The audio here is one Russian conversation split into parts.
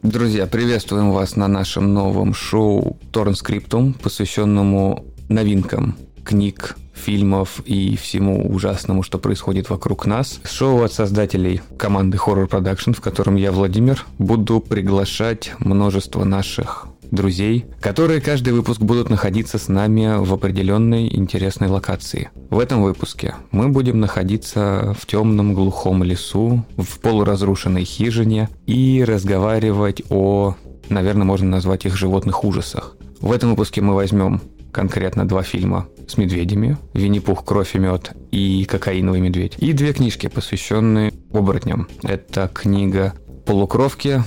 Друзья, приветствуем вас на нашем новом шоу Торрент-скриптум, посвященному новинкам книг, фильмов и всему ужасному, что происходит вокруг нас. Шоу от создателей команды Horror Production, в котором я, Владимир, буду приглашать множество наших друзей, которые каждый выпуск будут находиться с нами в определенной интересной локации. В этом выпуске мы будем находиться в темном глухом лесу, в полуразрушенной хижине и разговаривать о, наверное, можно назвать их животных ужасах. В этом выпуске мы возьмем конкретно 2 фильма с медведями: «Винни-Пух. Кровь и мед» и «Кокаиновый медведь». И 2 книжки, посвященные оборотням. Это книга «Полукровки»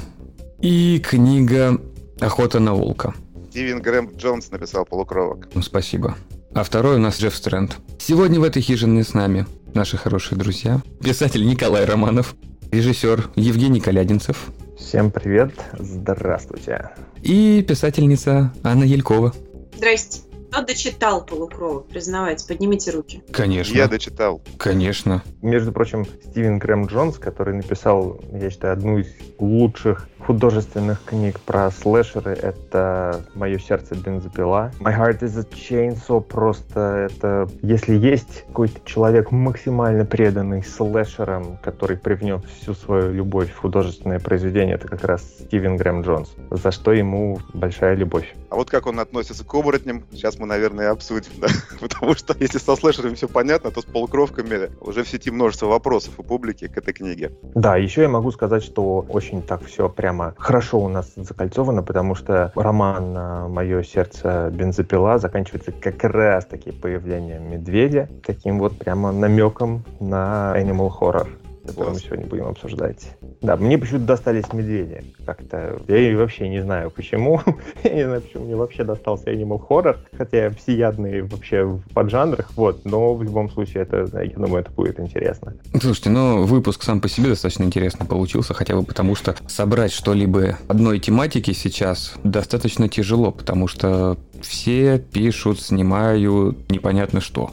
и книга «Охота на волка». Стивен Грэм Джонс написал «Полукровок». Спасибо. А второй у нас Джефф Стрэнд. Сегодня в этой хижине с нами наши хорошие друзья. Писатель Николай Романов, режиссер Евгений Колядинцев. Всем привет, здравствуйте. И писательница Анна Елькова. Здрасте. Кто дочитал «Полукровок»? Признавайте, поднимите руки. Конечно. Я дочитал. Конечно. Между прочим, Стивен Грэм Джонс, который написал, я считаю, одну из лучших художественных книг про слэшеры, это «Мое сердце бензопила». My Heart is a Chainsaw. Просто это, если есть какой-то человек максимально преданный слэшерам, который привнес всю свою любовь в художественное произведение, это как раз Стивен Грэм Джонс, за что ему большая любовь. А вот как он относится к оборотням, сейчас мы, наверное, обсудим, да? Потому что если со слэшерами все понятно, то с полукровками уже в сети множество вопросов у публики к этой книге. Да, еще я могу сказать, что очень так все прямо хорошо у нас закольцовано, потому что роман «Мое сердце бензопила» заканчивается как раз-таки появлением медведя, таким вот прямо намеком на Animal Horror, который мы сегодня будем обсуждать. Да, мне почему-то достались медведи. Как-то я вообще не знаю почему. Я не знаю, почему мне вообще достался Animal Horror, хотя я всеядный вообще в поджанрах, вот, но в любом случае, это, я думаю, это будет интересно. Слушайте, выпуск сам по себе достаточно интересно получился, хотя бы потому, что собрать что-либо одной тематики сейчас достаточно тяжело, потому что все пишут, снимают непонятно что.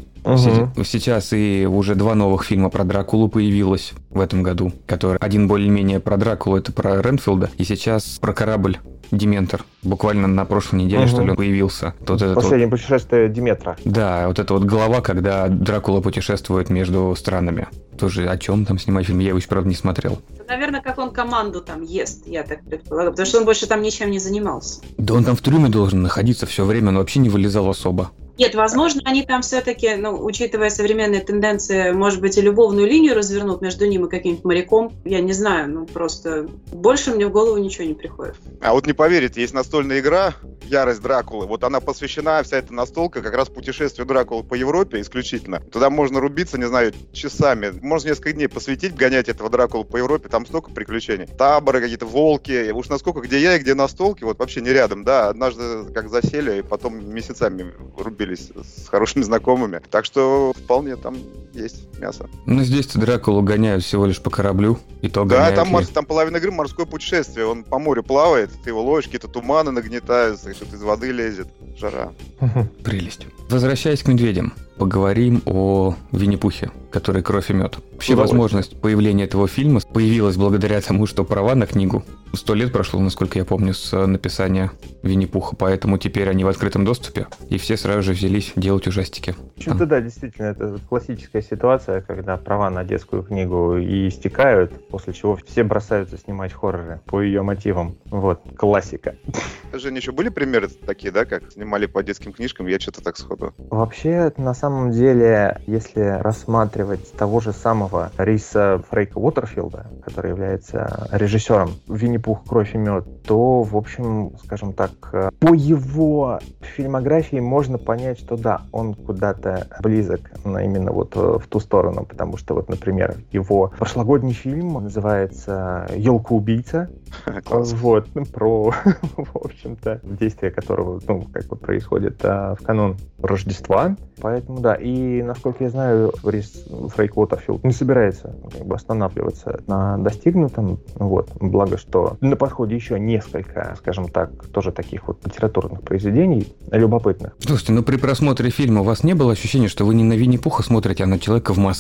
Сейчас и уже 2 новых фильма про Дракулу появилось в этом году, который один более-менее про Дракулу, это про Ренфилда, и сейчас про корабль Дементор. Буквально на прошлой неделе, что ли, он появился. Последнее путешествие Диметра. Да, вот эта вот глава, когда Дракула путешествует между странами. Тоже о чем там снимать фильм, я его еще, правда, не смотрел. Наверное, как он команду там ест, я так предполагаю, потому что он больше там ничем не занимался. Да он там в трюме должен находиться все время, он вообще не вылезал особо. Нет, возможно, они там все-таки, учитывая современные тенденции, может быть, и любовную линию развернут между ним и каким-нибудь моряком. Я не знаю, просто больше мне в голову ничего не приходит. А вот не поверите, есть настольная игра «Ярость Дракулы». Вот она посвящена, вся эта настолка, как раз путешествию Дракулы по Европе исключительно. Туда можно рубиться, не знаю, часами. Можно несколько дней посвятить, гонять этого Дракулу по Европе, там столько приключений. Таборы какие-то, волки. Уж насколько, где я и где настолки, вот вообще не рядом, да. Однажды как засели, и потом месяцами рубились с хорошими знакомыми. Так что вполне там есть мясо. Здесь-то Дракулу гоняют всего лишь по кораблю, и то да, гоняют. там половина игры морское путешествие. Он по морю плавает, ты его ловишь, какие-то туманы нагнетаются, что-то из воды лезет. Жара. Прелесть. Возвращаясь к медведям, поговорим о Винни-Пухе, который «Кровь и мед». Вообще возможность появления этого фильма появилась благодаря тому, что права на книгу 100 лет прошло, насколько я помню, с написания Винни-Пуха, поэтому теперь они в открытом доступе, и все сразу же взялись делать ужастики. Почему-то да, действительно, это классическая ситуация, когда права на детскую книгу и истекают, после чего все бросаются снимать хорроры по ее мотивам. Вот, классика. Женя, еще были примеры такие, да, как снимали по детским книжкам? Я что-то так сходу. Вообще, на самом деле, если рассматривать того же самого Риса Фрейка Уотерфилда, который является режиссером «Винни-Пух. Кровь и мед», то, в общем, скажем так, по его фильмографии можно понять, что да, он куда-то близок именно вот в ту сторону, потому что вот, например, его прошлогодний фильм называется «Елка-убийца». Вот, про, в общем-то, действие которого, происходит в канун Рождества. Поэтому, да, и, насколько я знаю, Рис Фрейк Уотерфилд не собирается останавливаться на достигнутом. Вот, благо, что на подходе еще несколько, скажем так, тоже таких вот литературных произведений любопытных. Слушайте, при просмотре фильма у вас не было ощущения, что вы не на Винни-Пуха смотрите, а на человека в маске?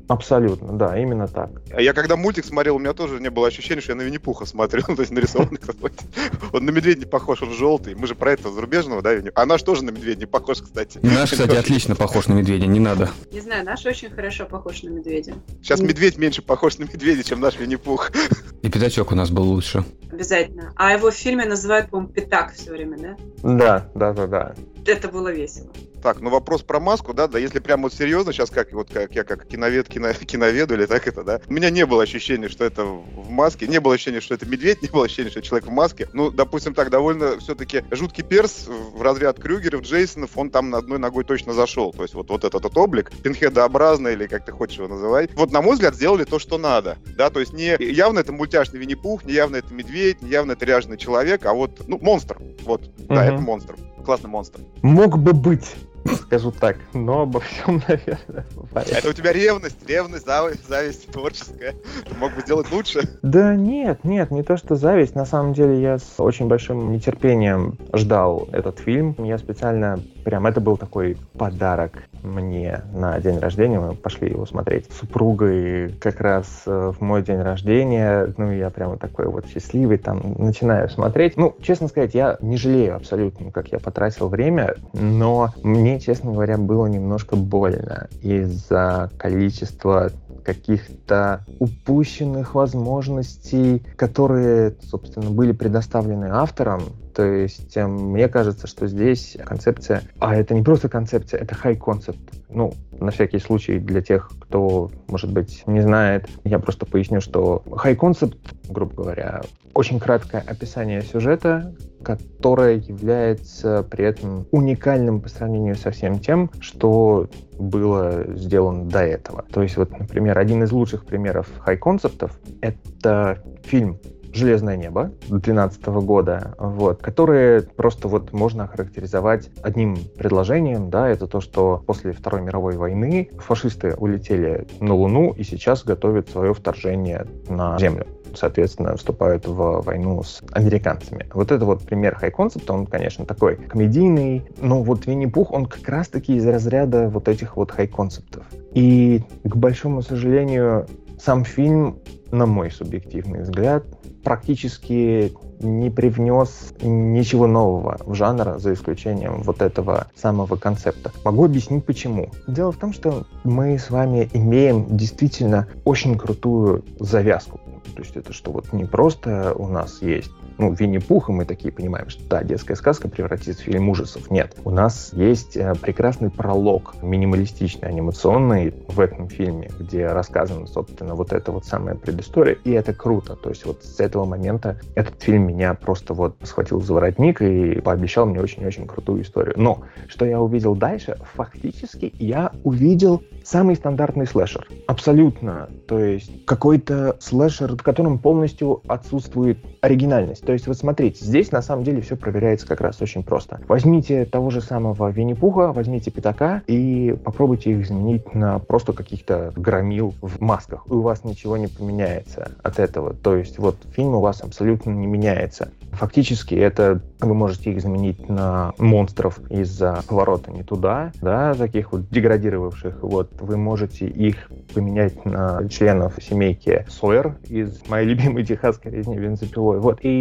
Абсолютно, да, именно так. А я когда мультик смотрел, у меня тоже не было ощущения, что я на Винни-Пуха смотрел, то есть нарисованный какой-то. Он на медведя не похож, он желтый. Мы же про этого зарубежного, да, Винни? А наш тоже на медведя не похож, кстати. Наш, кстати, отлично похож на медведя, не надо. Не знаю, наш очень хорошо похож на медведя. Сейчас медведь меньше похож на медведя, чем наш Винни-Пух. И пятачок у нас был лучше. Обязательно. А его в фильме называют, по-моему, Пятак все время, да? Да. Это было весело. Так, ну вопрос про маску, да, если прям вот серьезно, сейчас как я как киноведу или так это, да, у меня не было ощущения, что это в маске, не было ощущения, что это медведь, не было ощущения, что это человек в маске. Ну, допустим так, довольно все-таки жуткий перс в разряд Крюгеров, Джейсонов, он там одной ногой точно зашел. То есть вот этот облик, пинхедообразный или как ты хочешь его называть, вот на мой взгляд сделали то, что надо, да, то есть не явно это мультяшный Винни-Пух, не явно это медведь, не явно это ряженый человек, а вот, ну, монстр, вот, да, это монстр. Классный монстр. Мог бы быть, скажу так, но обо всем, наверное, в порядке. Это у тебя ревность, зависть творческая. Ты мог бы сделать лучше? Да нет, не то что зависть. На самом деле я с очень большим нетерпением ждал этот фильм. Я специально, это был такой подарок мне на день рождения. Мы пошли его смотреть с супругой как раз в мой день рождения. Ну, я прямо такой вот счастливый, там, начинаю смотреть. Ну, честно сказать, я не жалею абсолютно, как я потратил время, но мне, честно говоря, было немножко больно из-за количества каких-то упущенных возможностей, которые, собственно, были предоставлены автором. То есть мне кажется, что здесь концепция... А это не просто концепция, это хай-концепт. Ну, на всякий случай для тех, кто, может быть, не знает, я просто поясню, что хай-концепт, грубо говоря, очень краткое описание сюжета, которое является при этом уникальным по сравнению со всем тем, что было сделано до этого. То есть, вот, например, один из лучших примеров хай-концептов — это фильм «Железное небо» 2012 года, которые просто можно охарактеризовать одним предложением, да, это то, что после Второй мировой войны фашисты улетели на Луну и сейчас готовят свое вторжение на Землю. Соответственно, вступают в войну с американцами. Вот это вот пример хай-концепта, он, конечно, такой комедийный, но вот Винни-Пух, он как раз-таки из разряда вот этих вот хай-концептов. И, к большому сожалению, сам фильм, на мой субъективный взгляд, практически не привнес ничего нового в жанр, за исключением вот этого самого концепта. Могу объяснить, почему. Дело в том, что мы с вами имеем действительно очень крутую завязку. То есть это что вот не просто у нас есть Винни-Пух, и мы такие понимаем, что да, детская сказка превратится в фильм ужасов. Нет. У нас есть прекрасный пролог, минималистичный, анимационный в этом фильме, где рассказана, собственно, вот эта вот самая предыстория, и это круто. То есть вот с этого момента этот фильм меня просто схватил за воротник и пообещал мне очень-очень крутую историю. Но что я увидел дальше? Фактически я увидел самый стандартный слэшер. Абсолютно. То есть какой-то слэшер, в котором полностью отсутствует оригинальность. То есть вот смотрите, здесь на самом деле все проверяется как раз очень просто. Возьмите того же самого Винни-Пуха, возьмите Пятака и попробуйте их заменить на просто каких-то громил в масках. И у вас ничего не поменяется от этого. То есть вот фильм у вас абсолютно не меняется. Фактически это вы можете их заменить на монстров из-за поворота не туда, да, таких вот деградировавших. Вы можете их поменять на членов семейки Сойер из моей любимой техасской резни бензопилой.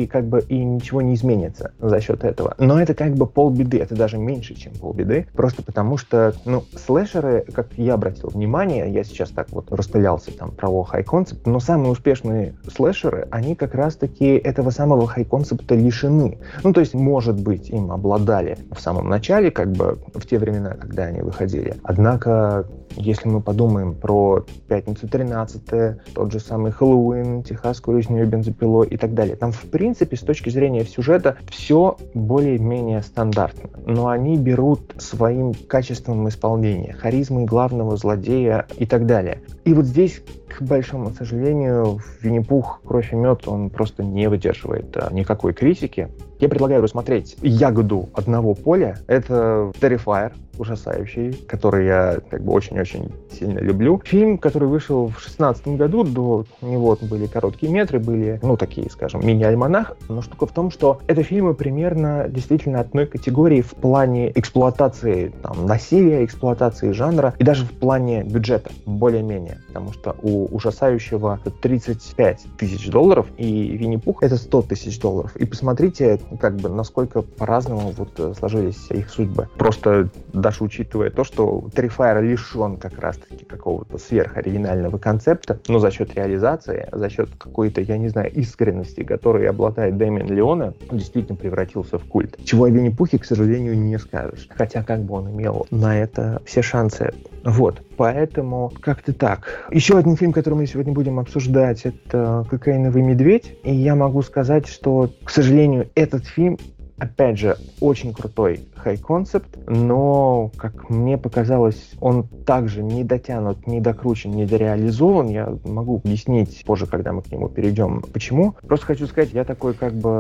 И ничего не изменится за счет этого. Но это полбеды, это даже меньше, чем полбеды. Просто потому что, слэшеры, как я обратил внимание, я сейчас так распылялся про хай-концепт, но самые успешные слэшеры, они как раз-таки этого самого хай-концепта лишены. То есть, может быть, им обладали в самом начале, в те времена, когда они выходили. Однако, если мы подумаем про «Пятницу 13», тот же самый «Хэллоуин», «Техасскую резню бензопилой» и так далее, там, в принципе, с точки зрения сюжета, все более-менее стандартно. Но они берут своим качеством исполнения, харизмой главного злодея и так далее. И вот здесь, к большому сожалению, Винни-Пух «Кровь и мед», он просто не выдерживает никакой критики. Я предлагаю рассмотреть «Ягоду одного поля». Это Terrifier, ужасающий, который я очень-очень сильно люблю. Фильм, который вышел в 2016 году, до него были короткие метры, были, такие, скажем, мини-альманах. Но штука в том, что это фильмы примерно действительно одной категории в плане эксплуатации насилия, эксплуатации жанра и даже в плане бюджета, более-менее. Потому что у ужасающего $35 тысяч и Винни-Пух это $100 тысяч. И посмотрите, насколько по-разному сложились их судьбы. Просто даже учитывая то, что Terrifier лишен как раз-таки какого-то сверхоригинального концепта, но за счет реализации, за счет какой-то, искренности, которой обладает Дэмиан Леоне, он действительно превратился в культ. Чего о Винни-Пухе, к сожалению, не скажешь. Хотя он имел на это все шансы. Поэтому как-то так. Еще один фильм, который мы сегодня будем обсуждать, это «Кокаиновый медведь». И я могу сказать, что, к сожалению, этот фильм, опять же, очень крутой хай-концепт, но, как мне показалось, он также не дотянут, не докручен, не дореализован. Я могу объяснить позже, когда мы к нему перейдем, почему. Просто хочу сказать, я такой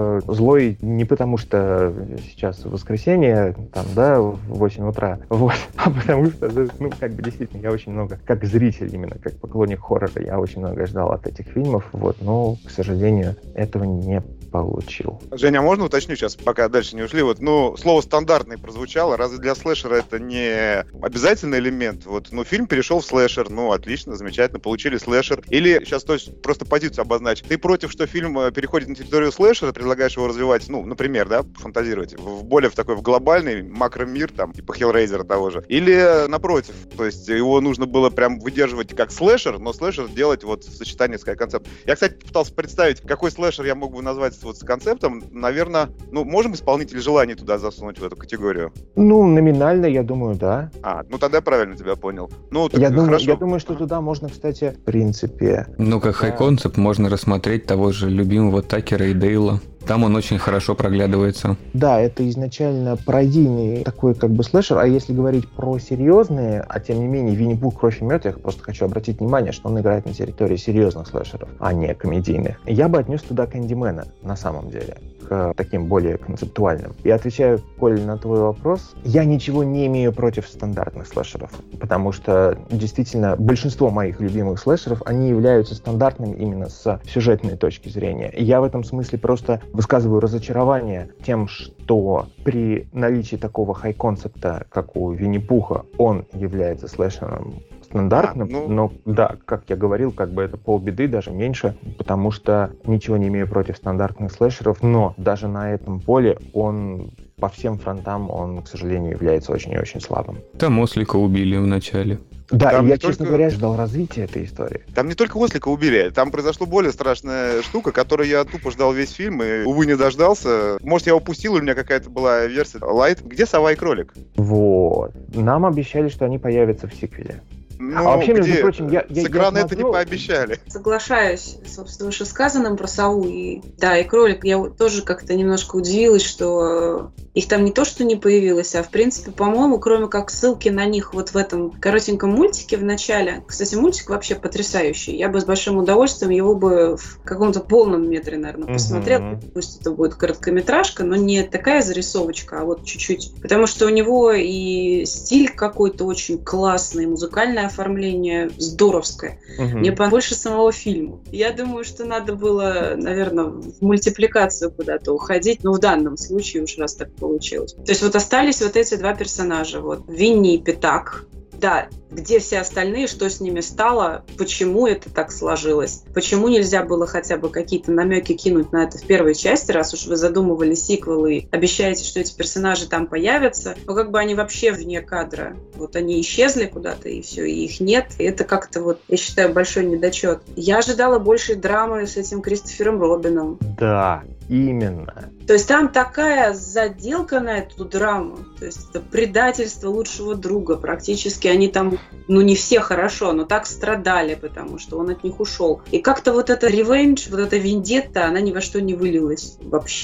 злой не потому, что сейчас воскресенье, в 8 утра, а потому что, действительно, я очень много, как зритель именно, как поклонник хоррора, я очень много ждал от этих фильмов, но, к сожалению, этого не получил. Женя, а можно уточню сейчас, пока дальше не ушли? Слово «стандартный» прозвучало. Разве для слэшера это не обязательный элемент? Фильм перешел в слэшер. Отлично, замечательно, получили слэшер. Или, сейчас просто позицию обозначить. Ты против, что фильм переходит на территорию слэшера, предлагаешь его развивать, например, фантазировать, в глобальный макромир, типа Hellraiser того же. Или, напротив, то есть его нужно было прям выдерживать как слэшер, но слэшер делать в сочетании с концептом. Я, кстати, пытался представить, какой слэшер я мог бы назвать с концептом. Наверное, можем исполнителей желаний туда засунуть в эту категорию? Номинально, я думаю, да. Тогда я правильно тебя понял. Я думаю, что туда можно, кстати, в принципе... Как хай-концепт можно рассмотреть того же любимого Такера и Дейла. Там он очень хорошо проглядывается. Да, это изначально пародийный такой слэшер, а если говорить про серьезные, а тем не менее Винни-Пух, Кровь и мед, я просто хочу обратить внимание, что он играет на территории серьезных слэшеров, а не комедийных. Я бы отнес туда Кэндимена, на самом деле, к таким более концептуальным. И отвечаю, Коль, на твой вопрос, я ничего не имею против стандартных слэшеров, потому что действительно большинство моих любимых слэшеров, они являются стандартными именно с сюжетной точки зрения. Я в этом смысле просто высказываю разочарование тем, что при наличии такого хай-концепта, как у Винни-Пуха, он является слэшером стандартным, но да, как я говорил, это полбеды, даже меньше, потому что ничего не имею против стандартных слэшеров, но даже на этом поле он по всем фронтам, он, к сожалению, является очень и очень слабым. Там Ослика убили в начале. Да, там и я, честно говоря, ждал развития этой истории. Там не только Ослика убили, там произошла более страшная штука, которую я тупо ждал весь фильм и, увы, не дождался. Может, я упустил, у меня какая-то была версия лайт. Где сова и кролик? Нам обещали, что они появятся в сиквеле. Вообще, между прочим, с экрана это не пообещали. Соглашаюсь, собственно, вышесказанным про сову и кролик. Я тоже как-то немножко удивилась, что их там не то, что не появилось, а в принципе, по-моему, кроме как ссылки на них в этом коротеньком мультике в начале. Кстати, мультик вообще потрясающий. Я бы с большим удовольствием его бы в каком-то полном метре, наверное, посмотрела. Пусть это будет короткометражка, но не такая зарисовочка, а чуть-чуть. Потому что у него и стиль какой-то очень классный, музыкальное оформление здоровское. Мне побольше самого фильма. Я думаю, что надо было, наверное, в мультипликацию куда-то уходить, но в данном случае уж раз так получилось. То есть остались эти два персонажа. Винни и Пятак. Да, где все остальные, что с ними стало, почему это так сложилось, почему нельзя было хотя бы какие-то намеки кинуть на это в первой части, раз уж вы задумывали сиквел и обещаете, что эти персонажи там появятся, но они вообще вне кадра. Они исчезли куда-то, и все, и их нет, и это как-то я считаю, большой недочет. Я ожидала большей драмы с этим Кристофером Робином. Да, именно. То есть там такая заделка на эту драму, то есть это предательство лучшего друга, практически они там, не все хорошо, но так страдали, потому что он от них ушел. И как-то эта ревенж, эта вендетта, она ни во что не вылилась вообще.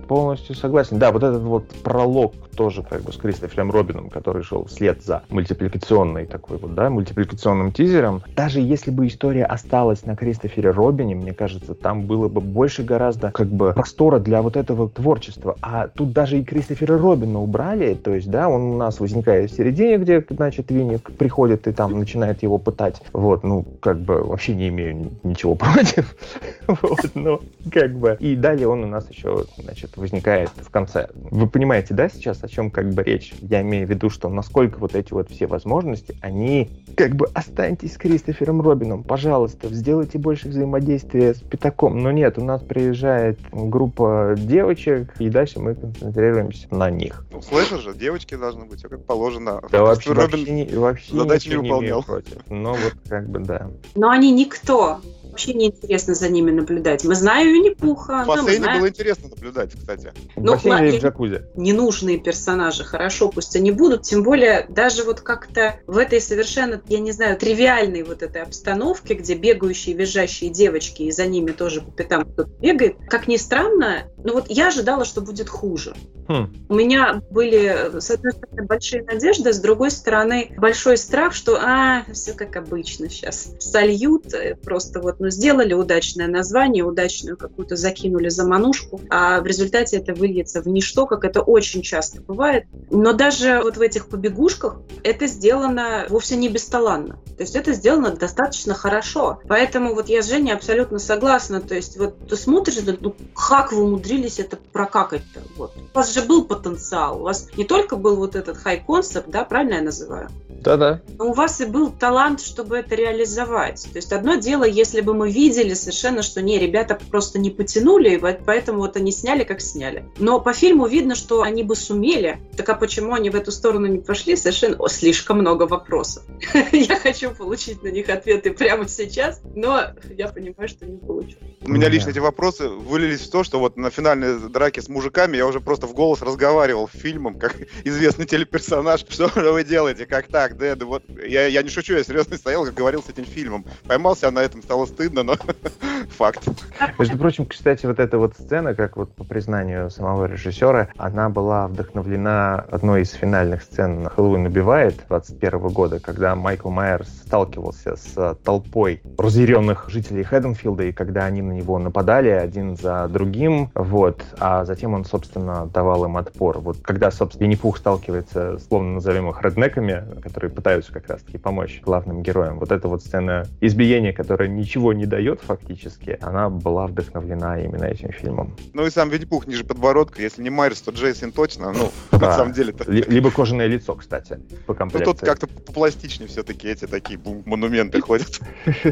полностью согласен. Да, вот этот вот пролог тоже как бы с Кристофером Робином, который шел вслед за мультипликационной такой вот, да, мультипликационным тизером. Даже если бы история осталась на Кристофере Робине, мне кажется, там было бы больше гораздо как бы простора для вот этого творчества. А тут даже и Кристофера Робина убрали, то есть, да, он у нас возникает в середине, где, значит, Винни приходит и там начинает его пытать. Вот, ну, как бы вообще не имею ничего против. Вот, ну, как бы. И далее он у нас еще, значит, возникает в конце. Вы понимаете, да, сейчас, о чем как бы речь? Я имею в виду, что насколько вот эти вот все возможности, они как бы останьтесь с Кристофером Робином, пожалуйста, сделайте больше взаимодействия с Пятаком. Но нет, у нас приезжает группа девочек, и дальше мы концентрируемся на них. Ну, слэшер же, девочки должны быть, все как положено. Да, вообще задачу не выполнял. Но вот как бы да. Но они никто. Вообще неинтересно за ними наблюдать. Мы знаем Винни-Пуха. В бассейне было интересно наблюдать, кстати. В бассейне и в джакузи. Ненужные персонажи, хорошо, пусть они будут. Тем более, даже вот как-то в этой совершенно, я не знаю, тривиальной вот этой обстановке, где бегающие, визжащие девочки, и за ними тоже по пятам кто-то бегает. Как ни странно, ну вот я ожидала, что будет хуже. У меня были, с одной стороны, большие надежды, с другой стороны, большой страх, что все как обычно сейчас. Сольют, просто вот, сделали удачное название, удачную какую-то закинули заманушку, а в результате это выльется в ничто, как это очень часто бывает. Но даже вот в этих побегушках это сделано вовсе не бесталанно. То есть это сделано достаточно хорошо. Поэтому вот я с Женей абсолютно согласна. То есть вот ты смотришь, ну как вы умудрились это прокакать-то? Вот. У вас же был потенциал. У вас не только был вот этот хай-концепт, да, правильно я называю? Да-да. Но у вас и был талант, чтобы это реализовать. То есть одно дело, если бы мы видели совершенно, что ребята просто не потянули, и поэтому вот они сняли, как сняли. Но по фильму видно, что они бы сумели. Так а почему они в эту сторону не пошли? Совершенно слишком много вопросов. Я хочу получить на них ответы прямо сейчас, но я понимаю, что не получу. У меня лично эти вопросы вылились в то, что вот на финальной драке с мужиками я уже просто в голос разговаривал фильмом, как известный телеперсонаж. Что вы делаете? Как так? Дэд? Вот. Я не шучу, я серьезно стоял, как говорил с этим фильмом. Поймался на этом, стало стыдно, но факт. Между прочим, кстати, вот эта вот сцена, как вот по признанию самого режиссера, она была вдохновлена одной из финальных сцен «Хэллоуин убивает» 21 года, когда Майкл Майерс сталкивался с толпой разъяренных жителей Хэдденфилда, и когда они на него нападали один за другим, вот, а затем он, собственно, давал им отпор. Вот когда, собственно, Винни-Пух сталкивается, словно назовем их реднеками, которые пытаются как раз-таки помочь главным героям, вот эта вот сцена избиения, которая ничего не дает фактически, она была вдохновлена именно этим фильмом. Ну и сам Винни-Пух ниже подбородка, если не Майерс, то Джейсон точно, на самом деле-то. Либо кожаное лицо, кстати, по комплекции. Ну тут как-то попластичнее все-таки эти такие монументы ходят.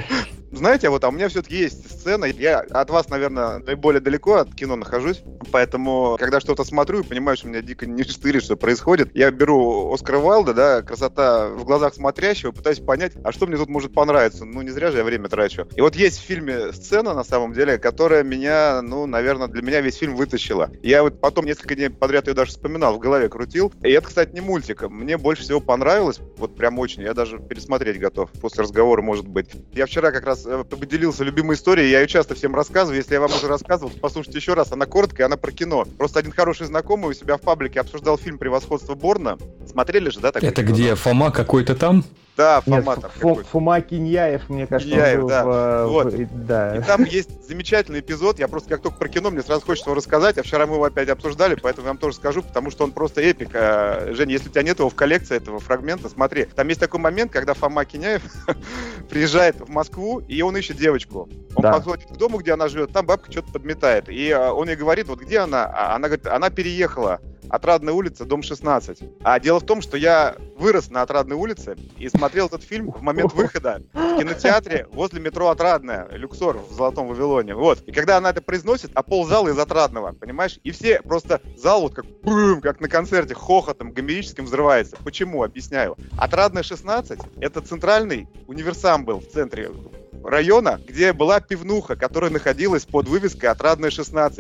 Знаете, вот у меня все-таки есть сцена. Я от вас, наверное, наиболее далеко от кино нахожусь, поэтому, когда что-то смотрю и понимаю, что меня дико не штырит, что происходит, я беру Оскара Уайлда, да, «Красота в глазах смотрящего», пытаюсь понять, а что мне тут может понравиться. Ну, не зря же я время трачу. И вот есть в фильме сцена, на самом деле, которая меня, наверное, для меня весь фильм вытащила. Я вот потом несколько дней подряд ее даже вспоминал, в голове крутил. И это, кстати, не мультик. Мне больше всего понравилось, вот прям очень. Я даже пересмотреть готов после разговора, может быть. Я вчера как раз поделился любимой историей, я ее часто всем рассказываю. Если я вам уже рассказывал, то послушайте еще раз. Она короткая, она про кино. Просто один хороший знакомый у себя в паблике обсуждал фильм «Превосходство Борна». Смотрели же, да? Это кино, где Фома какой-то там? Да, Фома там какой-то. Фома Киньяев, мне кажется, Киньяев, был да. Вот. Да. И там есть замечательный эпизод, я просто как только про кино, мне сразу хочется его рассказать, а вчера мы его опять обсуждали, поэтому я вам тоже скажу, потому что он просто эпик. Женя, если у тебя нет его в коллекции, этого фрагмента, смотри. Там есть такой момент, когда Фома Киньяев приезжает в Москву, и он ищет девочку. Он подходит к дому, где она живет, там бабка что-то подметает. И он ей говорит, вот где она? А она говорит, она переехала. Отрадная улица, дом 16. А дело в том, что я вырос на Отрадной улице и смотрел этот фильм в момент выхода в кинотеатре возле метро Отрадная, Люксор в Золотом Вавилоне. Вот. И когда она это произносит, а ползала из Отрадного, понимаешь? И все просто зал вот как на концерте хохотом гомерическим взрывается. Почему? Объясняю. Отрадная 16 — это центральный универсам был в центре района, где была пивнуха, которая находилась под вывеской «Отрадная 16».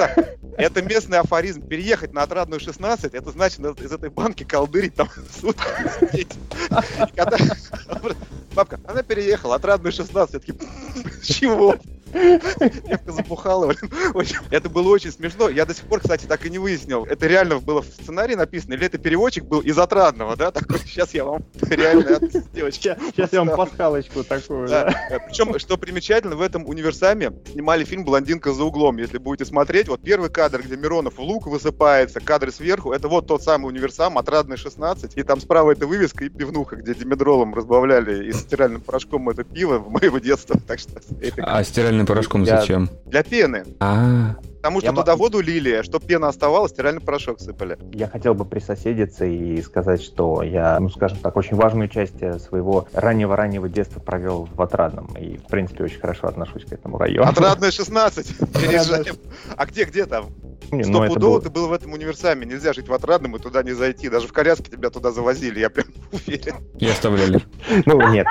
Это местный афоризм. Переехать на Отрадную 16, это значит из этой банки колдырить там сутки сидеть. Бабка, она переехала, Отрадную 16. Я такие, чего? Девка забухала, блин. Это было очень смешно. Я до сих пор, кстати, так и не выяснил, это реально было в сценарии написано, или это переводчик был из Отрадного, да? Такой, сейчас я вам реально девочки. Сейчас я вам пасхалочку такую, да. Причем, что примечательно, в этом универсаме снимали фильм «Блондинка за углом». Если будете смотреть, вот первый кадр, где Миронов в лук высыпается, кадры сверху, это вот тот самый универсам, Отрадный 16, и там справа эта вывеска и пивнуха, где димедролом разбавляли и стиральным порошком это пиво в моего детства. Так что А стиральным порошком зачем? для пены. Потому что туда воду лили, чтобы пена оставалась, стиральный порошок сыпали. Я хотел бы присоседиться и сказать, что я, скажем так, очень важную часть своего раннего детства провел в Отрадном. И, в принципе, очень хорошо отношусь к этому району. Отрадная 16. Переезжаем. А где там? Стопудово ты был в этом универсаме. Нельзя жить в Отрадном и туда не зайти. Даже в коляске тебя туда завозили, я прям уверен. И оставляли. Нет,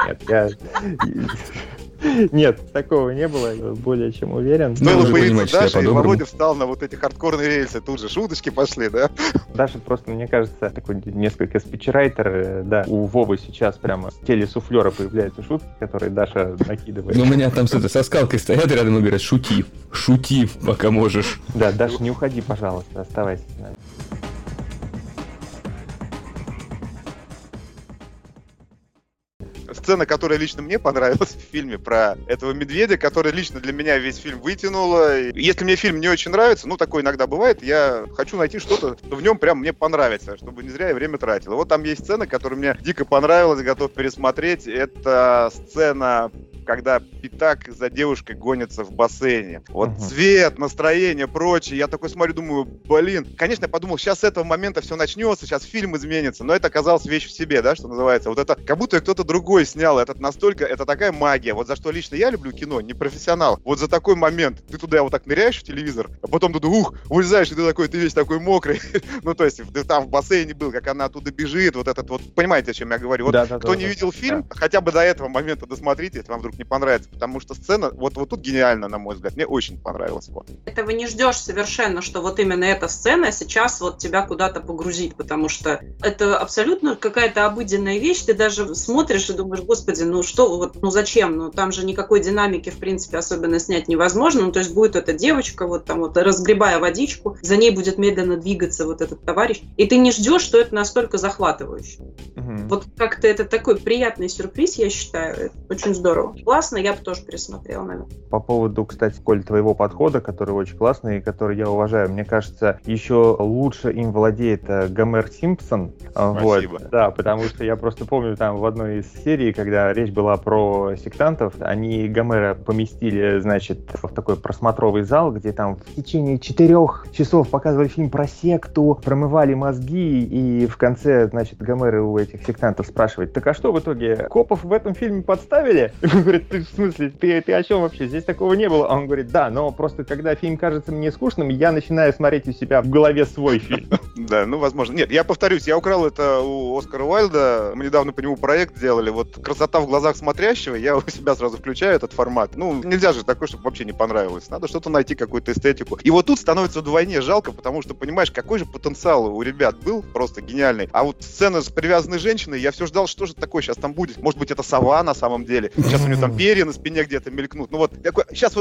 Нет, такого не было, я более чем уверен. Стоило появиться Даша, и Володя встал на вот эти хардкорные рельсы, тут же шуточки пошли, да? Даша просто, мне кажется, такой несколько спичрайтер, да. У Вовы сейчас прямо с телесуфлера появляются шутки, которые Даша накидывает. Ну, у меня там со скалкой стоят рядом и говорят, шути, пока можешь. Да, Даша, не уходи, пожалуйста, оставайся с нами. Сцена, которая лично мне понравилась в фильме про этого медведя, которая лично для меня весь фильм вытянула. Если мне фильм не очень нравится, такое иногда бывает, я хочу найти что-то, что в нем прям мне понравится, чтобы не зря я время тратил. Вот там есть сцена, которая мне дико понравилась, готов пересмотреть. Это сцена, когда Питак за девушкой гонится в бассейне. Вот цвет, настроение, прочее. Я такой смотрю, думаю, конечно, я подумал, сейчас с этого момента все начнется, сейчас фильм изменится, но это оказалось вещь в себе, да, что называется. Вот это, как будто кто-то другой снял, это такая магия. Вот за что лично я люблю кино, не профессионал. Вот за такой момент ты туда вот так ныряешь в телевизор, а потом туда, вылезаешь, и ты весь такой мокрый. То есть ты там в бассейне был, как она оттуда бежит, вот этот вот, понимаете, о чем я говорю? Вот кто не видел фильм, хотя бы до этого момента досмотрите, если вам вдруг не понравится, потому что сцена вот тут гениально, на мой взгляд, мне очень понравилось. Этого не ждешь совершенно, что вот именно эта сцена сейчас вот тебя куда-то погрузит, потому что это абсолютно какая-то обыденная вещь, ты даже смотришь и думаешь, господи, зачем? Там же никакой динамики, в принципе, особенно снять невозможно, то есть будет эта девочка, разгребая водичку, за ней будет медленно двигаться вот этот товарищ, и ты не ждешь, что это настолько захватывающе. Вот как-то это такой приятный сюрприз, я считаю, это очень здорово. Классно, я бы тоже пересмотрела, наверное. По поводу, кстати, Коль, твоего подхода, который очень классный и который я уважаю, мне кажется, еще лучше им владеет Гомер Симпсон. Спасибо. Да, потому что я просто помню там в одной из серий, когда речь была про сектантов, они Гомера поместили, в такой просмотровый зал, где там в течение 4 часов показывали фильм про секту, промывали мозги, и в конце, Гомера у этих сектантов спрашивает, так а что в итоге, копов в этом фильме подставили? И он говорит, в смысле, ты о чем вообще? Здесь такого не было. А он говорит, да, но просто когда фильм кажется мне скучным, я начинаю смотреть у себя в голове свой фильм. Да, возможно. Нет, я повторюсь, я украл это у Оскара Уайльда, мы недавно по нему проект делали, вот «Красота в глазах смотрящего», я у себя сразу включаю этот формат. Нельзя же такой, чтобы вообще не понравилось. Надо что-то найти, какую-то эстетику. И вот тут становится вдвойне жалко, потому что, понимаешь, какой же потенциал у ребят был, просто гениальный. А вот сцена с привязанной женщиной, я все ждал, что же такое сейчас там будет. Может быть, это сова на самом деле. Сейчас у нее там перья на спине где-то мелькнут. Такой, сейчас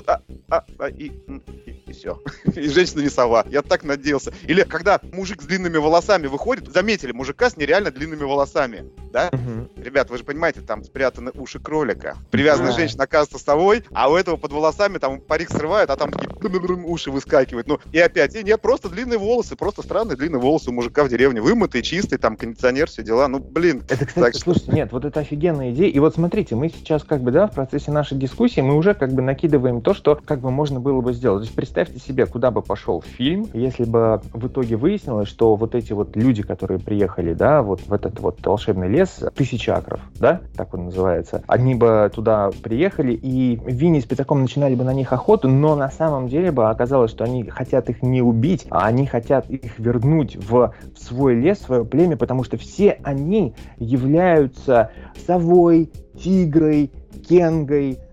и все. И женщина не сова. Я так надеялся. Или когда мужик с длинными волосами выходит, заметили, мужика с нереально длинными волосами, да? Ребят, вы же понимаете, там спрятаны уши кролика. Привязанная женщина оказывается совой, а у этого под волосами там парик срывает, а там такие уши выскакивают. И опять, нет, просто длинные волосы, просто странные длинные волосы у мужика в деревне, вымытые, чистые, там кондиционер, все дела. Это, кстати, слушайте, нет, вот это офигенная идея. И вот смотрите, мы сейчас в процессе нашей дискуссии мы уже накидываем то, что можно было бы сделать. То есть представьте себе, куда бы пошел фильм, если бы в итоге выяснилось, что вот эти вот люди, которые приехали, да, вот в этот вот волшебный лес, 1000 акров, да, так он называется, они бы туда приехали, и Винни с Пятаком начинали бы на них охоту, но на самом деле бы оказалось, что они хотят их не убить, а они хотят их вернуть в свой лес, в свое племя, потому что все они являются совой, тигрой, кенгой,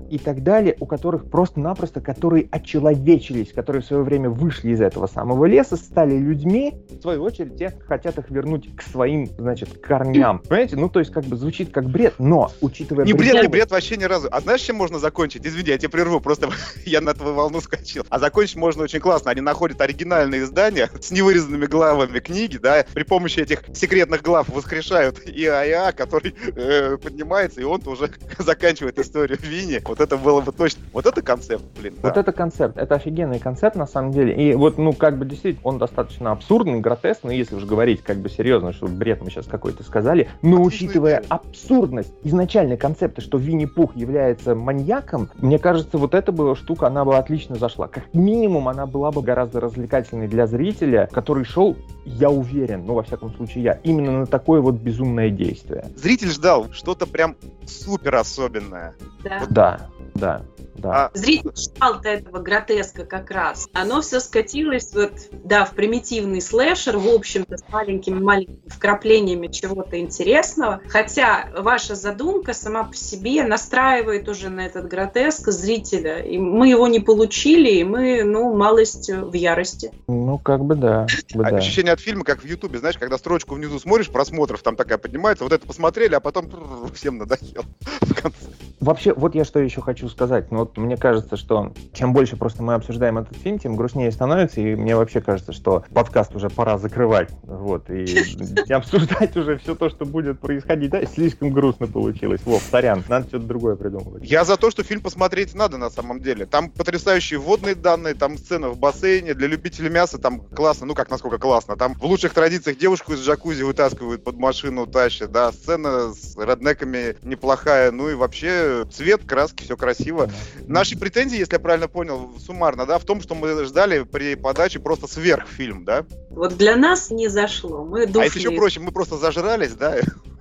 и так далее, у которых просто-напросто, которые очеловечились, которые в свое время вышли из этого самого леса, стали людьми, в свою очередь, те хотят их вернуть к своим, значит, корням. Понимаете? Ну, то есть, как бы звучит как бред, но, учитывая... Не бред вообще ни разу. А знаешь, чем можно закончить? Извини, я тебя прерву, просто я на твою волну скачал. А закончить можно очень классно. Они находят оригинальные издания с невырезанными главами книги, да, при помощи этих секретных глав воскрешают ИА, который поднимается, и он уже заканчивает историю Винни. Вот это было бы точно... Вот это концепт, блин. Вот да. это концепт. Это офигенный концепт, на самом деле. И вот, ну, как бы, действительно, он достаточно абсурдный, гротескный, если уж говорить, как бы, серьезно, что бред мы сейчас какой-то сказали. Но, учитывая абсурдность изначальной концепта, что Винни-Пух является маньяком, мне кажется, вот эта бы штука, она бы отлично зашла. Как минимум, она была бы гораздо развлекательной для зрителя, который шел, я уверен, ну, во всяком случае, я, именно на такое вот безумное действие. Зритель ждал что-то прям супер особенное. Да. Вот. Да. Зритель ждал этого гротеска как раз. Оно все скатилось вот, да, в примитивный слэшер, в общем-то, с маленькими вкраплениями чего-то интересного. Хотя ваша задумка сама по себе настраивает уже на этот гротеск зрителя. И мы его не получили, и мы, ну, малость в ярости. Ну, как бы да. Ощущение от фильма, как в Ютубе, знаешь, когда строчку внизу смотришь, просмотров там такая поднимается, вот это посмотрели, а потом всем надоело в конце. Вообще, вот я что еще хочу сказать. Ну, вот мне кажется, что чем больше просто мы обсуждаем этот фильм, тем грустнее становится, и мне вообще кажется, что подкаст уже пора закрывать, вот, и обсуждать уже все то, что будет происходить. Да, слишком грустно получилось. Вов, сорян, надо что-то другое придумывать. Я за то, что фильм посмотреть надо на самом деле. Там потрясающие вводные данные, там сцена в бассейне, для любителей мяса там классно, ну как насколько классно. Там в лучших традициях девушку из джакузи вытаскивают, под машину тащат, да, сцена с реднеками неплохая, ну и вообще цвет, краски, все красиво. Наши претензии, если я правильно понял, суммарно, да, в том, что мы ждали при подаче просто сверхфильм, да? Вот для нас не зашло. Мы душные. А если еще проще, мы просто зажрались, да?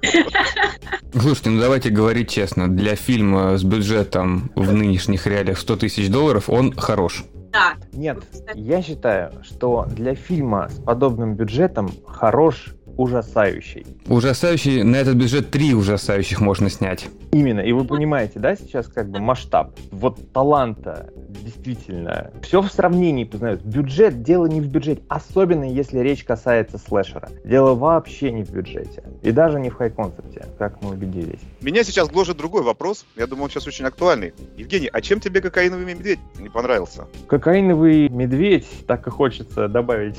Слушайте, ну давайте говорить честно, для фильма с бюджетом в нынешних реалиях $100 тысяч он хорош. Да. Нет, я считаю, что для фильма с подобным бюджетом хорош ужасающий. Ужасающий, на этот бюджет 3 ужасающих можно снять. Именно, и вы понимаете, да, сейчас как бы масштаб, вот таланта, действительно, все в сравнении познают. Бюджет, дело не в бюджете, особенно если речь касается слэшера. Дело вообще не в бюджете, и даже не в хай-концепте, как мы убедились. Меня сейчас гложет другой вопрос, я думаю, он сейчас очень актуальный. Евгений, а чем тебе «Кокаиновый медведь» не понравился? «Кокаиновый медведь», так и хочется добавить.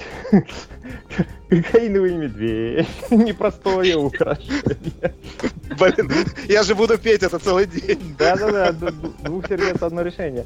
«Кокаиновый медведь». Непростое украшение. Блин, я же буду петь это целый день. Да-да-да, двух сердец одно решение.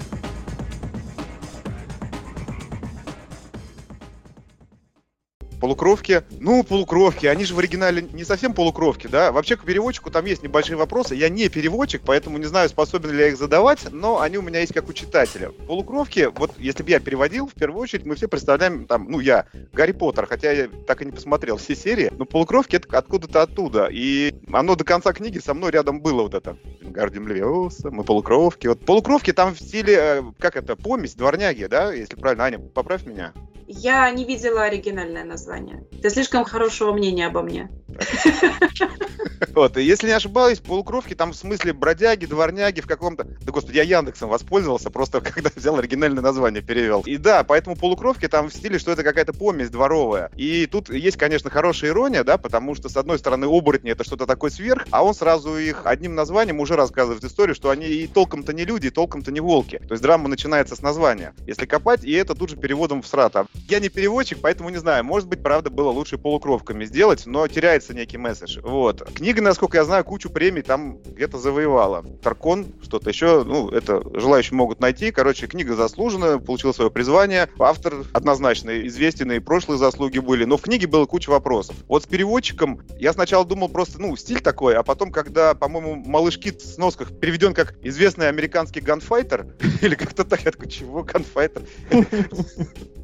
Полукровки. Ну, полукровки, они же в оригинале не совсем полукровки, да? Вообще к переводчику там есть небольшие вопросы. Я не переводчик, поэтому не знаю, способен ли я их задавать, но они у меня есть как у читателя. Полукровки, вот если бы я переводил, в первую очередь мы все представляем, там, ну, я, Гарри Поттер, хотя я так и не посмотрел все серии, но полукровки это откуда-то оттуда. И оно до конца книги со мной рядом было вот это. Гардиум Левиоса, мы полукровки. Вот полукровки там в стиле, как это, помесь, дворняги, да? Если правильно, Аня, поправь меня. Я не видела оригинальное название. Ты слишком хорошего мнения обо мне. Вот, и если не ошибаюсь, полукровки там в смысле бродяги, дворняги в каком-то... Да, господи, я Яндексом воспользовался, просто когда взял оригинальное название, перевел. И да, поэтому полукровки там в стиле, что это какая-то помесь дворовая. И тут есть, конечно, хорошая ирония, да, потому что, с одной стороны, оборотни — это что-то такое сверх, а он сразу их одним названием уже рассказывает историю, что они и толком-то не люди, и толком-то не волки. То есть драма начинается с названия. Если копать, и это тут же переводом в срата. Я не переводчик, поэтому не знаю, может быть, правда, было лучше полукровками сделать, но теряется некий месседж. Вот. Книга, насколько я знаю, кучу премий там где-то завоевала. Таркон, что-то еще, ну, это желающие могут найти. Короче, книга заслужена, получила свое призвание. Автор однозначно известен, и прошлые заслуги были, но в книге было куча вопросов. Вот с переводчиком я сначала думал просто, ну, стиль такой, а потом, когда, по-моему, Малыш Кит в сносках переведен как известный американский ганфайтер, или как-то так, я такой, чего ганфайтер?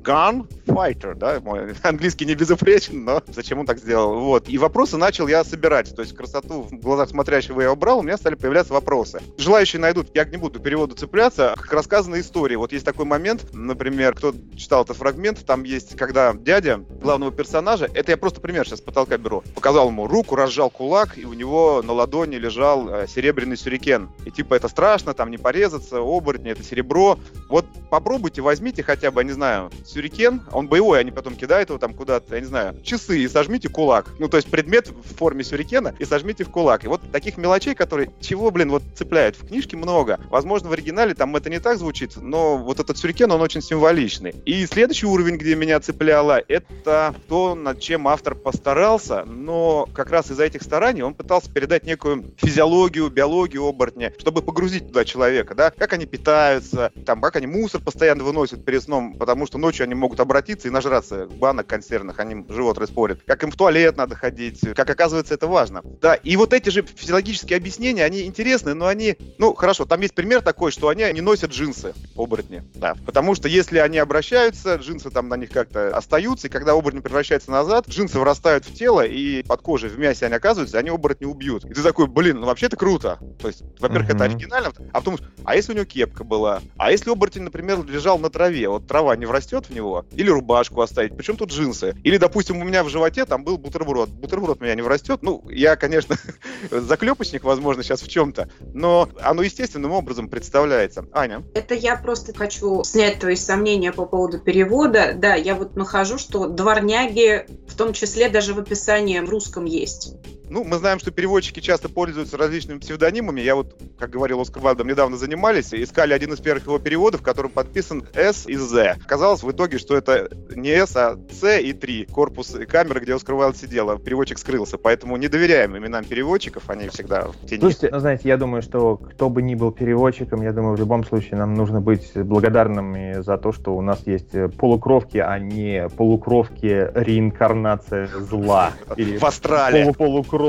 Gunfighter, да, мой английский не безупречен, но зачем он так сделал? Вот. И вопросы начал я собирать, то есть красоту в глазах смотрящего я убрал, у меня стали появляться вопросы. Желающие найдут, я не буду к переводу цепляться, как рассказанные истории. Вот есть такой момент, например, кто читал этот фрагмент, там есть, когда дядя главного персонажа, это я просто пример сейчас с потолка беру, показал ему руку, разжал кулак, и у него на ладони лежал серебряный сюрикен. И типа это страшно, там не порезаться, оборотни, это серебро. Вот попробуйте, возьмите хотя бы, я не знаю, сюрикен, он боевой, они потом кидают его там куда-то, я не знаю, часы, и сожмите кулак. Ну, то есть предмет в форме сюрикена, и сожмите в кулак. И вот таких мелочей, которые, чего, вот цепляют, в книжке много. Возможно, в оригинале там это не так звучит, но вот этот сюрикен, он очень символичный. И следующий уровень, где меня цепляло, это то, над чем автор постарался, но как раз из-за этих стараний он пытался передать некую физиологию, биологию оборотня, чтобы погрузить туда человека, да, как они питаются, там, как они мусор постоянно выносят перед сном, потому что ночью они могут обратиться и нажраться банок консервных, они живот распорят, как им в туалет надо ходить, как оказывается это важно. Да, и вот эти же физиологические объяснения, они интересны, но они, ну, хорошо, там есть пример такой, что они не носят джинсы, оборотни, да, потому что если они обращаются, джинсы там на них как-то остаются, и когда оборотень превращается назад, джинсы врастают в тело, и под кожей в мясе они оказываются, они оборотня убьют. И ты такой, блин, ну вообще-то круто. То есть, во-первых, это оригинально, а потом, а если у него кепка была? А если оборотень, например, лежал на траве, вот трава не врастет в него? Или рубашку оставить? Причем тут джинсы? Или, допустим, у меня в животе там был бутерброд. Бутерброд у меня не врастет. Ну, я, конечно, заклепочник, возможно, сейчас в чем-то, но оно естественным образом представляется. Аня? Это я просто хочу снять твои сомнения по поводу перевода. Да, я вот нахожу, что дворняги, в том числе даже в описании в русском есть. Ну, мы знаем, что переводчики часто пользуются различными псевдонимами. Я вот, как говорил Оскар Вальдом, недавно занимались, искали один из первых его переводов, в котором подписан «С» и «З». Оказалось в итоге, что это не «С», а «С» и 3. Корпус и камера, где Оскар Вальд сидел, а переводчик скрылся. Поэтому не доверяем именам переводчиков, они всегда в тени. Слушайте, ну, знаете, я думаю, что кто бы ни был переводчиком, я думаю, в любом случае нам нужно быть благодарными за то, что у нас есть полукровки, а не полукровки реинкарнация зла. Или в астрале. Полукровки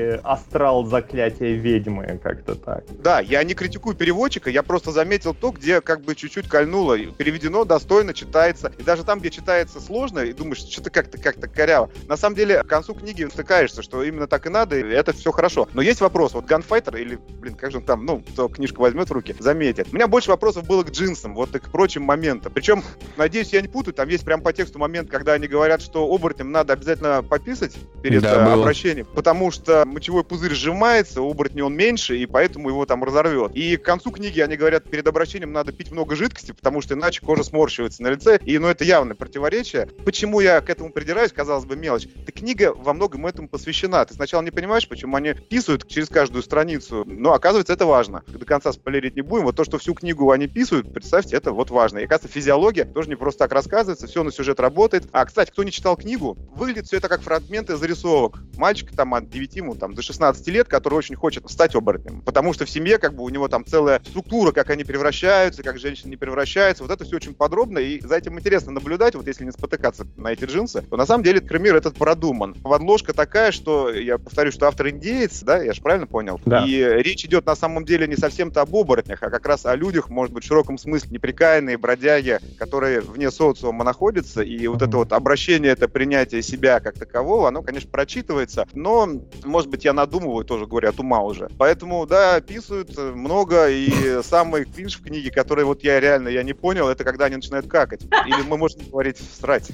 астрал заклятия ведьмы, как-то так. Да, я не критикую переводчика, я просто заметил то, где как бы чуть-чуть кольнуло, переведено достойно, читается. И даже там, где читается сложно, и думаешь, что-то как-то коряво. На самом деле, к концу книги стыкаешься, что именно так и надо, и это все хорошо. Но есть вопрос, вот Gunfighter, или, как же он там, ну, кто книжку возьмет в руки, заметит. У меня больше вопросов было к джинсам, вот и к прочим моментам. Причем, надеюсь, я не путаю, там есть прям по тексту момент, когда они говорят, что оборотням надо обязательно пописать перед обращением, потому что мочевой пузырь сжимается, у оборотня он меньше, и поэтому его там разорвет. И к концу книги они говорят, перед обращением надо пить много жидкости, потому что иначе кожа сморщивается на лице, и, ну, это явное противоречие. Почему я к этому придираюсь, казалось бы, мелочь. Да книга во многом этому посвящена. Ты сначала не понимаешь, почему они писают через каждую страницу, но оказывается, это важно. До конца спойлерить не будем. Вот то, что всю книгу они писают, представьте, это вот важно. И, оказывается, физиология тоже не просто так рассказывается, все на сюжет работает. А, кстати, кто не читал книгу, выглядит все это как фрагменты зарисовок. Мальчик там от 9 ему там до 16 лет, который очень хочет стать оборотнем. Потому что в семье как бы у него там целая структура, как они превращаются, как женщины не превращаются. Вот это все очень подробно, и за этим интересно наблюдать. Вот если не спотыкаться на эти джинсы, то на самом деле мир этот продуман. Подложка такая, что, я повторю, что автор индеец, да, я же правильно понял? Да. И речь идет на самом деле не совсем-то об оборотнях, а как раз о людях, может быть, в широком смысле неприкаянные бродяги, которые вне социума находятся, и вот это вот обращение, это принятие себя как такового, оно, конечно, прочитывается, но, может быть, я надумываю, тоже говоря, от ума уже. Поэтому, да, писают много, и самый кринж в книге, который вот я не понял, это когда они начинают какать. Или мы можем говорить срать.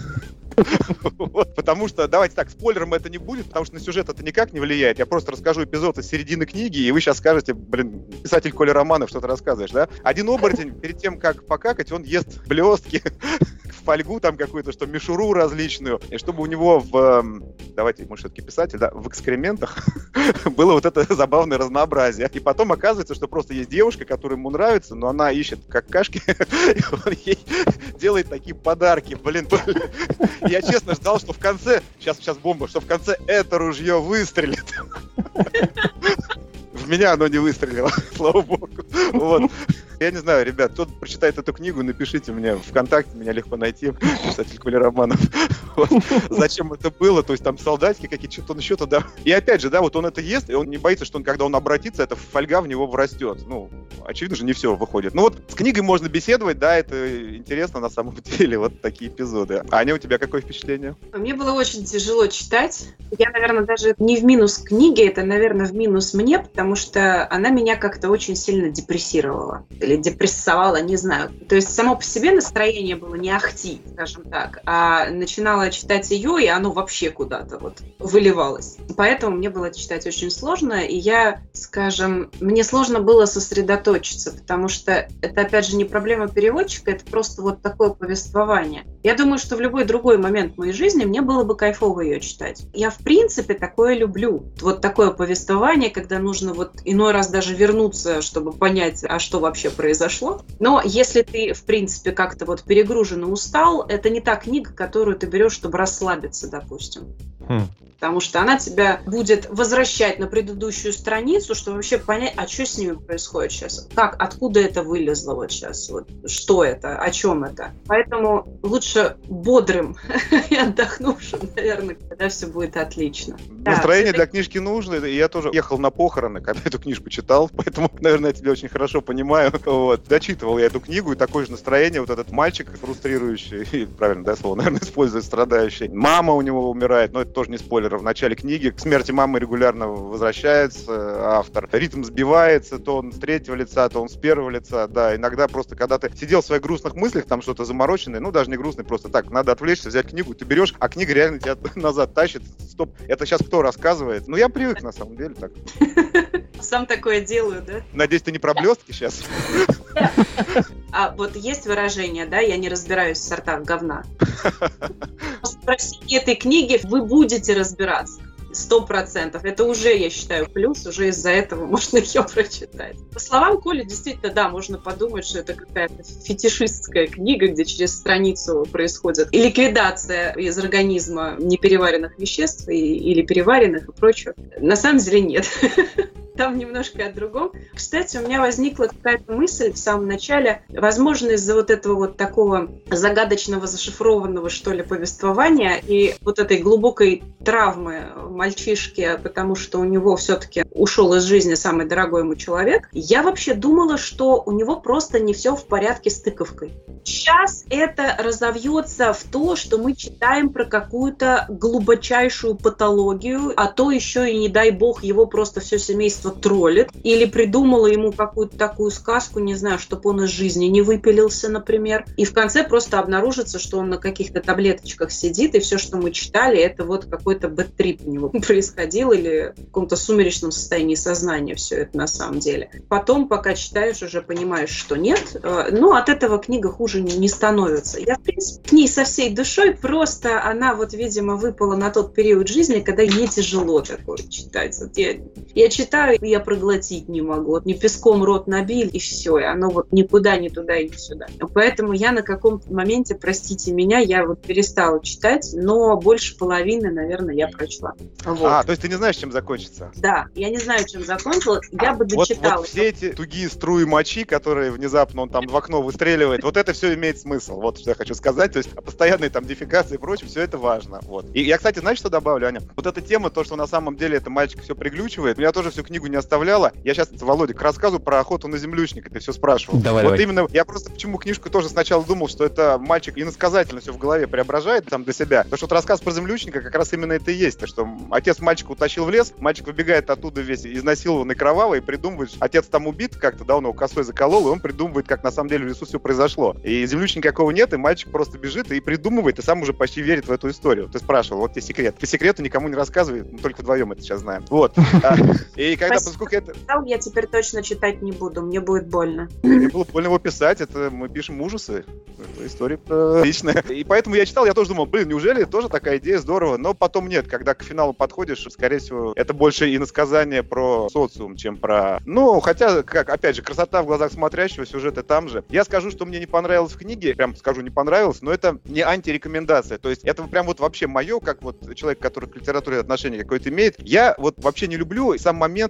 Вот, потому что, давайте так, спойлером это не будет, потому что на сюжет это никак не влияет. Я просто расскажу эпизод из середины книги, и вы сейчас скажете, блин, писатель Коля Романов, что ты рассказываешь, да? Один оборотень, перед тем, как покакать, он ест блестки, фольгу там какую-то, что мишуру различную, и чтобы у него давайте, может, все-таки писатель, да, в экскрементах было вот это забавное разнообразие. И потом оказывается, что просто есть девушка, которая ему нравится, но она ищет какашки, и он ей делает такие подарки, блин. Я честно ждал, что в конце, сейчас бомба, что в конце это ружье выстрелит. В меня оно не выстрелило, слава богу. Вот. Я не знаю, ребят, кто прочитает эту книгу, напишите мне ВКонтакте, меня легко найти, писатель Коля Романов. Зачем это было? То есть там солдатики какие-то, что-то он еще туда. И опять же, да, вот он это ест, и он не боится, что когда он обратится, эта фольга в него врастет. Ну, очевидно же, не все выходит. Ну вот с книгой можно беседовать, да, это интересно на самом деле, вот такие эпизоды. Аня, у тебя какое впечатление? Мне было очень тяжело читать. Я, наверное, даже не в минус книге, это, наверное, в минус мне, потому что она меня как-то очень сильно депрессировала. Или депрессовала, не знаю. То есть само по себе настроение было не ахти, скажем так, а начинала читать ее, и оно вообще куда-то вот выливалось. Поэтому мне было читать очень сложно, и я, скажем, мне сложно было сосредоточиться, потому что это, опять же, не проблема переводчика, это просто вот такое повествование. Я думаю, что в любой другой момент в моей жизни мне было бы кайфово ее читать. Я, в принципе, такое люблю. Вот такое повествование, когда нужно вот иной раз даже вернуться, чтобы понять, а что вообще произошло. Но если ты, в принципе, как-то вот перегружен и устал, это не та книга, которую ты берешь, чтобы расслабиться, допустим. Потому что она тебя будет возвращать на предыдущую страницу, чтобы вообще понять, а что с ними происходит сейчас, как, откуда это вылезло вот сейчас, вот, что это, о чем это. Поэтому лучше бодрым и отдохнувшим, наверное, когда все будет отлично. Настроение для книжки нужно, и я тоже ехал на похороны, когда эту книжку читал, поэтому, наверное, я тебя очень хорошо понимаю. Вот. Дочитывал я эту книгу, и такое же настроение, вот этот мальчик фрустрирующий, правильно, да, слово, наверное, использует, страдающий. Мама у него умирает, но это тоже не спойлер. В начале книги к смерти мамы регулярно возвращается автор. Ритм сбивается, то он с третьего лица, то он с первого лица. Да, иногда просто, когда ты сидел в своих грустных мыслях, там что-то замороченное, ну, даже не грустный, просто так, надо отвлечься, взять книгу, ты берешь, а книга реально тебя назад тащит. Стоп, это сейчас кто рассказывает? Ну, я привык, на самом деле, так. Сам такое делаю, да? Надеюсь, ты не про блестки сейчас? А вот есть выражение, да, я не разбираюсь в сортах говна. В прочтении этой книги вы будете разбираться. 100%. Это уже, я считаю, плюс, уже из-за этого можно ее прочитать. По словам Коли, действительно, да, можно подумать, что это какая-то фетишистская книга, где через страницу происходит и ликвидация из организма непереваренных веществ или переваренных и прочего. На самом деле нет. Там немножко о другом. Кстати, у меня возникла какая-то мысль в самом начале. Возможно, из-за вот этого вот такого загадочного, зашифрованного, что ли, повествования и вот этой глубокой травмы мальчишки, потому что у него все-таки ушел из жизни самый дорогой ему человек, я вообще думала, что у него просто не все в порядке с тыковкой. Сейчас это разовьется в то, что мы читаем про какую-то глубочайшую патологию, а то еще и, не дай бог, его просто все семейство троллит, или придумала ему какую-то такую сказку, не знаю, чтобы он из жизни не выпилился, например. И в конце просто обнаружится, что он на каких-то таблеточках сидит, и все, что мы читали, это вот какой-то бэд-трип у него происходил, или в каком-то сумеречном состоянии сознания все это на самом деле. Потом, пока читаешь, уже понимаешь, что нет, но от этого книга хуже не становится. Я, в принципе, к ней со всей душой, просто она вот, видимо, выпала на тот период жизни, когда мне тяжело такое читать. Вот я читаю, я проглотить не могу. Вот мне песком рот набили, и все, и оно вот никуда, ни туда и ни сюда. Поэтому я на каком-то моменте, простите меня, я вот перестала читать, но больше половины, наверное, я прочла. Вот. То есть ты не знаешь, чем закончится? Да, я не знаю, чем закончилось, я бы дочитала. Вот все эти тугие струи мочи, которые внезапно он там в окно выстреливает, вот это все имеет смысл, вот что я хочу сказать, то есть постоянные там дефекации и прочее, все это важно, вот. И я, кстати, знаешь, что добавлю, Аня? Вот эта тема, то, что на самом деле это мальчик все приглючивает, меня тоже всю книгу не оставляла. Я сейчас, Володя, к рассказу про охоту на землючника, ты все спрашивал. Давай. Именно, я просто почему книжку тоже сначала думал, что это мальчик иносказательно все в голове преображает там для себя, потому что вот рассказ про землючника как раз именно это и есть, то, что отец мальчика утащил в лес, мальчик выбегает оттуда весь изнасилованный, кровавый, и придумывает, отец там убит как-то, да, он его косой заколол, и он придумывает, как на самом деле в лесу все произошло. И землючника никакого нет, и мальчик просто бежит и придумывает, и сам уже почти верит в эту историю. Ты спрашивал, вот тебе секрет. По секрету никому не рассказывай, мы только вдвоем это сейчас знаем. Вот. И когда, поскольку это... Я теперь точно читать не буду, мне будет больно. Мне было больно его писать, это мы пишем ужасы. Это история личная. И поэтому я читал, я тоже думал, неужели тоже такая идея, здорово, но потом нет, когда к финалу подходишь, скорее всего, это больше иносказание про социум, чем про... Ну, хотя, как, опять же, красота в глазах смотрящего, сюжеты там же. Я скажу, что мне не понравилось в книге, прям скажу, не понравилось, но это не антирекомендация, то есть это прям вот вообще мое, как вот человек, который к литературе отношение какое-то имеет. Я вот вообще не люблю сам момент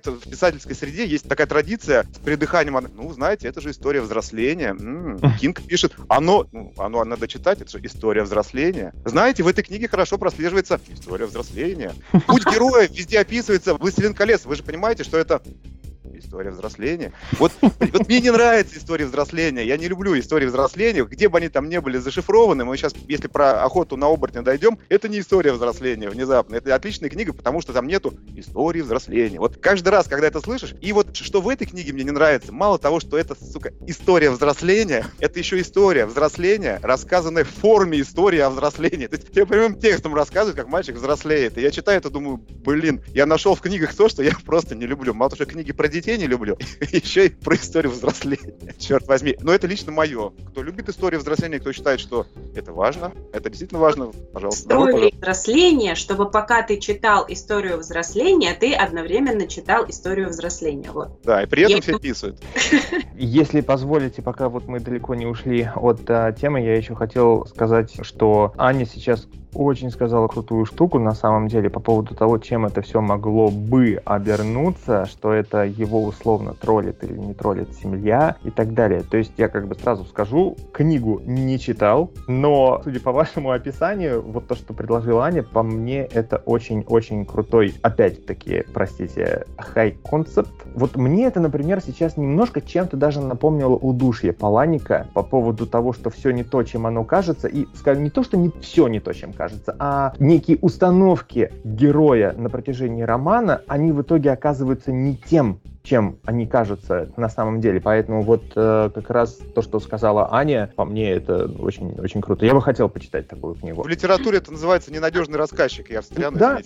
в писательской среде есть такая традиция с придыханием. Ну, знаете, это же история взросления. Кинг пишет, оно надо читать, это же история взросления. Знаете, в этой книге хорошо прослеживается история взросления. Путь героя везде описывается. «Властелин колец». Вы же понимаете, что это история взросления. Вот мне не нравится история взросления. Я не люблю истории взросления. Где бы они там не были зашифрованы, мы сейчас, если про охоту на оборотня дойдем, это не история взросления внезапно. Это отличная книга, потому что там нету истории взросления. Вот каждый раз, когда это слышишь, и вот что в этой книге мне не нравится, мало того, что это, сука, история взросления, это еще история взросления, рассказанная в форме истории о взрослении. То есть тебе прямым текстом рассказывают, как мальчик взрослеет. И я читаю это, думаю, блин, я нашел в книгах то, что я просто не люблю. Мало того, что книги про детей не люблю, еще и про историю взросления. Черт возьми. Но это лично мое. Кто любит историю взросления, кто считает, что это важно, это действительно важно, пожалуйста. История взросления, чтобы пока ты читал историю взросления, ты одновременно читал историю взросления. Вот. Да, и при этом все писают. Если позволите, пока вот мы далеко не ушли от темы, я еще хотел сказать, что Аня сейчас очень сказала крутую штуку на самом деле по поводу того, чем это все могло бы обернуться, что это его условно троллит или не троллит семья и так далее. То есть я как бы сразу скажу, книгу не читал, но, судя по вашему описанию, вот то, что предложила Аня, по мне это очень-очень крутой, опять-таки, простите, хай-концепт. Вот мне это, например, сейчас немножко чем-то даже напомнило удушье Паланика по поводу того, что все не то, чем оно кажется, и, скажем, не то, что не все не то, чем кажется, а некие установки героя на протяжении романа, они в итоге оказываются не тем, чем они кажутся на самом деле. Поэтому вот как раз то, что сказала Аня, по мне это очень круто. Я бы хотел почитать такую книгу. В литературе это называется «ненадежный рассказчик». Я встряну, да,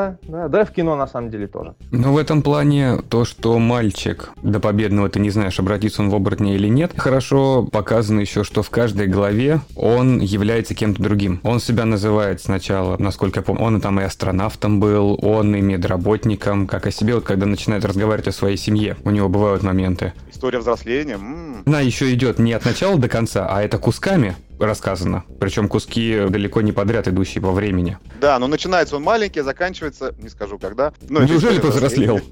и в кино на самом деле тоже. Но в этом плане то, что мальчик до победного, ты не знаешь, обратится он в оборотня или нет, хорошо показано еще, что в каждой главе он является кем-то другим. Он себя называет сначала, насколько я помню, он там и астронавтом был, он и медработником, как о себе, вот когда начинает разговаривать о своей семье, у него бывают моменты. История взросления. Она еще идет не от начала до конца, а это кусками рассказано. Причем куски далеко не подряд идущие по времени. Да, но начинается он маленький, заканчивается, не скажу когда. Неужели повзрослел?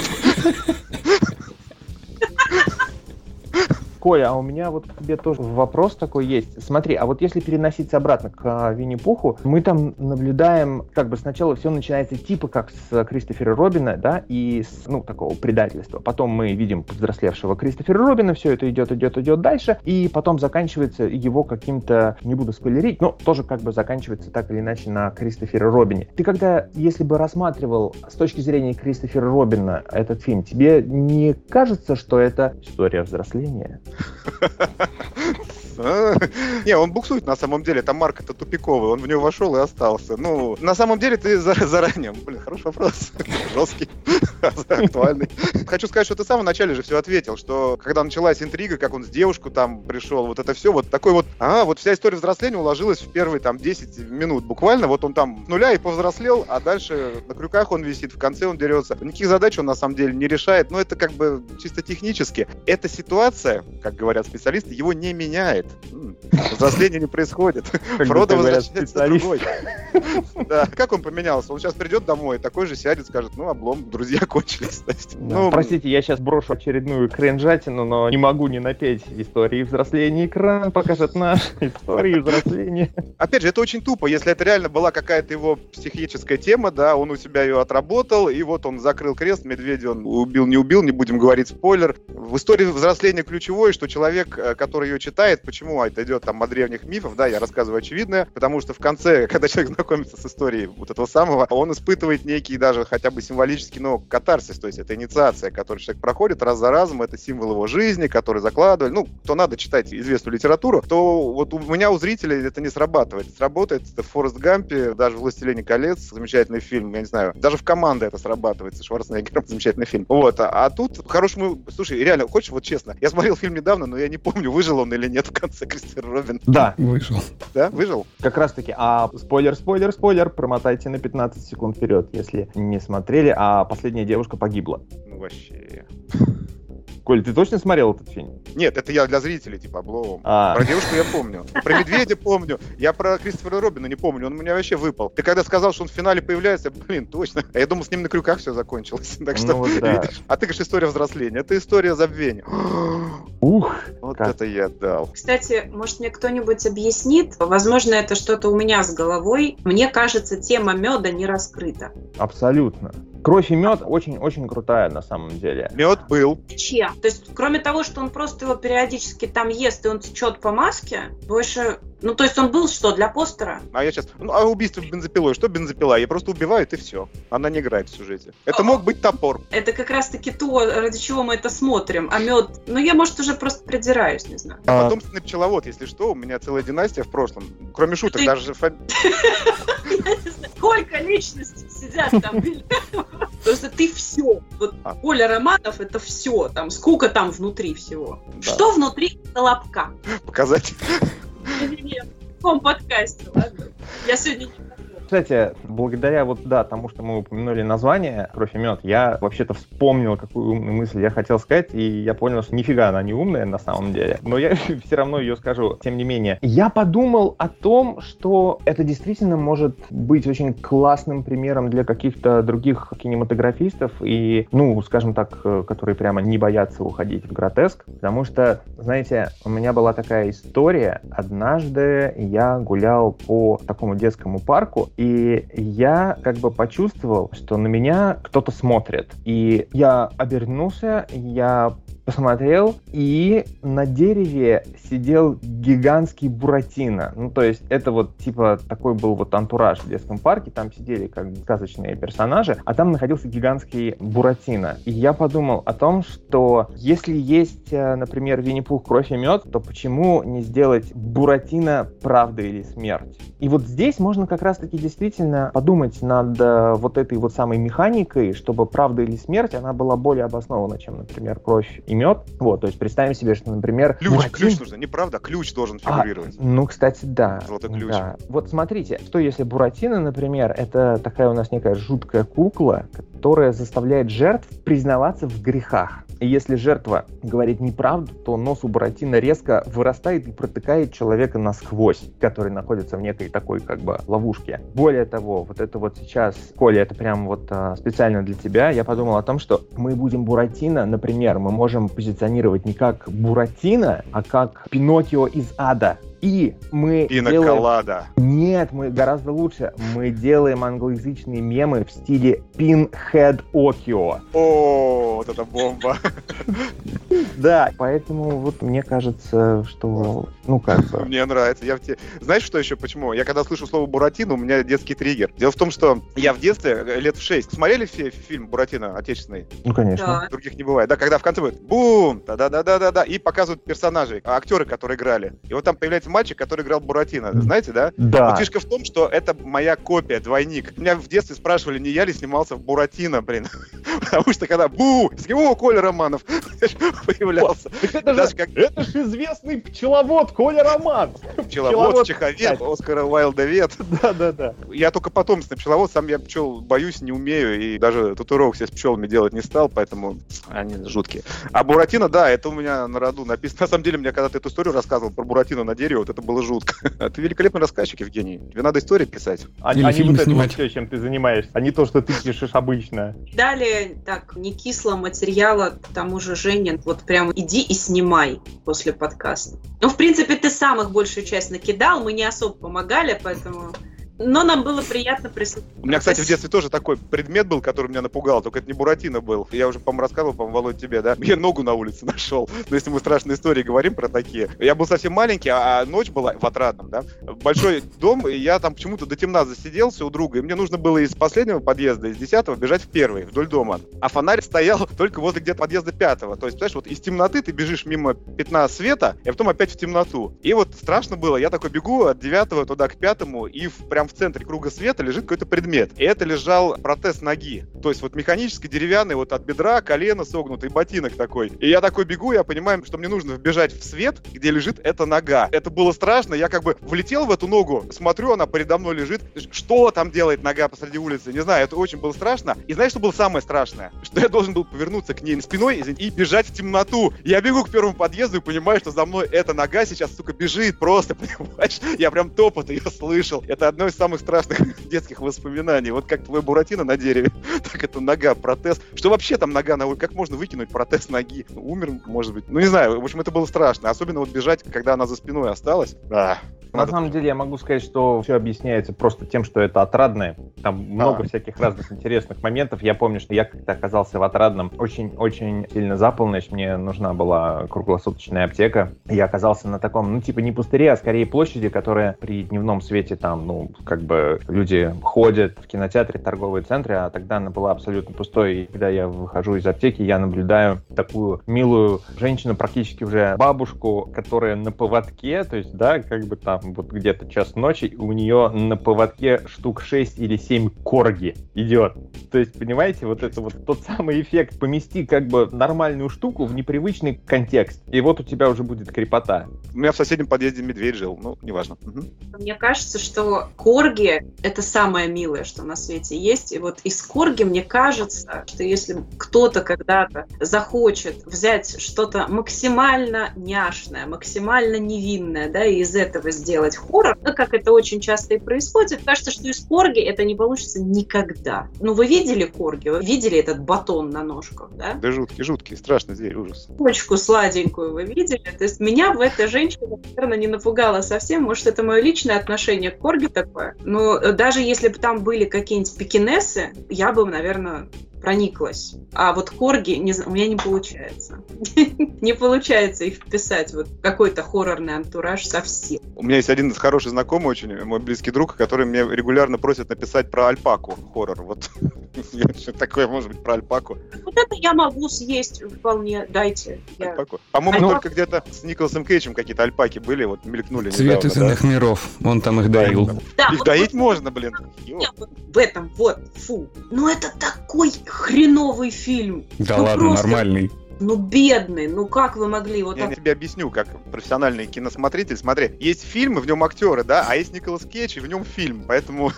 Коля, а у меня вот к тебе тоже вопрос такой есть. Смотри, а вот если переноситься обратно к Винни-Пуху, мы там наблюдаем, как бы сначала все начинается типа как с Кристофера Робина, да, и с, такого предательства. Потом мы видим повзрослевшего Кристофера Робина, все это идет дальше, и потом заканчивается его каким-то, не буду спойлерить, но тоже как бы заканчивается так или иначе на Кристофере Робине. Ты когда, если бы рассматривал с точки зрения Кристофера Робина этот фильм, тебе не кажется, что это история взросления? Не, он буксует на самом деле, там Марк-то тупиковый, он в него вошел и остался. Ну, на самом деле ты заранее, хороший вопрос, жесткий, актуальный. Хочу сказать, что ты в самом начале же все ответил, что когда началась интрига, как он с девушку там пришел, вот это все, вот такой вот, вот вся история взросления уложилась в первые там 10 минут буквально, вот он там с нуля и повзрослел, а дальше на крюках он висит, в конце он дерется. Никаких задач он на самом деле не решает, но это как бы чисто технически. Эта ситуация, как говорят специалисты, его не меняет. Взросление не происходит. Фродо возвращается другой. Да. Как он поменялся? Он сейчас придет домой, такой же сядет, скажет, облом, друзья кончились. Простите, я сейчас брошу очередную кринжатину, но не могу не напеть истории взросления. Экран покажет наши истории взросления. Опять же, это очень тупо. Если это реально была какая-то его психическая тема, да, он у себя ее отработал, и вот он закрыл крест, медведя он убил, не будем говорить спойлер. В истории взросления ключевое, что человек, который ее читает, почему это идет там от древних мифов, да, я рассказываю очевидное, потому что в конце, когда человек знакомится с историей вот этого самого, он испытывает некий даже хотя бы символический, катарсис, то есть это инициация, которую человек проходит раз за разом, это символ его жизни, который закладывали, кто надо читать известную литературу, то вот у меня, у зрителей это не срабатывает. Сработает это в «Форрест Гампе», даже в «Властелине колец», замечательный фильм, я не знаю, даже в «Команда» это срабатывает, со Шварценеггером, замечательный фильм. Вот, а тут хороший, слушай, реально, хочешь, вот честно, я смотрел фильм недавно, но я не помню, выжил он или нет в конце Кристофер Робин. Да. Выжил. Да, выжил? Как раз таки, спойлер, промотайте на 15 секунд вперед, если не смотрели, а последняя девушка погибла. Вообще... Коль, ты точно смотрел этот фильм? Нет, это я для зрителей, типа, обломом. А. Про девушку я помню. Про медведя помню. Я про Кристофера Робина не помню. Он у меня вообще выпал. Ты когда сказал, что он в финале появляется, точно. А я думал, с ним на крюках все закончилось. Так что, вот да. видишь? А ты говоришь, история взросления. Это история забвения. Ух! Вот как. это я дал. Кстати, может, мне кто-нибудь объяснит? Возможно, это что-то у меня с головой. Мне кажется, тема меда не раскрыта. Абсолютно. Кровь и мед очень-очень крутая на самом деле. Мед был. Чем? То есть, кроме того, что он просто его периодически там ест, и он течет по маске, больше... Ну, то есть он был что, для постера? А я сейчас... а убийство бензопилой. Что бензопила? Ее просто убивают, и все. Она не играет в сюжете. Это мог быть топор. Это как раз-таки то, ради чего мы это смотрим. А мед... Ну, я, может, уже просто придираюсь, не знаю. Я потомственный пчеловод, если что. У меня целая династия в прошлом. Кроме шуток, даже... Сколько личностей сидят там? Просто ты все. Вот Коля Романов — это все. Там сколько там внутри всего. Да. Что внутри колобка? Показать. Не-не-не, в каком подкасте, ладно? Я сегодня не... Кстати, благодаря тому, что мы упомянули название «Кровь и мед», я вообще-то вспомнил, какую умную мысль я хотел сказать, и я понял, что нифига она не умная на самом деле, но я все равно ее скажу. Тем не менее, я подумал о том, что это действительно может быть очень классным примером для каких-то других кинематографистов и, скажем так, которые прямо не боятся уходить в гротеск, потому что, знаете, у меня была такая история. Однажды я гулял по такому детскому парку, и я как бы почувствовал, что на меня кто-то смотрит. И я обернулся, я посмотрел, и на дереве сидел гигантский Буратино. То есть это такой был антураж в детском парке, там сидели как сказочные персонажи, а там находился гигантский Буратино. И я подумал о том, что если есть, например, Винни-Пух, кровь и мед, то почему не сделать Буратино правда или смерть? И вот здесь можно как раз-таки действительно подумать над этой самой механикой, чтобы правда или смерть, она была более обоснована, чем, например, кровь и мед. То есть представим себе, что, например... Ключ нужно, неправда, ключ должен фигурировать. Кстати, да. Золотой ключ. Да. Вот смотрите, что если Буратино, например, это такая у нас некая жуткая кукла, которая заставляет жертв признаваться в грехах. И если жертва говорит неправду, то нос у Буратино резко вырастает и протыкает человека насквозь, который находится в некой такой ловушке. Более того, это сейчас, Коля, это прям специально для тебя, я подумал о том, что мы будем Буратино, например, мы можем позиционировать не как Буратино, а как Пиноккио из ада. И мы Пиноколада. Нет, мы гораздо лучше. Мы делаем англоязычные мемы в стиле Pinhead Occhio. О, вот это бомба. Да, поэтому мне кажется, что, Мне нравится. Знаешь, что еще, почему? Я когда слышу слово Буратино, у меня детский триггер. Дело в том, что я в детстве, лет в 6, смотрели фильм Буратино отечественный? Конечно. Да. Других не бывает. Да, когда в конце будет бум, да-да-да-да-да, и показывают персонажей, актеры, которые играли. И вот там появляется мальчик, который играл Буратино. Знаете, да? Да. Вот фишка в том, что это моя копия, двойник. Меня в детстве спрашивали, не я ли снимался в Буратино, Потому что когда Коля Романов появлялся. Это же известный пчеловод Коля Романов. Пчеловод, пчеховед, Оскар Уайлдовед. Да. Я только потомственный пчеловод, сам я пчел боюсь, не умею, и даже татуировок себе с пчелами делать не стал, поэтому они жуткие. А Буратино, да, это у меня на роду написано. На самом деле, мне когда ты эту историю рассказывал про Буратино на дереве, это было жутко. Ты великолепный рассказчик, Евгений. Тебе надо истории писать. А не все, чем ты занимаешься, а не то, что ты пишешь обычно. Далее, не кисло материала, к тому же, Женя, прямо иди и снимай после подкаста. В принципе, ты сам их большую часть накидал, мы не особо помогали, поэтому... Но нам было приятно присутствовать. У меня, кстати, в детстве тоже такой предмет был, который меня напугал, только это не Буратино был. Я уже, по-моему, рассказывал, Володь, тебе, да? Я ногу на улице нашел. Но если мы страшные истории говорим про такие. Я был совсем маленький, а ночь была в Отрадном, да? Большой дом, и я там почему-то до темна засиделся у друга, и мне нужно было из последнего подъезда, из 10-го, бежать в первый, вдоль дома. А фонарь стоял только возле где-то подъезда 5-го. То есть, представляешь, из темноты ты бежишь мимо пятна света, и потом опять в темноту. И страшно было. Я такой бегу от 9-го туда к 5-му, и прям прям в центре круга света лежит какой-то предмет. И это лежал протез ноги. То есть вот механически деревянный, вот от бедра, колено согнутый, ботинок такой. И я такой бегу, я понимаю, что мне нужно вбежать в свет, где лежит эта нога. Это было страшно, я как бы влетел в эту ногу, смотрю, она передо мной лежит. Что там делает нога посреди улицы? Не знаю, это очень было страшно. И знаешь, что было самое страшное? Что я должен был повернуться к ней спиной и бежать в темноту. Я бегу к первому подъезду и понимаю, что за мной эта нога сейчас, сука, бежит просто, понимаешь? Я прям топот ее слышал. Это одно из самых страшных детских воспоминаний. Вот как твой Буратино на дереве, так это нога, протез. Что вообще там нога на улице? Как можно выкинуть протез ноги? Умер, может быть. Ну, не знаю. В общем, это было страшно. Особенно вот бежать, когда она за спиной осталась. Да. На самом деле я могу сказать, что все объясняется просто тем, что это Отрадное. Там много всяких разных интересных моментов. Я помню, что я как-то оказался в Отрадном очень-очень сильно за полночь. Мне нужна была круглосуточная аптека. Я оказался на таком, не пустыре, а скорее площади, которая при дневном свете там, люди ходят в кинотеатре, торговые центры, а тогда она была абсолютно пустой. И когда я выхожу из аптеки, я наблюдаю такую милую женщину, практически уже бабушку, которая на поводке, то есть, да, как бы там вот где-то час ночи, у нее на поводке штук 6 или 7 корги идет. То есть, понимаете, вот это вот тот самый эффект. Помести как бы нормальную штуку в непривычный контекст, и вот у тебя уже будет крепота. У меня в соседнем подъезде медведь жил, неважно. Мне кажется, что корги — это самое милое, что на свете есть. И вот из корги, мне кажется, что если кто-то когда-то захочет взять что-то максимально няшное, максимально невинное, да, и из этого сделать хоррор, как это очень часто и происходит, кажется, что из корги это не получится никогда. Вы видели корги? Вы видели этот батон на ножках, да? Да жуткий, страшный зверь, ужас. Почку сладенькую вы видели? То есть меня в эта женщина, наверное, не напугала совсем. Может, это мое личное отношение к корги такое. Но даже если бы там были какие-нибудь пекинесы, я бы, наверное, прониклась. А вот корги у меня не получается. Не получается их вписать вот в какой-то хоррорный антураж совсем. У меня есть один хороший знакомый, очень мой близкий друг, который мне регулярно просит написать про альпаку хоррор. Вот что такое может быть про альпаку? Вот это я могу съесть вполне. Дайте. Альпаку. По-моему, только где-то с Николасом Кейджем какие-то альпаки были, вот мелькнули. Цвет из иных миров. Он там их доил. Их доить можно, блин. В этом фу. Это такой хреновый фильм. Да ладно, просто нормальный. Бедный, как вы могли вот так... Я тебе объясню, как профессиональный киносмотритель. Смотри, есть фильмы, в нем актеры, да, а есть Николас Кейдж, и в нем фильм, поэтому...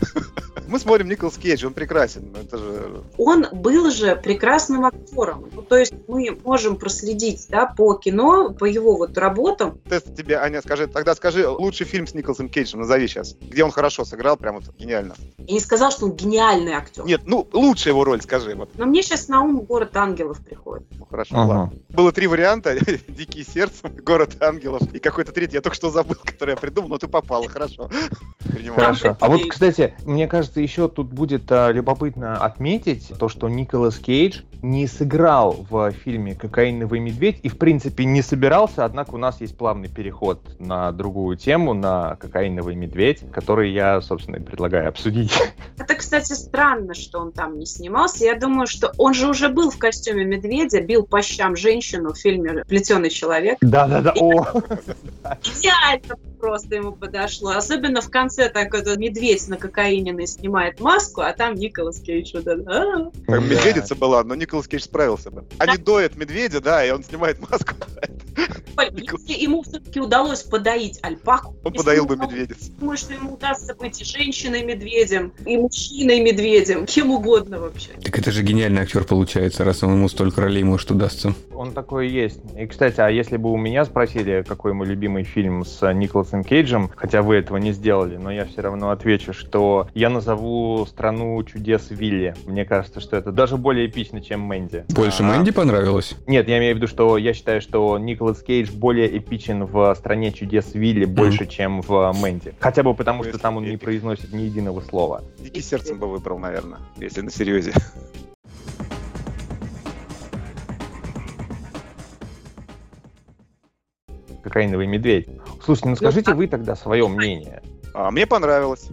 Мы смотрим Николас Кейдж, он прекрасен. Это же... Он был же прекрасным актером. То есть мы можем проследить, да, по кино, по его вот работам. Тест тебе, Аня, скажи лучший фильм с Николасом Кейджем, назови сейчас. Где он хорошо сыграл, прям вот гениально. Я не сказал, что он гениальный актер. Нет, лучшая его роль, скажи. Вот. Но мне сейчас на ум «Город ангелов» приходит. Хорошо, ладно. Было 3 варианта. «Дикие сердцем», «Город ангелов» и какой-то третий, я только что забыл, который я придумал, но ты попала, хорошо. Хорошо. А вот, кстати, мне кажется, еще тут будет любопытно отметить то, что Николас Кейдж не сыграл в фильме «Кокаиновый медведь» и, в принципе, не собирался, однако у нас есть плавный переход на другую тему, на «Кокаиновый медведь», который я, собственно, и предлагаю обсудить. Это, кстати, странно, что он там не снимался. Я думаю, что он же уже был в костюме медведя, бил по щам женщину в фильме «Плетеный человек». Да-да-да, идеально просто ему подошло. Особенно в конце так этот медведь на кокаине снимает маску, а там Николас Кейдж. Как медведица была, но Николас Кейдж справился бы. Они доят медведя, да, и он снимает маску. Если ему все-таки удалось подоить альпаку, он подоил бы медведец. Думаю, что ему удастся быть и женщиной-медведем, и мужчиной-медведем, кем угодно вообще. Так это же гениальный актер получается, раз ему столько ролей может удастся. Он такой и есть. И, кстати, а если бы у меня спросили, какой мой любимый фильм с Николасом Кейджем, хотя вы этого не сделали, но я все равно отвечу, что я назову «Страну чудес Вилли». Мне кажется, что это даже более эпично, чем «Мэнди». Больше «Мэнди» понравилось? Нет, я имею в виду, что я считаю, что Николас Кейдж более эпичен в «Стране чудес Вилли» больше, чем в «Мэнди». Хотя бы потому, что там он не произносит ни единого слова. «Дикий сердцем» бы выбрал, наверное, если на серьезе. «Кокаиновый медведь». Слушайте, скажите вы тогда свое мнение. Мне понравилось.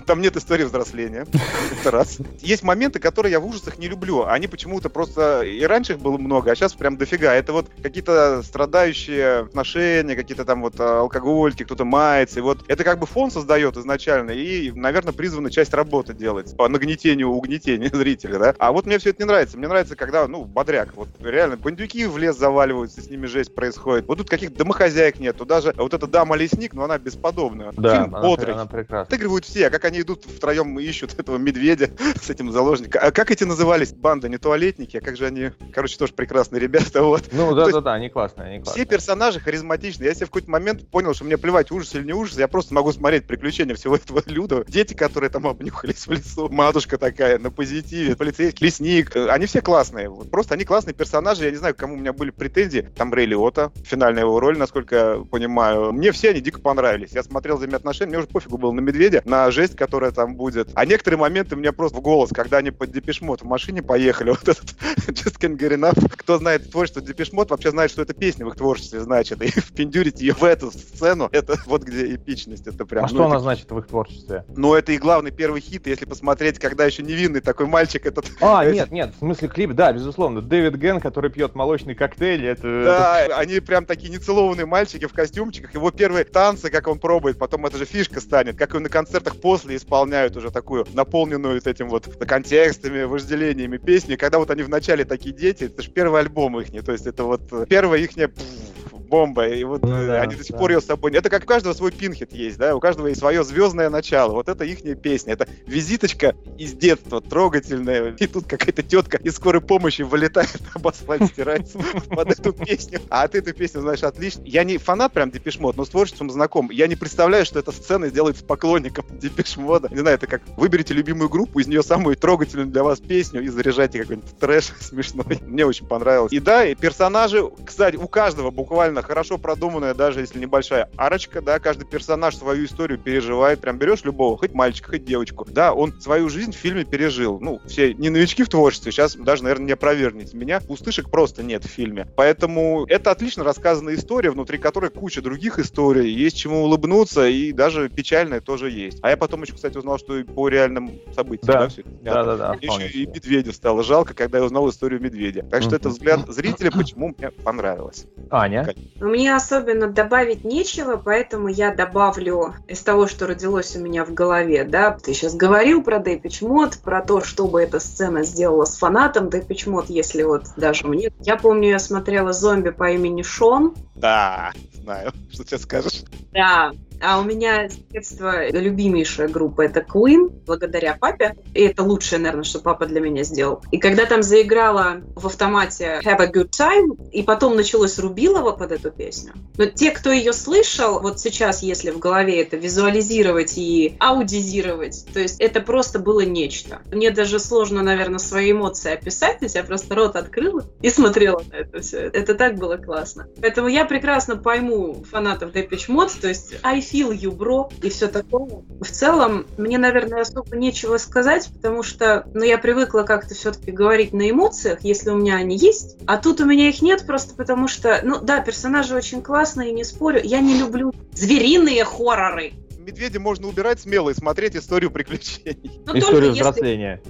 Там нет истории взросления. Это раз. Есть моменты, которые я в ужасах не люблю. Они почему-то просто... И раньше их было много, а сейчас прям дофига. Это вот какие-то страдающие отношения, какие-то там вот алкогольки, кто-то мается. И вот это как бы фон создает изначально. И, наверное, призвана часть работы делать по нагнетению, угнетению зрителя, да. А вот мне все это не нравится. Мне нравится, когда, бодряк. Вот реально, бандюки в лес заваливаются, с ними жесть происходит. Вот тут каких-то домохозяек нет. Тут даже вот эта дама-лесник, она бесподобная. Да, фильм бодрый. она прекрасна. Отыгрывают все, а как они идут втроем и ищут этого медведя с этим заложником. А как эти назывались? Банда, не туалетники, а как же они... Короче, тоже прекрасные ребята, вот. Да, они классные, Все персонажи харизматичные. Я себе в какой-то момент понял, что мне плевать, ужас или не ужас, я просто могу смотреть приключения всего этого люда. Дети, которые там обнюхались в лесу, матушка такая на позитиве, полицейский, лесник, они все классные. Вот просто они классные персонажи, я не знаю, к кому у меня были претензии. Там Рэй Лиотта, финальная его роль, насколько я понимаю. Мне все они дико понравились. Я смотрел взаимоотношения, мне уже пофигу было на медведя, на жесть, которая там будет. А некоторые моменты мне просто в голос, когда они под Депеш Мод в машине поехали, вот этот Just Can't Get Enough. Кто знает творчество Депеш Мод, вообще знает, что это песня в их творчестве значит. И впендюрить ее в эту сцену, это вот где эпичность. Это прям, что она значит в их творчестве? Это и главный первый хит, если посмотреть, когда еще невинный такой мальчик этот... Нет, в смысле клип, да, безусловно. Дэвид Ген, который пьет молочный коктейль, это... Да, они прям такие нецелованные мальчики в костюмчиках. Его первые танцы, как он пробует, потом это же фишка станет, как и на концертах после исполняют уже такую наполненную вот этим вот контекстами, вожделениями песни. Когда вот они в начале такие дети, это же первый альбом их, то есть это вот первая ихняя бомба, и вот они до сих пор ее с собой... Это как у каждого свой пинхет есть, да, у каждого есть свое звездное начало, вот это ихняя песня, это визиточка из детства, трогательная, и тут какая-то тетка из скорой помощи вылетает, об асфальт стирается под эту песню, а ты эту песню знаешь отлично. Я не фанат прям Депеш Мод, но с творчеством знаком, я не представляю, что эта сцена сделается поклонником Депеш Мода. Не знаю, это как выберите любимую группу, из нее самую трогательную для вас песню и заряжайте какой-нибудь трэш смешной. Мне очень понравилось. И да, и персонажи, кстати, у каждого буквально хорошо продуманная, даже если небольшая арочка, да, каждый персонаж свою историю переживает, прям берешь любого, хоть мальчика, хоть девочку, да, он свою жизнь в фильме пережил, все не новички в творчестве, сейчас даже, наверное, не опровергнете меня, пустышек просто нет в фильме, поэтому это отлично рассказанная история, внутри которой куча других историй, есть чему улыбнуться, и даже печальная тоже есть. А я потом еще, кстати, узнал, что и по реальным событиям, все это. Да. Мне еще и медведя стало жалко, когда я узнал историю медведя. Так что это взгляд зрителя, почему мне понравилось. Аня? Мне особенно добавить нечего, поэтому я добавлю из того, что родилось у меня в голове, да. Ты сейчас говорил про Депеш Мод, про то, что бы эта сцена сделала с фанатом Депеш Мод, если вот даже мне... Я помню, я смотрела «Зомби по имени Шон». Да, знаю, что ты скажешь. Да. А у меня с детства любимейшая группа — это Queen, благодаря папе. И это лучшее, наверное, что папа для меня сделал. И когда там заиграла в автомате «Have a good time», и потом началось Рубилова под эту песню. Но те, кто ее слышал, вот сейчас, если в голове это визуализировать и аудизировать, то есть это просто было нечто. Мне даже сложно, наверное, свои эмоции описать, то есть я просто рот открыла и смотрела на это все. Это так было классно. Поэтому я прекрасно пойму фанатов Депеш Мод, то есть I feel you, bro, и все такое. В целом, мне, наверное, особо нечего сказать, потому что, я привыкла как-то все-таки говорить на эмоциях, если у меня они есть, а тут у меня их нет, просто потому что, да, персонажи очень классные, не спорю, я не люблю звериные хорроры. Медведя можно убирать смело и смотреть историю приключений. Историю взросления.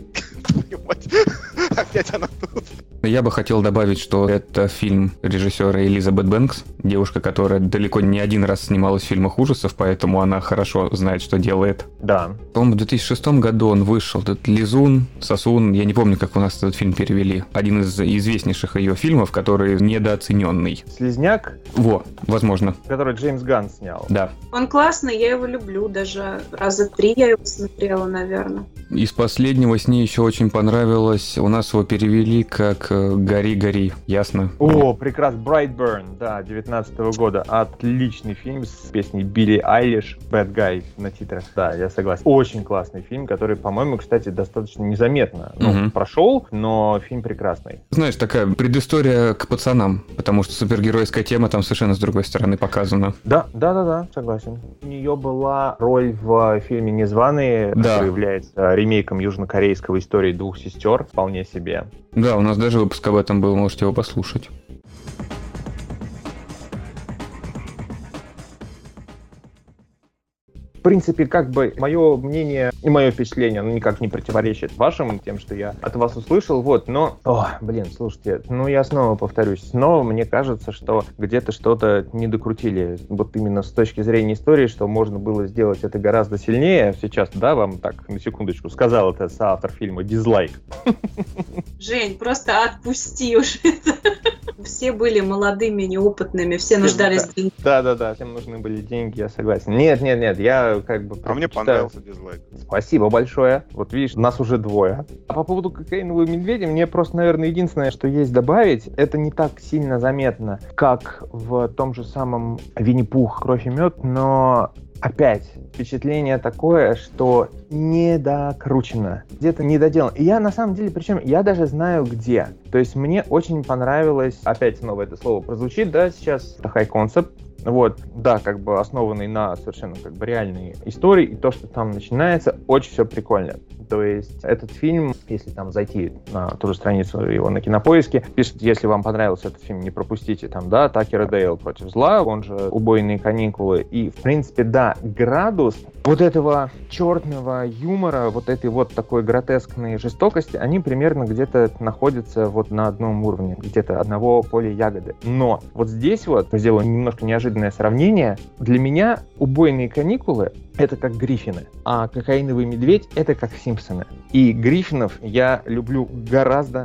Опять она тут. Я бы хотел добавить, что это фильм режиссера Элизабет Бэнкс, девушка, которая далеко не один раз снималась в фильмах ужасов, поэтому она хорошо знает, что делает. Да. По-моему, в 2006 году он вышел, этот «Лизун», «Сосун», я не помню, как у нас этот фильм перевели. Один из известнейших ее фильмов, который недооцененный. «Слизняк»? Возможно. Который Джеймс Ганн снял. Да. Он классный, я его люблю, даже раза 3 я его смотрела, наверное. Из последнего с ней еще очень понравилось, у нас его перевели как «Гори, гори», ясно? О, прекрасно, «Brightburn», да, 19-го года. Отличный фильм с песней Билли Айлиш «Bad Guy» на титрах. Да, я согласен. Очень классный фильм, который, по-моему, кстати, достаточно незаметно прошел, но фильм прекрасный. Знаешь, такая предыстория к пацанам, потому что супергеройская тема там совершенно с другой стороны показана. Да, согласен. У нее была роль в фильме «Незваные», который является ремейком южнокорейского «Истории двух сестер», вполне себе. Да, у нас даже выпуск об этом был, можете его послушать. принципе, как бы мое мнение и мое впечатление, оно никак не противоречит вашим, тем, что я от вас услышал, вот, но, слушайте, я снова повторюсь, снова мне кажется, что где-то что-то не докрутили, вот именно с точки зрения истории, что можно было сделать это гораздо сильнее. Сейчас, да, вам так, на секундочку, сказал это соавтор фильма «Дизлайк». Жень, просто отпусти уже это. Все были молодыми, неопытными, все нуждались в деньгах. Да, всем нужны были деньги, я согласен. Нет, я как бы... А мне понравился «Дизлайк». Спасибо большое. Вот видишь, нас уже двое. А по поводу «Кокаинового медведя», мне просто, наверное, единственное, что есть добавить, это не так сильно заметно, как в том же самом «Винни-Пух. Кровь и мед», но... Опять впечатление такое, что недокручено, где-то недоделано. И я на самом деле, причем я даже знаю где. То есть мне очень понравилось, опять снова это слово прозвучит, да, сейчас, это high concept. Вот, да, как бы основанный на совершенно как бы реальной истории, и то, что там начинается, очень все прикольно. То есть этот фильм, если там зайти на ту же страницу его на Кинопоиске, пишет, если вам понравился этот фильм, не пропустите там, да, Такер и Дейл против зла, он же «Убойные каникулы». И, в принципе, да, градус вот этого черного юмора, вот этой вот такой гротескной жестокости, они примерно где-то находятся вот на одном уровне, где-то одного поля ягоды. Но вот здесь вот, сделаю немножко неожиданное сравнение, для меня «Убойные каникулы» — это как Гриффины, а «Кокаиновый медведь» — это как Симпсоны. И Гриффинов я люблю гораздо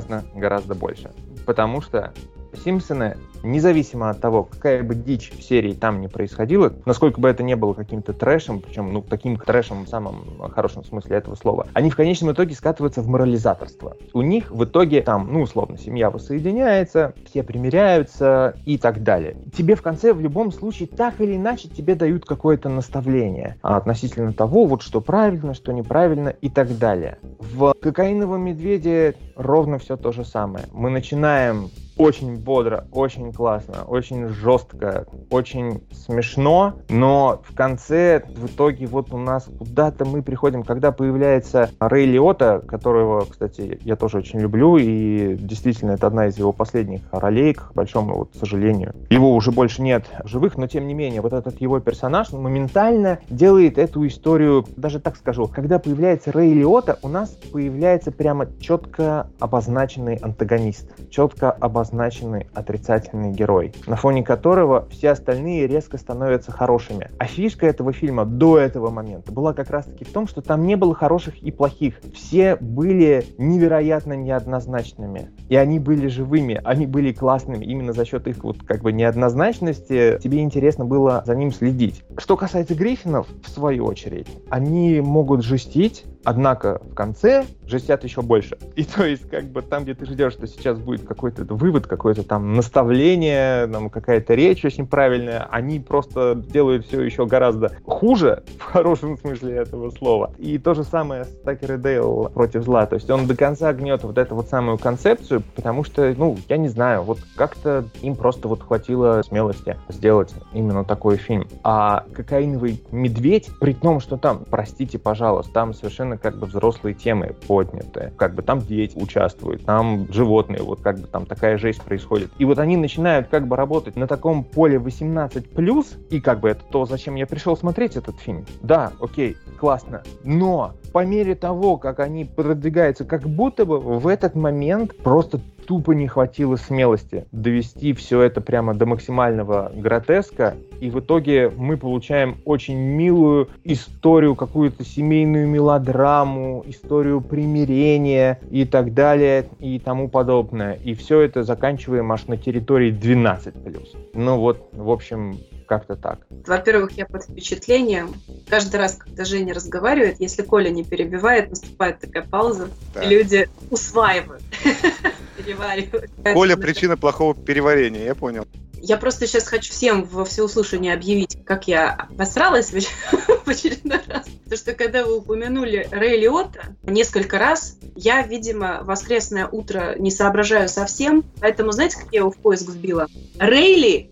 больше, потому что Симпсоны, независимо от того, какая бы дичь в серии там не происходила, насколько бы это не было каким-то трэшем, причем, таким трэшем в самом хорошем смысле этого слова, они в конечном итоге скатываются в морализаторство. У них в итоге там, условно, семья воссоединяется, все примиряются и так далее. Тебе в конце в любом случае так или иначе тебе дают какое-то наставление относительно того, вот что правильно, что неправильно и так далее. В «Кокаиновом медведе» ровно все то же самое. Мы начинаем очень бодро, очень классно, очень жестко, очень смешно, но в конце, в итоге, вот у нас куда-то мы приходим, когда появляется Рэй Лиотта, которого, кстати, я тоже очень люблю, и действительно это одна из его последних ролей, к большому сожалению. Его уже больше нет живых, но тем не менее, вот этот его персонаж моментально делает эту историю, даже так скажу, когда появляется Рэй Лиотта, у нас появляется прямо четко обозначенный антагонист, четко обозначенный отрицательный герой, на фоне которого все остальные резко становятся хорошими. А фишка этого фильма до этого момента была как раз-таки в том, что там не было хороших и плохих. Все были невероятно неоднозначными. И они были живыми, они были классными. Именно за счет их неоднозначности тебе интересно было за ним следить. Что касается Гриффинов, в свою очередь, они могут жестить, однако в конце жестят еще больше. И то есть, там, где ты ждешь, что сейчас будет какой-то вывод, какое-то там наставление, там какая-то речь очень правильная, они просто делают все еще гораздо хуже, в хорошем смысле этого слова. И то же самое с Такер и Дейл против зла. То есть он до конца гнет вот эту вот самую концепцию, потому что, я не знаю, вот как-то им просто хватило смелости сделать именно такой фильм. А «Кокаиновый медведь», при том, что там, простите, пожалуйста, там совершенно взрослые темы подняты, там дети участвуют, там животные, там такая жесть происходит. И они начинают работать на таком поле 18+, и это то, зачем я пришел смотреть этот фильм. Да, окей, классно. Но по мере того, как они продвигаются, как будто бы в этот момент просто тупо не хватило смелости довести все это прямо до максимального гротеска, и в итоге мы получаем очень милую историю, какую-то семейную мелодраму, историю примирения и так далее, и тому подобное. И все это заканчиваем аж на территории 12+. В общем, как-то так. Во-первых, я под впечатлением. Каждый раз, когда Женя разговаривает, если Коля не перебивает, наступает такая пауза, и люди усваивают, переваривают. Коля — причина плохого переварения, я понял. Я просто сейчас хочу всем во всеуслышание объявить, как я обосралась в очередной раз. Потому что когда вы упомянули Рэй Лиотта несколько раз, я, видимо, воскресное утро не соображаю совсем. Поэтому знаете, как я его в поиск вбила? Рейли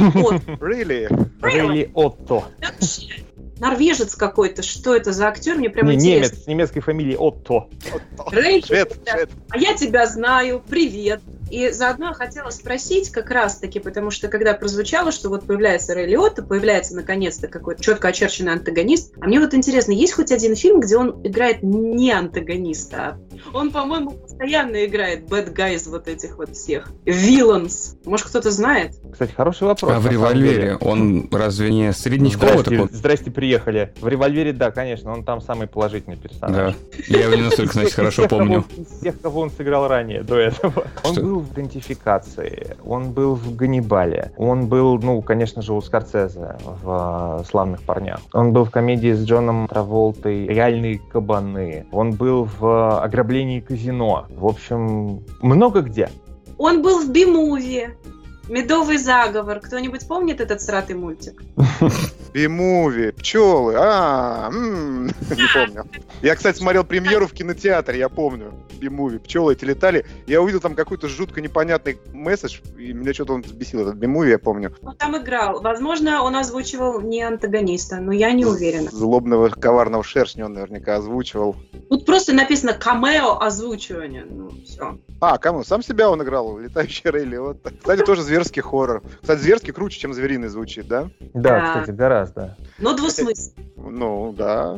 Отто. Норвежец какой-то. Что это за актер? Мне прям интересно. Немец с немецкой фамилией Отто. Швед. А я тебя знаю. Привет. И заодно я хотела спросить как раз-таки, потому что когда прозвучало, что вот появляется Рэй Лиотта, появляется наконец-то какой-то четко очерченный антагонист, а мне вот интересно, есть хоть один фильм, где он играет не антагониста? Он, по-моему, постоянно играет bad guys вот этих вот всех. Villains. Может, кто-то знает? Кстати, хороший вопрос. А в «Револьвере» он разве не среднячковый такой? Здрасте, приехали. В «Револьвере», да, конечно, он там самый положительный персонаж. Да, я его не настолько, значит, хорошо помню. Из тех, кого он сыграл ранее, до этого. Он был в «Идентификации», он был в «Ганнибале», он был, ну, конечно же, у Скорсезе в «Славных парнях». Он был в комедии с Джоном Траволтой «Реальные кабаны». Он был в «Ограблении казино». В общем, много где. Он был в «Би-муви». «Медовый заговор». Кто-нибудь помнит этот сратый мультик? Би-муви, пчелы, не помню. Я, кстати, смотрел премьеру в кинотеатре, я помню. Би-муви, пчелы эти летали. Я увидел там какой-то жутко непонятный месседж, и меня что-то он взбесил, этот би-муви, я помню. Он там играл. Возможно, он озвучивал не антагониста, но я не уверена. Злобного, коварного шершня он наверняка озвучивал. Тут просто написано «камео озвучивание». Ну, все. Камео, сам себя он играл, летающий Рэй Лиотта. Кстати, тоже зверский хоррор. Кстати, зверский круче, чем звериный звучит, да? Да, кстати, гораздо. Но двусмысленно. Ну, да.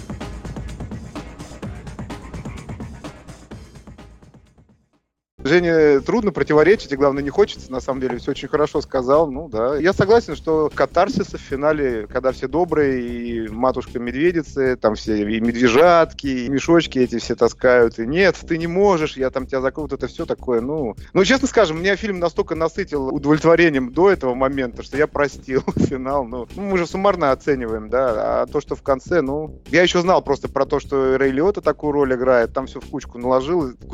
Жене трудно противоречить, и, главное, не хочется, на самом деле, все очень хорошо сказал, ну да. Я согласен, что катарсис в финале, когда все добрые, и матушка-медведицы, там все и медвежатки, и мешочки эти все таскают, и нет, ты не можешь, я там тебя закрою, вот это все такое, ну, честно скажем, меня фильм настолько насытил удовлетворением до этого момента, что я простил финал, мы же суммарно оцениваем, да, а то, что в конце, я еще знал просто про то, что Рэй Лиотта такую роль играет, там все в кучку наложилось, в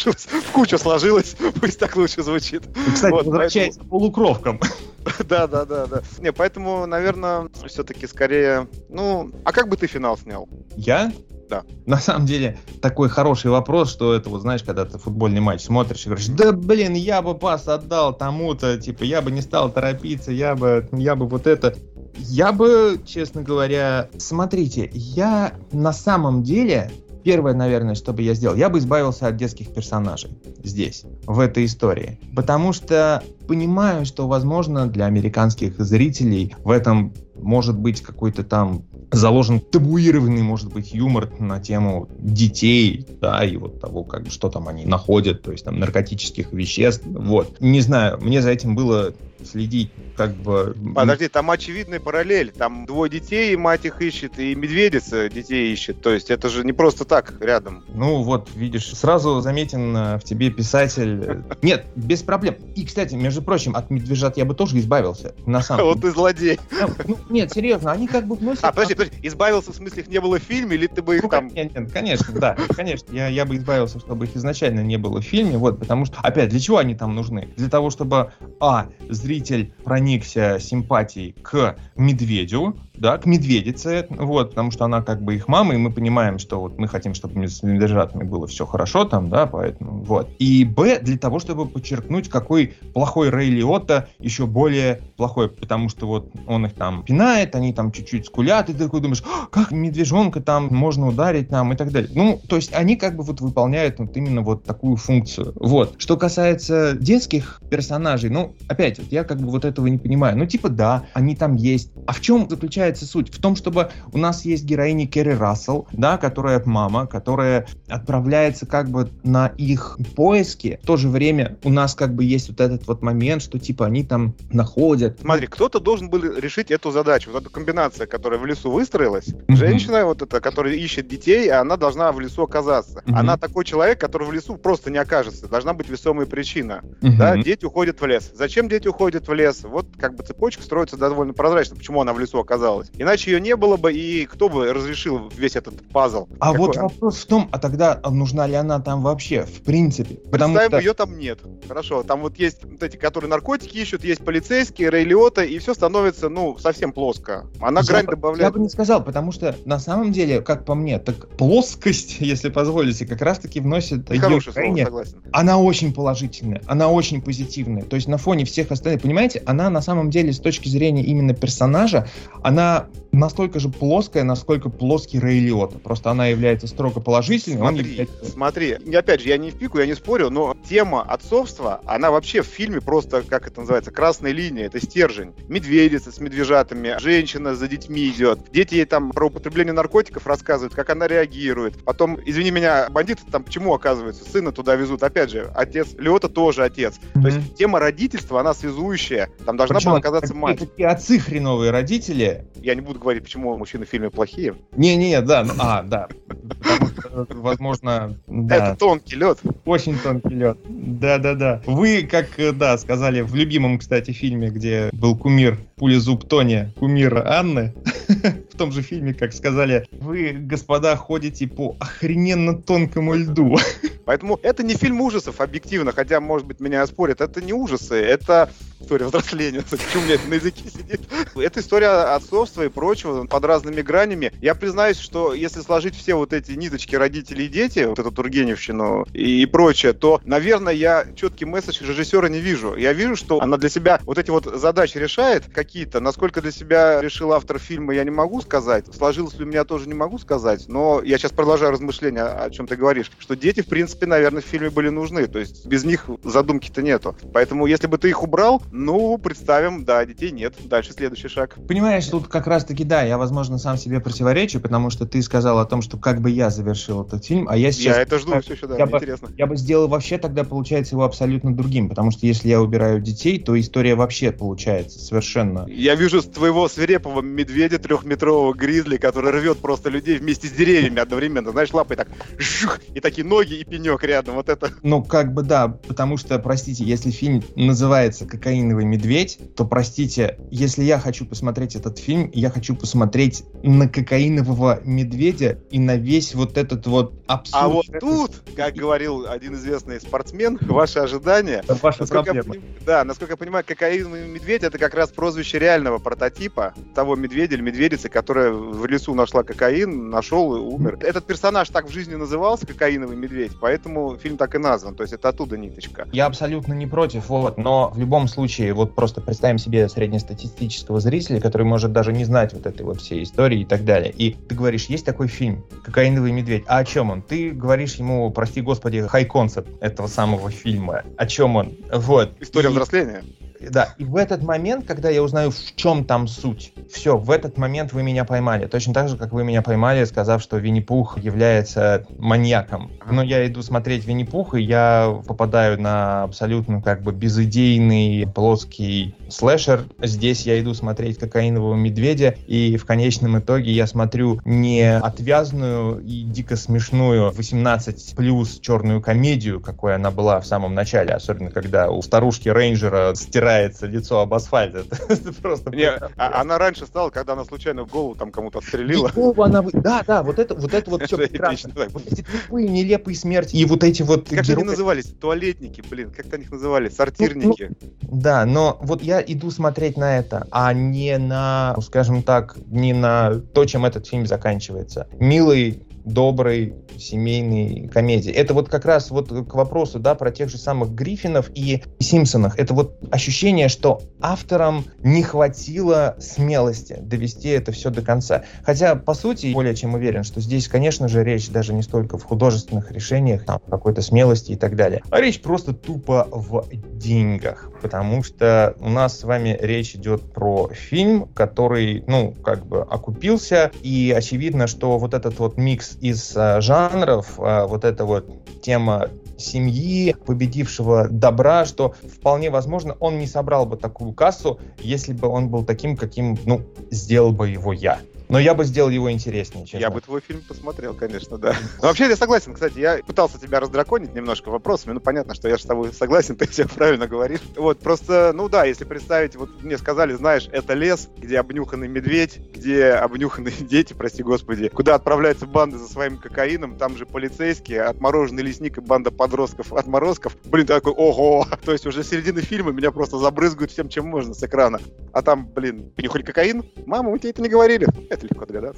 кучу сложилось, пусть так лучше звучит. Кстати, возвращается к полукровкам. Да. Не, поэтому, наверное, все-таки скорее... а как бы ты финал снял? Я? Да. На самом деле, такой хороший вопрос, что это, вот знаешь, когда ты футбольный матч смотришь и говоришь, да блин, я бы пас отдал тому-то, типа, я бы не стал торопиться, я бы вот это... Я бы, честно говоря, смотрите, я на самом деле... Первое, наверное, что бы я сделал, я бы избавился от детских персонажей здесь, в этой истории. Потому что понимаю, что, возможно, для американских зрителей в этом может быть какой-то там заложен табуированный, может быть, юмор на тему детей, да, и вот того, что там они находят, то есть там наркотических веществ, вот. Не знаю, мне за этим было следить, как бы... Подожди, там очевидная параллель, там 2 детей, мать их ищет, и медведица детей ищет, то есть это же не просто так рядом. Ну вот, видишь, сразу заметен в тебе писатель. Нет, без проблем. И, кстати, между прочим, от медвежат я бы тоже избавился, на самом деле. Вот ты злодей. Нет, серьезно, они как бы вносят... Подожди, избавился, в смысле, их не было в фильме, или ты бы их там... Нет, конечно, да, конечно, я бы избавился, чтобы их изначально не было в фильме, вот, потому что, опять, для чего они там нужны? Для того, чтобы, зритель проникся симпатией к медведю, да, к медведице, вот, потому что она как бы их мама, и мы понимаем, что вот мы хотим, чтобы с медвежатами было все хорошо там, да, поэтому, вот. И Б, для того, чтобы подчеркнуть, какой плохой Рэй Лиотта, еще более плохой, потому что вот он их там пинает, они там чуть-чуть скулят, и ты такой думаешь, как медвежонка там можно ударить нам и так далее. Ну, то есть они как бы вот выполняют вот именно вот такую функцию. Вот. Что касается детских персонажей, опять, вот я как бы вот этого не понимаю. Типа, да, они там есть. А в чем заключается суть? В том, чтобы у нас есть героиня Керри Рассел, да, которая мама, которая отправляется как бы на их поиски. В то же время у нас как бы есть вот этот вот момент, что типа они там находят. Смотри, кто-то должен был решить эту задачу. Вот эта комбинация, которая в лесу выстроилась. Женщина вот эта, которая ищет детей, она должна в лесу оказаться. Она такой человек, который в лесу просто не окажется. Должна быть весомая причина. Да, дети уходят в лес. Зачем дети уходят в лес? Вот как бы цепочка строится довольно прозрачно, почему она в лесу оказалась. Иначе ее не было бы, и кто бы разрешил весь этот пазл? Вот вопрос в том, а тогда нужна ли она там вообще, в принципе? Представим, ее там нет. Хорошо, там вот есть вот эти, которые наркотики ищут, есть полицейские, Рэй Лиотта, и все становится, совсем плоско. Она грань добавляет. Я бы не сказал, потому что на самом деле, как по мне, так плоскость, если позволите, как раз-таки вносит ее героиня. Она очень положительная, она очень позитивная. То есть на фоне всех остальных, понимаете, она на самом деле с точки зрения именно персонажа, она она настолько же плоская, насколько плоский Рэй Лиотта. Просто она является строго положительной. Смотри, опять же, я не в пику, я не спорю, но тема отцовства, она вообще в фильме просто, как это называется, красная линия, это стержень. Медведица с медвежатами, женщина за детьми идет. Дети ей там про употребление наркотиков рассказывают, как она реагирует. Потом, извини меня, бандиты там почему оказываются? Сына туда везут. Опять же, отец Лиотта тоже отец. То есть тема родительства, она связующая. Там должна была оказаться мать. Такие отцы хреновые родители. Я не буду говорить, почему мужчины в фильме плохие. Не-не, да. Да. Потому что, возможно, да. Это тонкий лед. Очень тонкий лед. Да. Вы, как, да, сказали в любимом, кстати, фильме, где был кумир Пулезуб Тони, кумир Анны, в том же фильме, как сказали, вы, господа, ходите по охрененно тонкому льду. Поэтому это не фильм ужасов, объективно, хотя, может быть, меня оспорят. Это не ужасы, это история взросления. Почему у меня это на языке сидит? Это история отцовства и прочего под разными гранями. Я признаюсь, что если сложить все вот эти ниточки родители и дети, вот эту Тургеневщину и прочее, то, наверное, я четкий месседж режиссера не вижу. Я вижу, что она для себя вот эти вот задачи решает какие-то. Насколько для себя решил автор фильма, я не могу сказать. Сложилось ли у меня, тоже не могу сказать. Но я сейчас продолжаю размышления, о чем ты говоришь. Что дети, в принципе, наверное, в фильме были нужны. То есть без них задумки-то нету. Поэтому, если бы ты их убрал, ну, представим, да, детей нет. Дальше следующий шаг. Понимаешь, тут как раз-таки, да, я, возможно, сам себе противоречу, потому что ты сказал о том, что как бы я завершил этот фильм, а я сейчас... Я это жду все еще, да, интересно. Я бы сделал вообще тогда, получается, его абсолютно другим, потому что если я убираю детей, то история вообще получается совершенно... Я вижу твоего свирепого медведя, 3-метрового гризли, который рвет просто людей вместе с деревьями одновременно. Знаешь, лапой так, жух, и такие ноги, и пенек рядом, вот это. Ну, как бы да, потому что, простите, если фильм называется «Кокаиновый медведь», то, простите, если я хочу посмотреть этот фильм, я хочу посмотреть на кокаинового медведя и на весь вот этот вот абсурд. А вот тут, как говорил один известный спортсмен, ваши ожидания... Ваша проблема. Да, насколько я понимаю, «Кокаиновый медведь» — это как раз прозвище реального прототипа того медведя или медведицы, которая в лесу нашла кокаин, нашел и умер. Этот персонаж так в жизни назывался, «Кокаиновый медведь», поэтому фильм так и назван, то есть это оттуда ниточка. Я абсолютно не против, вот, но в любом случае, вот просто представим себе среднестатистического зрителя, который может даже не знать вот этой вот всей истории и так далее. И ты говоришь, есть такой фильм «Кокаиновый медведь», а о чем он? Ты говоришь ему, прости господи, хай-концепт этого самого фильма. О чем он? Вот. История взросления. Да, и в этот момент, когда я узнаю, в чем там суть, все, в этот момент вы меня поймали. Точно так же, как вы меня поймали, сказав, что Винни-Пух является маньяком. Но я иду смотреть Винни-Пух, и я попадаю на абсолютно как бы безыдейный плоский слэшер. Здесь я иду смотреть «Кокаинового медведя», и в конечном итоге я смотрю не отвязную и дико смешную 18+ черную комедию, какой она была в самом начале, особенно когда у старушки-рейнджера стирается лицо об асфальт. Это просто... Она раньше стала, когда она случайно в голову там кому-то отстрелила. Да, вот это вот все прекрасно. Вот эти тупые, нелепые смерти. И вот эти вот... Как же они назывались? Туалетники, блин, как-то них называли? Сортирники. Да, но вот я иду смотреть на это, а не на, скажем так, не на то, чем этот фильм заканчивается. Милый, доброй семейной комедии. Это вот как раз вот к вопросу, да, про тех же самых Гриффинов и Симпсонах. Это вот ощущение, что авторам не хватило смелости довести это все до конца. Хотя, по сути, более чем уверен, что здесь, конечно же, речь даже не столько в художественных решениях, там, какой-то смелости и так далее, а речь просто тупо в деньгах. Потому что у нас с вами речь идет про фильм, который, ну, как бы окупился, и очевидно, что вот этот вот микс из жанров, вот эта вот тема семьи, победившего добра, что вполне возможно он не собрал бы такую кассу, если бы он был таким, каким, ну, сделал бы его я. Но я бы сделал его интереснее, честно. Я бы твой фильм посмотрел, конечно, да. Но вообще я согласен, кстати, я пытался тебя раздраконить немножко вопросами, ну понятно, что я же с тобой согласен, ты все правильно говоришь. Вот, просто, ну да, если представить, вот мне сказали, знаешь, это лес, где обнюханный медведь, где обнюханные дети, прости господи, куда отправляются банды за своим кокаином, там же полицейские, отмороженный лесник и банда подростков-отморозков. Блин, ты такой, ого! То есть уже с середины фильма меня просто забрызгают всем, чем можно с экрана. А там, блин, нюхали кокаин? Мама, мы тебе это не говорили. Это легко догадаться.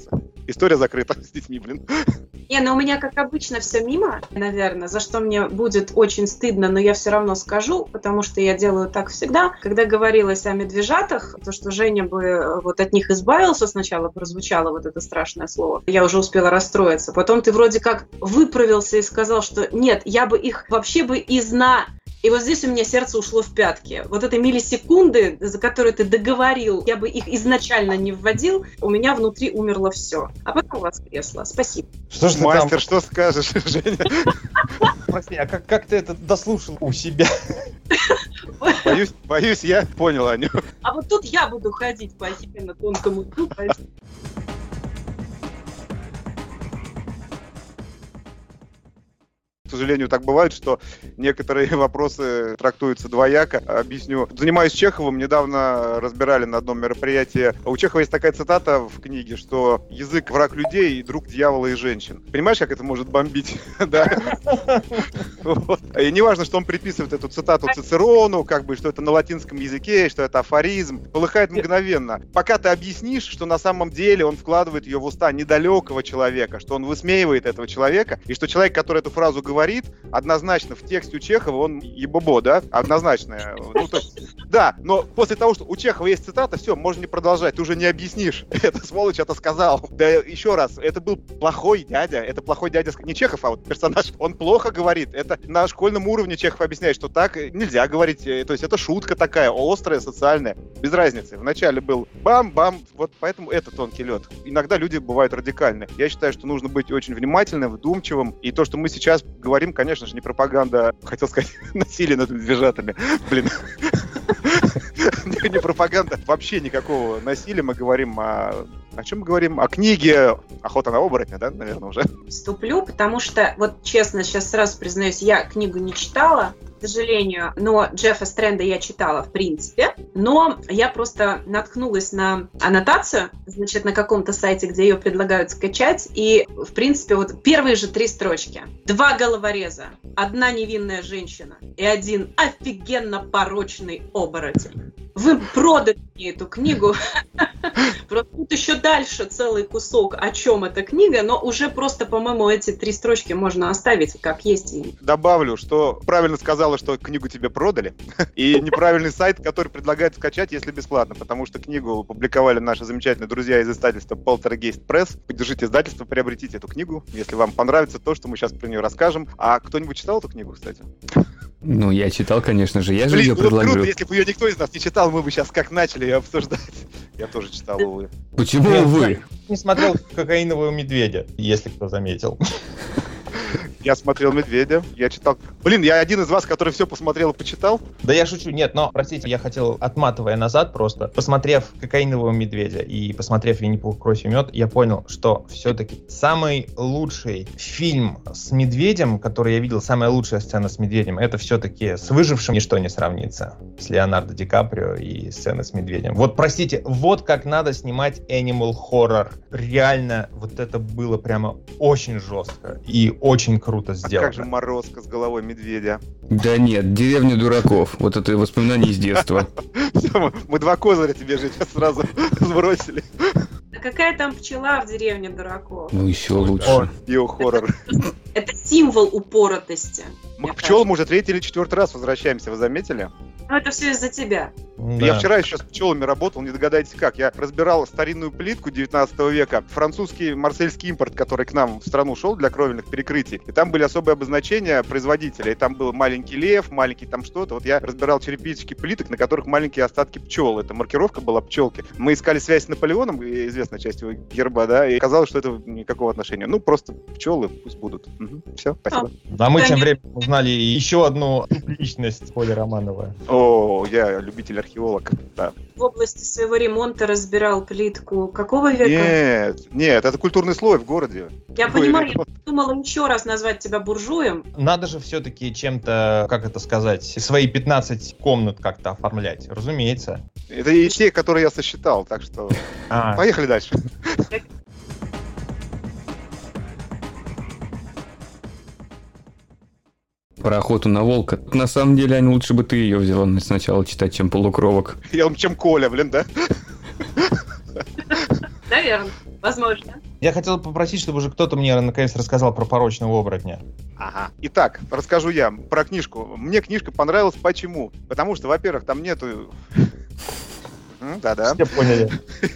История закрыта с детьми, блин. Не, ну у меня, как обычно, все мимо, наверное, за что мне будет очень стыдно, но я все равно скажу, потому что я делаю так всегда. Когда говорилось о медвежатах, то, что Женя бы вот от них избавился, сначала прозвучало вот это страшное слово, я уже успела расстроиться. Потом ты вроде как выправился и сказал, что нет, я бы их вообще бы И вот здесь у меня сердце ушло в пятки. Вот этой миллисекунды, за которую ты договорил, я бы их изначально не вводил, у меня внутри умерло все. А потом воскресло. Спасибо. Что ж Мастер, там... что скажешь, Женя? Прости, а как ты это дослушал у себя? Боюсь, я понял, Аню. А вот тут я буду ходить по именно тонкому дну. К сожалению, так бывает, что некоторые вопросы трактуются двояко. Объясню. Занимаюсь Чеховым, недавно разбирали на одном мероприятии. У Чехова есть такая цитата в книге, что язык — враг людей и друг дьявола и женщин. Понимаешь, как это может бомбить? Да. И не важно, что он приписывает эту цитату Цицерону, как бы, что это на латинском языке, что это афоризм. Полыхает мгновенно. Пока ты объяснишь, что на самом деле он вкладывает ее в уста недалекого человека, что он высмеивает этого человека, и что человек, который эту фразу говорит, однозначно в тексте у Чехова он ебобо, да? Однозначно. Ну, то есть, да, но после того, что у Чехова есть цитата, все, можно не продолжать, ты уже не объяснишь. Это сволочь это сказал. Да еще раз, это был плохой дядя, это плохой дядя, не Чехов, а вот персонаж, он плохо говорит. Это на школьном уровне Чехов объясняет, что так нельзя говорить, то есть это шутка такая, острая, социальная, без разницы. Вначале был бам-бам, вот поэтому это тонкий лед. Иногда люди бывают радикальны. Я считаю, что нужно быть очень внимательным, вдумчивым, и то, что мы сейчас говорим, конечно же, не пропаганда, хотел сказать, насилие над медвежатами. Блин. Не пропаганда. Вообще никакого насилия. Мы говорим о чем мы говорим? О книге «Охота на оборотня», да, наверное, уже? Вступлю, потому что, вот честно, сейчас сразу признаюсь, я книгу не читала, к сожалению, но Джеффа Стрэнда я читала в принципе, но я просто наткнулась на аннотацию, значит, на каком-то сайте, где ее предлагают скачать, и, в принципе, вот первые же 3 строчки. 2 головореза, 1 невинная женщина и 1 офигенно порочный оборотень. Вы продали мне эту книгу. Тут еще дальше целый кусок, о чем эта книга, но уже просто, по-моему, эти 3 строчки можно оставить как есть. Добавлю, что правильно сказала, что книгу тебе продали, и неправильный сайт, который предлагает скачать, если бесплатно, потому что книгу публиковали наши замечательные друзья из издательства Poltergeist Press. Поддержите издательство, приобретите эту книгу, если вам понравится то, что мы сейчас про нее расскажем. А кто-нибудь читал эту книгу, кстати? Ну, я читал, конечно же, я же ее предложил. Круто, если бы ее никто из нас не читал, мы бы сейчас как начали ее обсуждать. Я тоже читал, увы. Почему вы? Не смотрел «Кокаинового медведя», если кто заметил. Я смотрел «Медведя», я читал... Блин, я один из вас, который все посмотрел и почитал. Да я шучу, нет, но, простите, я хотел, отматывая назад просто, посмотрев «Кокаинового медведя» и посмотрев «Винни-Пух, кровь и мед», я понял, что все-таки самый лучший фильм с медведем, который я видел, самая лучшая сцена с медведем, это все-таки с «Выжившим» ничто не сравнится. С Леонардо Ди Каприо и сцена с медведем. Вот, простите, вот как надо снимать animal horror. Реально, вот это было прямо очень жестко и очень круто сделано. А как же «Морозко» с головой медведя? Да нет, «Деревня дураков». Вот это воспоминания из детства. Мы 2 козыря тебе же сейчас сразу сбросили. А какая там пчела в «Деревне дураков»? Ну еще лучше. Биохоррор. Это символ упоротости. Мы к пчелам уже 3-й или 4-й раз возвращаемся, вы заметили? Ну, это все из-за тебя. Да. Я вчера еще с пчелами работал, не догадаетесь как. Я разбирал старинную плитку 19 века, французский марсельский импорт, который к нам в страну шел для кровельных перекрытий. И там были особые обозначения производителя. И там был маленький лев, маленький там что-то. Вот я разбирал черепички плиток, на которых маленькие остатки пчел. Это маркировка была пчелки. Мы искали связь с Наполеоном, известная часть его герба, да, и оказалось, что это никакого отношения. Ну, просто пчелы пусть будут. Все, спасибо. А мы тем временем узнали еще одну личность Поли Романова. О, я любитель археолог, да. В области своего ремонта разбирал плитку. Какого века? Нет, это культурный слой в городе. Я понимаю, я думала еще раз назвать тебя буржуем. Надо же все-таки чем-то, как это сказать, свои 15 комнат как-то оформлять, разумеется. Это и те, которые я сосчитал, так что поехали дальше. Про охоту на волка. На самом деле, Ань, лучше бы ты ее взяла сначала читать, чем «Полукровок». Чем Коля, блин, да? Наверное, возможно. Я хотел попросить, чтобы уже кто-то мне наконец рассказал про порочного оборотня. Ага. Итак, расскажу я про книжку. Мне книжка понравилась. Почему? Потому что, во-первых, там нету... Да-да. Все поняли.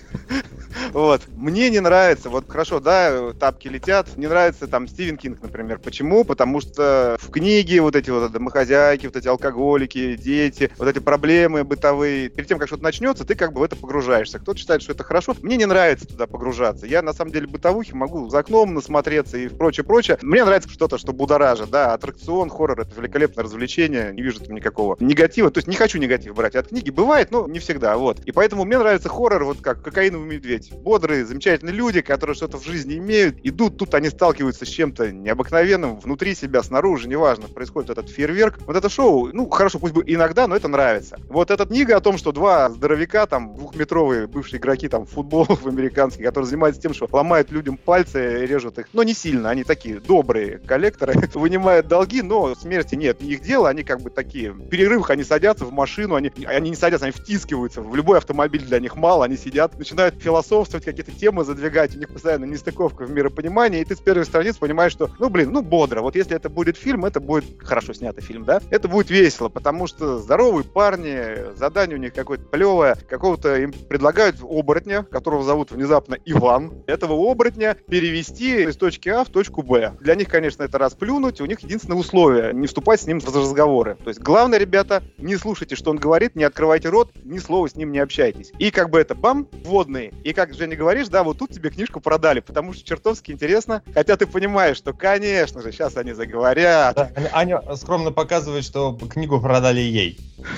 Вот. Мне не нравится, вот хорошо, да, тапки летят, не нравится там Стивен Кинг, например. Почему? Потому что в книге вот эти вот домохозяйки, вот эти алкоголики, дети, вот эти проблемы бытовые, перед тем, как что-то начнется, ты как бы в это погружаешься. Кто-то считает, что это хорошо. Мне не нравится туда погружаться. Я, на самом деле, бытовухи могу за окном насмотреться и прочее. Мне нравится что-то, что будоражит, да, аттракцион, хоррор — это великолепное развлечение, не вижу там никакого негатива, то есть не хочу негатив брать от книги, бывает, но не всегда, вот. И поэтому мне нравится хоррор, вот как «Кокаиновый медведь». Бодрые, замечательные люди, которые что-то в жизни имеют, идут, тут они сталкиваются с чем-то необыкновенным, внутри себя, снаружи, неважно, происходит этот фейерверк. Вот это шоу, ну, хорошо, пусть бы иногда, но это нравится. Вот эта книга о том, что два здоровяка, там, двухметровые бывшие игроки, там, футбол в американский, которые занимаются тем, что ломают людям пальцы, режут их, но не сильно, они такие добрые коллекторы, вынимают долги, но смерти нет, не их дело, они как бы такие, в перерывах они садятся в машину, они не садятся, они втискиваются, в любой автомобиль для них мало, они сидят, начинают философствовать, какие-то темы задвигать, у них постоянно нестыковка в миропонимании, и ты с первых страниц понимаешь, что, бодро, вот если это будет фильм, это будет хорошо снятый фильм, да, это будет весело, потому что здоровые парни, задание у них какое-то плевое, какого-то им предлагают оборотня, которого зовут внезапно Иван, этого оборотня перевести из точки А в точку Б. Для них, конечно, это расплюнуть, у них единственное условие — не вступать с ним в разговоры. То есть главное, ребята, не слушайте, что он говорит, не открывайте рот, ни слова с ним не общайтесь. И как бы это, бам, вводные. И как Женя говоришь, да, вот тут тебе книжку продали, потому что чертовски интересно, хотя ты понимаешь, что, конечно же, сейчас они заговорят. Да, Аня скромно показывает, что книгу продали ей.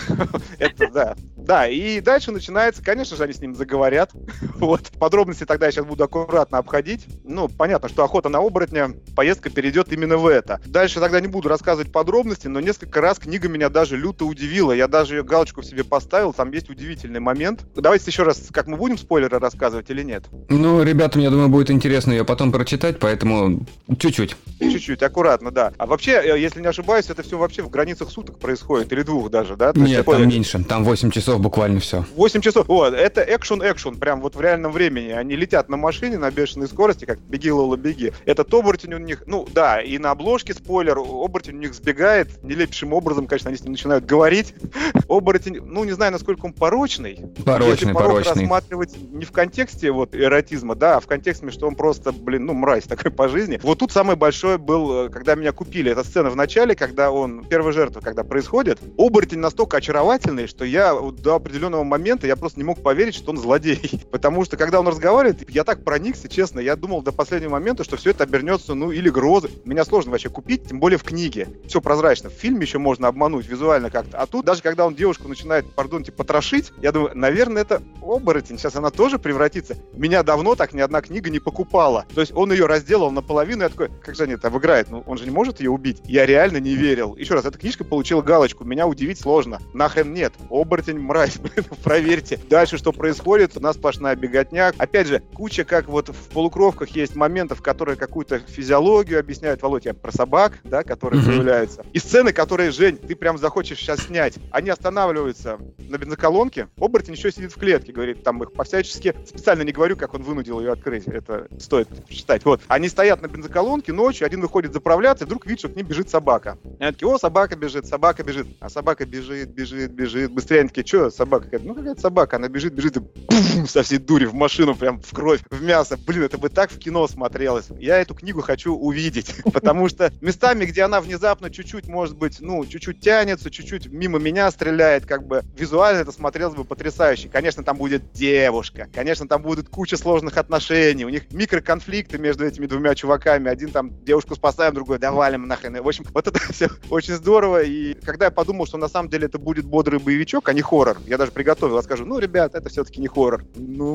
Это да. Да, и дальше начинается, конечно же, они с ним заговорят. Вот. Подробности тогда я сейчас буду аккуратно обходить. Ну, понятно, что охота на оборотня, поездка перейдет именно в это. Дальше тогда не буду рассказывать подробности, но несколько раз книга меня даже люто удивила. Я даже ее галочку в себе поставил, там есть удивительный момент. Давайте еще раз, как мы будем спойлеры рассказывать или нет? Ну, ребятам, я думаю, будет интересно ее потом прочитать, поэтому чуть-чуть. Чуть-чуть, аккуратно, да. А вообще, если не ошибаюсь, это все вообще в границах суток происходит, или 2 даже, да? Нет, там меньше, там 8 часов буквально все. 8 часов, вот, это экшен, прям вот в реальном времени. Они летят на машине на бешеной скорости, как «Беги, Лола, беги». Этот оборотень у них, ну да, и на обложке, спойлер, оборотень у них сбегает нелепейшим образом, конечно, они с ним начинают говорить. Оборотень, ну не знаю, насколько он порочный. Если порочный. Рассматривать не в контексте вот эротизма, да, а в контексте, что он просто, мразь такой по жизни. Вот тут самый большой был, когда меня купили. Эта сцена в начале, когда он, первая жертва, когда происходит, оборотень настолько очаровательный, что я до определенного момента я просто не мог поверить, что он злодей. Потому что, когда он разговаривает, я так проникся, честно, я думал до последнего момента, что все это обернется, или грозой. Меня сложно вообще купить, тем более в книге. Все прозрачно. В фильме еще можно обмануть визуально как-то. А тут, даже когда он девушку начинает, потрошить, я думаю, наверное, это оборотень. Сейчас она тоже превратится. Меня давно так ни одна книга не покупала. То есть он ее разделал наполовину, я такой, как же они это обыграют? Ну, он же не может ее убить. Я реально не верил. Еще раз, эта книжка получила галочку. Меня удивить сложно. Нахрен нет. Оборотень, мразь, проверьте. Дальше что происходит? У нас сплошная беготня. Опять же, куча, как вот в «Полукровках» есть моментов, которые какую-то физиологию объясняют. Володь, я про собак, да, которые появляются. И сцены, которые, Жень, ты прям захочешь сейчас снять. Они останавливаются на бензоколонке. Оборотень еще сидит в клетке, говорит, там их по-всячески. Специально не говорю, как он вынудил ее открыть. Это стоит прочитать. Вот. Они стоят на бензоколонке ночью, один выходит заправляться, и вдруг видит, что к ним бежит собака. И они такие, собака бежит. А собака бежит. Быстрее они такие, что собака? Какая-то собака. Она бежит, и пум, со всей дури в машину, прям в кровь, в мясо. Это бы так в кино смотрелось. Я эту книгу хочу увидеть. Потому что местами, где она внезапно чуть-чуть, может быть, чуть-чуть тянется, чуть-чуть мимо меня стреляет, как бы визуально это смотрелось бы потрясающе. Конечно, там будет девушка. Конечно, там будет куча сложных отношений. У них микроконфликты между этими двумя чуваками. Один там девушку спасаем, другой валим нахрен. В общем, вот это все очень здорово. И когда я подумал, что на самом деле это будет бодрый боевичок, а не хоррор, я даже приготовил, я скажу, ребят, это все-таки не хоррор.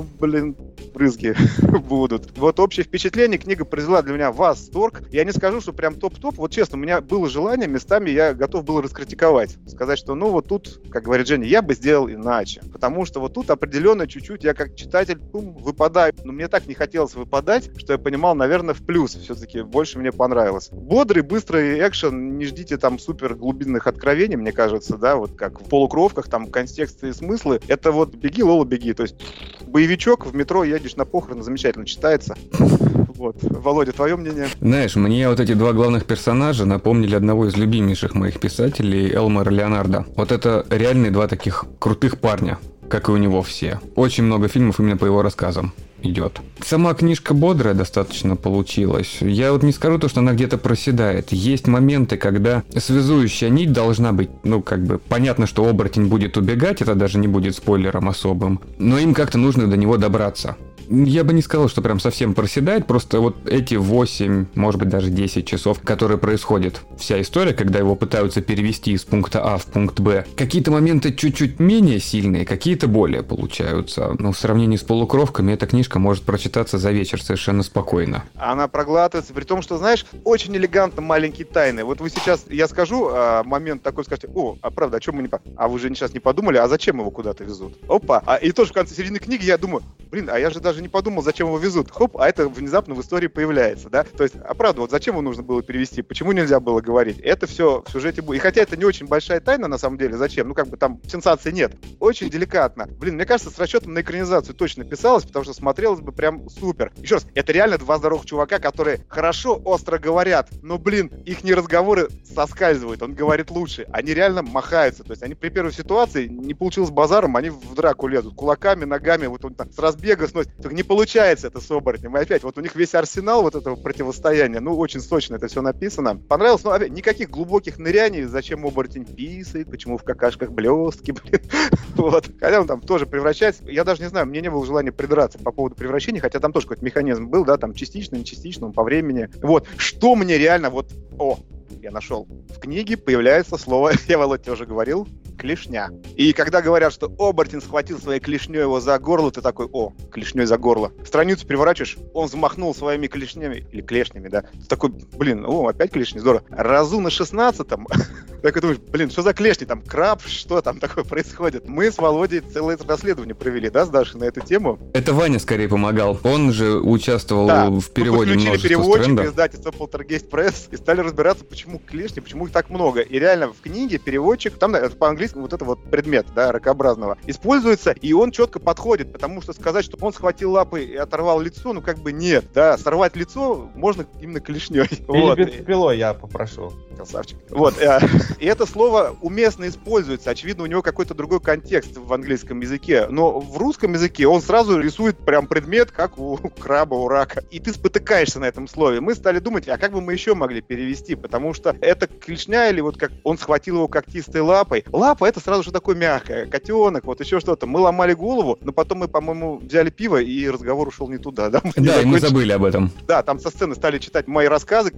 Брызги будут. Вот общее впечатление, книга произвела для меня восторг. Я не скажу, что прям топ-топ. Вот честно, у меня было желание, местами я готов был раскритиковать. Сказать, что вот тут, как говорит Женя, я бы сделал иначе. Потому что вот тут определенно чуть-чуть я как читатель выпадаю. Но мне так не хотелось выпадать, что я понимал, наверное, в плюс. Все-таки больше мне понравилось. Бодрый, быстрый экшен. Не ждите там супер глубинных откровений, мне кажется, да, вот как в «Полукровках», там контексты и смыслы. Это вот «Беги, Лола, беги». То есть боевичок, в метро едешь на похороны, замечательно читается. Вот. Володя, твое мнение? Знаешь, мне вот эти два главных персонажа напомнили одного из любимейших моих писателей, Элмора Леонардо. Вот это реальные два таких крутых парня, как и у него все. Очень много фильмов именно по его рассказам идет. Сама книжка бодрая достаточно получилась. Я вот не скажу то, что она где-то проседает. Есть моменты, когда связующая нить должна быть, понятно, что оборотень будет убегать, это даже не будет спойлером особым, но им как-то нужно до него добраться. Я бы не сказал, что прям совсем проседает, просто вот эти 8, может быть даже 10 часов, которые происходит вся история, когда его пытаются перевести из пункта А в пункт Б, какие-то моменты чуть-чуть менее сильные, какие-то более получаются. Но в сравнении с полукровками эта книжка может прочитаться за вечер совершенно спокойно. Она проглатывается, при том, что, знаешь, очень элегантно маленькие тайны. Вот вы сейчас, я скажу, момент такой, скажете, правда, о чем мы не... А вы же сейчас не подумали, а зачем его куда-то везут? Опа! И тоже в конце середины книги я думаю, а я же даже не подумал, зачем его везут. Хоп, а это внезапно в истории появляется, да? То есть, правда, вот зачем его нужно было перевести? Почему нельзя было говорить? Это все в сюжете будет. И хотя это не очень большая тайна, на самом деле, зачем? Там сенсации нет. Очень деликатно. Мне кажется, с расчетом на экранизацию точно писалось, потому что смотрелось бы прям супер. Еще раз, это реально два здоровых чувака, которые хорошо, остро говорят, но, их разговоры соскальзывают, он говорит лучше. Они реально махаются. То есть, они при первой ситуации, не получилось базаром, они в драку лезут. Кулаками, ногами, вот он там с разбега сносит. Только не получается это с оборотнем. И опять, вот у них весь арсенал вот этого противостояния, очень сочно это все написано. Понравилось, но опять, никаких глубоких ныряний, зачем оборотень писает, почему в какашках блестки, Вот. Хотя он там тоже превращается. Я даже не знаю, мне не было желания придраться по поводу превращения, хотя там тоже какой-то механизм был, да, там частично, не частично, он по времени. Вот. Что мне реально я нашел. В книге появляется слово, я, Володь, тебе уже говорил, клешня. И когда говорят, что оборотень схватил своей клешней его за горло, ты такой, клешней за горло. Страницу переворачиваешь, он взмахнул своими клешнями, или клешнями, да. Ты такой, опять клешни, здорово. Разу на 16-м, так думаешь, что за клешни, там краб, что там такое происходит? Мы с Володей целое расследование провели, да, с Дашей на эту тему. Это Ваня скорее помогал. Он же участвовал в переводе множества переводчика, стрендов. Издательство Poltergeist Press, и стали разбираться, почему клешни, почему их так много. И реально в книге переводчик, там по-английски вот это вот предмет, да, ракообразного, используется, и он четко подходит, потому что сказать, что он схватил лапы и оторвал лицо, нет, да, сорвать лицо можно именно клешней. Или пилой я попрошу. Красавчик. И это слово уместно используется. Очевидно, у него какой-то другой контекст в английском языке. Но в русском языке он сразу рисует прям предмет, как у краба, у рака. И ты спотыкаешься на этом слове. Мы стали думать, а как бы мы еще могли перевести? Потому что это клешня или вот как он схватил его когтистой лапой. Лапа — это сразу же такое мягкое. Котенок, вот еще что-то. Мы ломали голову, но потом мы, по-моему, взяли пиво, и разговор ушел не туда. Да, и мы забыли об этом. Да, там со сцены стали читать мои рассказы.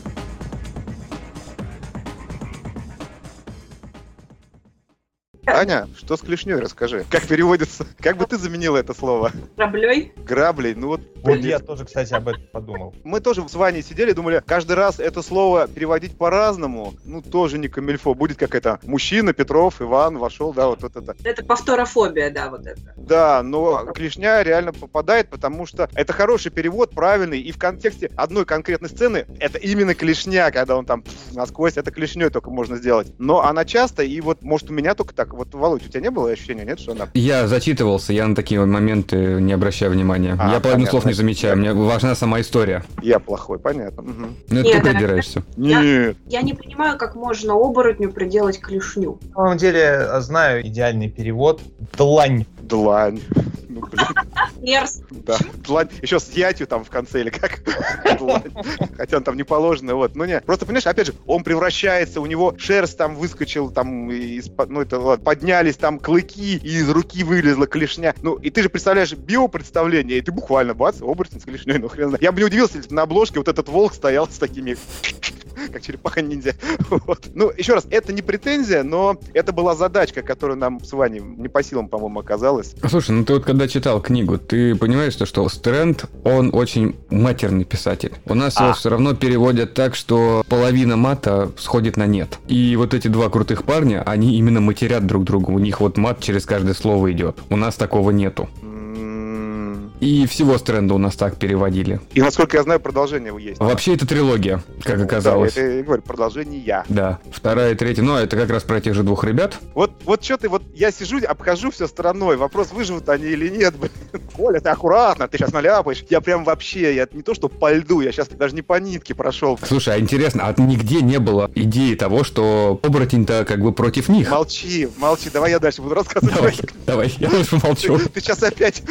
Аня, что с клешней, расскажи. Как переводится? Как бы ты заменила это слово? Граблей? Граблей, Вот я тоже, кстати, об этом подумал. Мы тоже с Ваней сидели, думали, каждый раз это слово переводить по-разному, тоже не камильфо. Будет как это, мужчина, Петров, Иван вошел, да, вот это. Это повторофобия, да, вот это. Да, но клешня реально попадает, потому что это хороший перевод, правильный, и в контексте одной конкретной сцены это именно клешня, когда он там насквозь, это клешней только можно сделать. Но она часто, и вот, может, у меня только так. Вот, Володь, у тебя не было ощущения, нет, что она... Я зачитывался, я на такие моменты не обращаю внимания. Я половину слов не замечаю, мне важна сама история. Я плохой, понятно. Угу. Ну, ты придираешься. Нет. Я не понимаю, как можно оборотню приделать клешню. На самом деле, знаю идеальный перевод. Длань. Длань. Мерз. Да, длань. Еще с ятью там в конце, или как? Длань. Хотя он там не положено, вот. Ну, нет. Просто, понимаешь, опять же, он превращается, у него шерсть там выскочил, там, поднялись там клыки, и из руки вылезла клешня. И ты же представляешь биопредставление, и ты буквально, бац, оборотень с клешней, хрен знает. Я бы не удивился, если на обложке вот этот волк стоял с такими... как черепаха-ниндзя. Вот. Еще раз, это не претензия, но это была задачка, которая нам с Ваней не по силам, по-моему, оказалась. Слушай, ты вот когда читал книгу, ты понимаешь, что Стрэнд, он очень матерный писатель. У нас его все равно переводят так, что половина мата сходит на нет. И вот эти два крутых парня, они именно матерят друг друга. У них вот мат через каждое слово идет. У нас такого нету. И всего Стрэнда у нас так переводили. И, насколько я знаю, продолжение есть. Вообще это трилогия, как оказалось. Да, это, я говорю, продолжение. Да, 2 и 3. Но это как раз про тех же 2 ребят. Вот что ты, вот я сижу, обхожу все стороной. Вопрос, выживут они или нет, блин. Коля, ты аккуратно, ты сейчас наляпаешь. Я прям вообще, я не то что по льду, я сейчас даже не по нитке прошел. Слушай, а интересно, а нигде не было идеи того, что оборотень-то как бы против них? Молчи, давай я дальше буду рассказывать. Давай, я лучше молчу. Ты сейчас опять...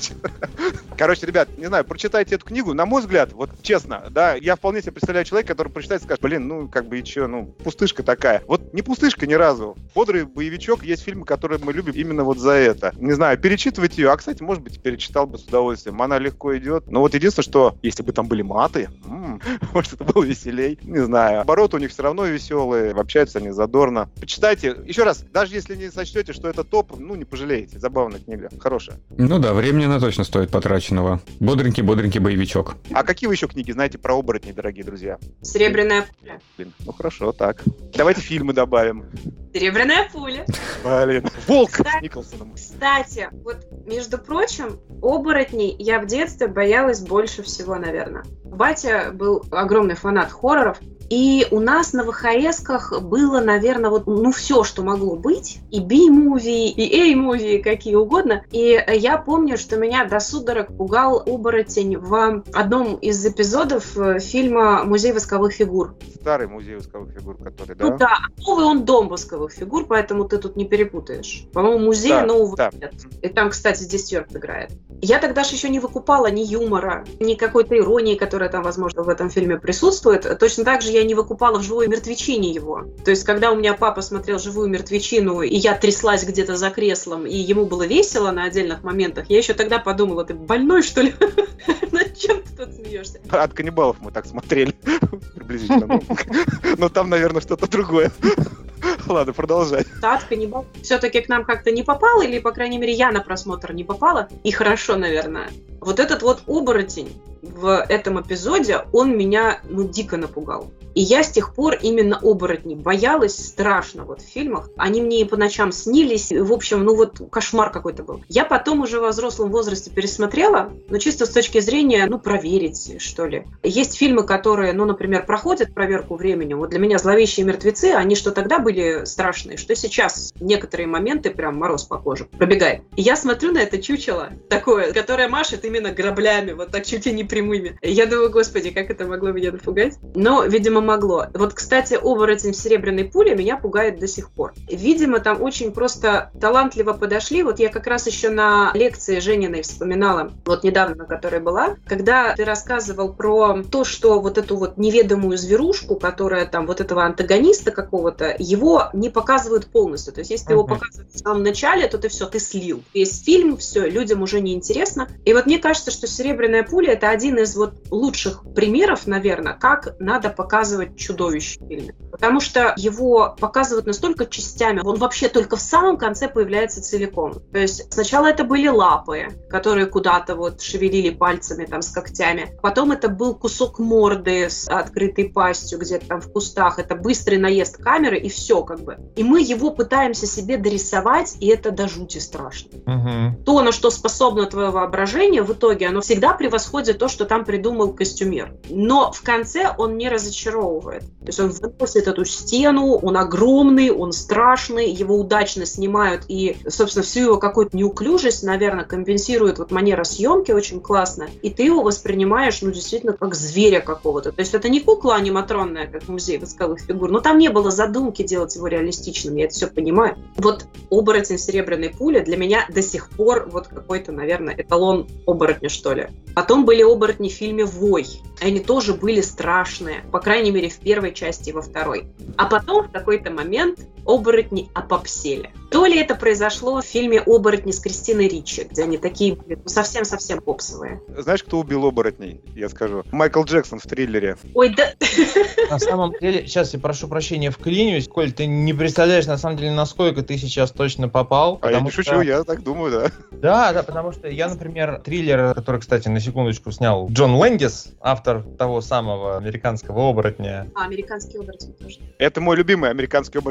Короче, ребят, не знаю, прочитайте эту книгу. На мой взгляд, вот честно, да, я вполне себе представляю человека, который прочитает и скажет, блин, ну как бы и че, ну пустышка такая. Вот не пустышка ни разу. Бодрый боевичок, есть фильмы, которые мы любим именно вот за это. Не знаю, перечитывать ее, а, кстати, может быть, перечитал бы с удовольствием. Она легко идет. Но вот единственное, что если бы там были маты, может, это было веселей. Не знаю. Обороты у них все равно веселые, общаются они задорно. Почитайте. Еще раз, даже если не сочтете, что это топ, ну, не пожалеете. Забавная книга. Хорошая. Ну да, времени она точно стоит потраченного. Бодренький боевичок. А какие вы еще книги знаете про оборотней, дорогие друзья? «Серебряная пуля». Блин, ну хорошо, так. Давайте фильмы добавим. «Серебряная пуля». Блин. «Волк» с Николсоном. Кстати, вот, между прочим, оборотней я в детстве боялась больше всего, наверное. Батя был огромный фанат хорроров, и у нас на ВХС-ках было, наверное, вот, ну, все, что могло быть. И B-муви, и A-муви, какие угодно. И я помню, что меня до судорог пугал оборотень в одном из эпизодов фильма «Музей восковых фигур». Старый музей восковых фигур, который, да? Ну да, новый он дом восковых фигур, поэтому ты тут не перепутаешь. По-моему, музей да, нового да. нет. И там, кстати, здесь Йорк играет. Я тогда же еще не выкупала ни юмора, ни какой-то иронии, которая там, возможно, в этом фильме присутствует. Точно так же я не выкупала в «Живой мертвечине» его. То есть, когда у меня папа смотрел «Живую мертвечину», и я тряслась где-то за креслом, и ему было весело на отдельных моментах, я еще тогда подумала, ты больной, что ли? Над чем ты тут смеешься? От каннибалов мы так смотрели. Приблизительно. Но там, наверное, что-то другое. Ладно, продолжай. От каннибал все-таки к нам как-то не попал, или, по крайней мере, я на просмотр не попала. И хорошо, наверное. Вот этот вот оборотень в этом эпизоде, он меня, ну, дико напугал. И я с тех пор именно оборотней боялась страшно вот в фильмах. Они мне и по ночам снились. В общем, ну вот кошмар какой-то был. Я потом уже во взрослом возрасте пересмотрела, но чисто с точки зрения, ну, проверить, что ли. Есть фильмы, которые, ну, например, проходят проверку временем. Вот для меня «Зловещие мертвецы», они что тогда были страшные, что сейчас некоторые моменты прям мороз по коже пробегает. И я смотрю на это чучело такое, которое машет именно граблями, вот так чуть ли не прямыми. Я думаю, господи, как это могло меня напугать? Но, видимо, могло. Вот, кстати, оборотень в «Серебряной пуле» меня пугает до сих пор. Видимо, там очень просто талантливо подошли. Вот я как раз еще на лекции Жениной вспоминала, вот недавно, на которой была, когда ты рассказывал про то, что вот эту вот неведомую зверушку, которая там вот этого антагониста какого-то, его не показывают полностью. То есть, если ты его показывают в самом начале, то ты все, ты слил. Весь фильм, все, людям уже не интересно. И вот мне кажется, что «Серебряная пуля» — это один из вот лучших примеров, наверное, как надо показывать чудовище в фильме. Потому что его показывают настолько частями, он вообще только в самом конце появляется целиком. То есть сначала это были лапы, которые куда-то вот шевелили пальцами там с когтями. Потом это был кусок морды с открытой пастью где-то там в кустах. Это быстрый наезд камеры и все как бы. И мы его пытаемся себе дорисовать, и это до жути страшно. То, на что способно твое воображение, в итоге оно всегда превосходит то, что там придумал костюмер. Но в конце он не разочаровывает. То есть он выносит эту стену, он огромный, он страшный, его удачно снимают, и, собственно, всю его какую-то неуклюжесть, наверное, компенсирует вот манера съемки очень классно, и ты его воспринимаешь, ну, действительно, как зверя какого-то. То есть это не кукла аниматронная, как в «Музее восковых фигур», но там не было задумки делать его реалистичным, я это все понимаю. Вот оборотень в «Серебряной пуле» для меня до сих пор вот какой-то, наверное, эталон оборотня, что ли. Потом были оборотни в фильме «Вой». Они тоже были страшные, по крайней мере, в первой части и во второй. А потом в какой-то момент оборотни опопсели. То ли это произошло в фильме «Оборотни» с Кристиной Ричи, где они такие были совсем-совсем попсовые. Знаешь, кто убил оборотней? Я скажу. Майкл Джексон в «Триллере». Ой, да... На самом деле, сейчас я прошу прощения, вклинюсь. Коль, ты не представляешь, на самом деле, насколько ты сейчас точно попал. А я не шучу, я так думаю, да. Да, потому что я, например, «Триллер», который, кстати, на секундочку снял Джон Лэндис, автор того самого американского оборотня. Американский оборотень тоже. Это мой любимый американский оборотень в Лондоне.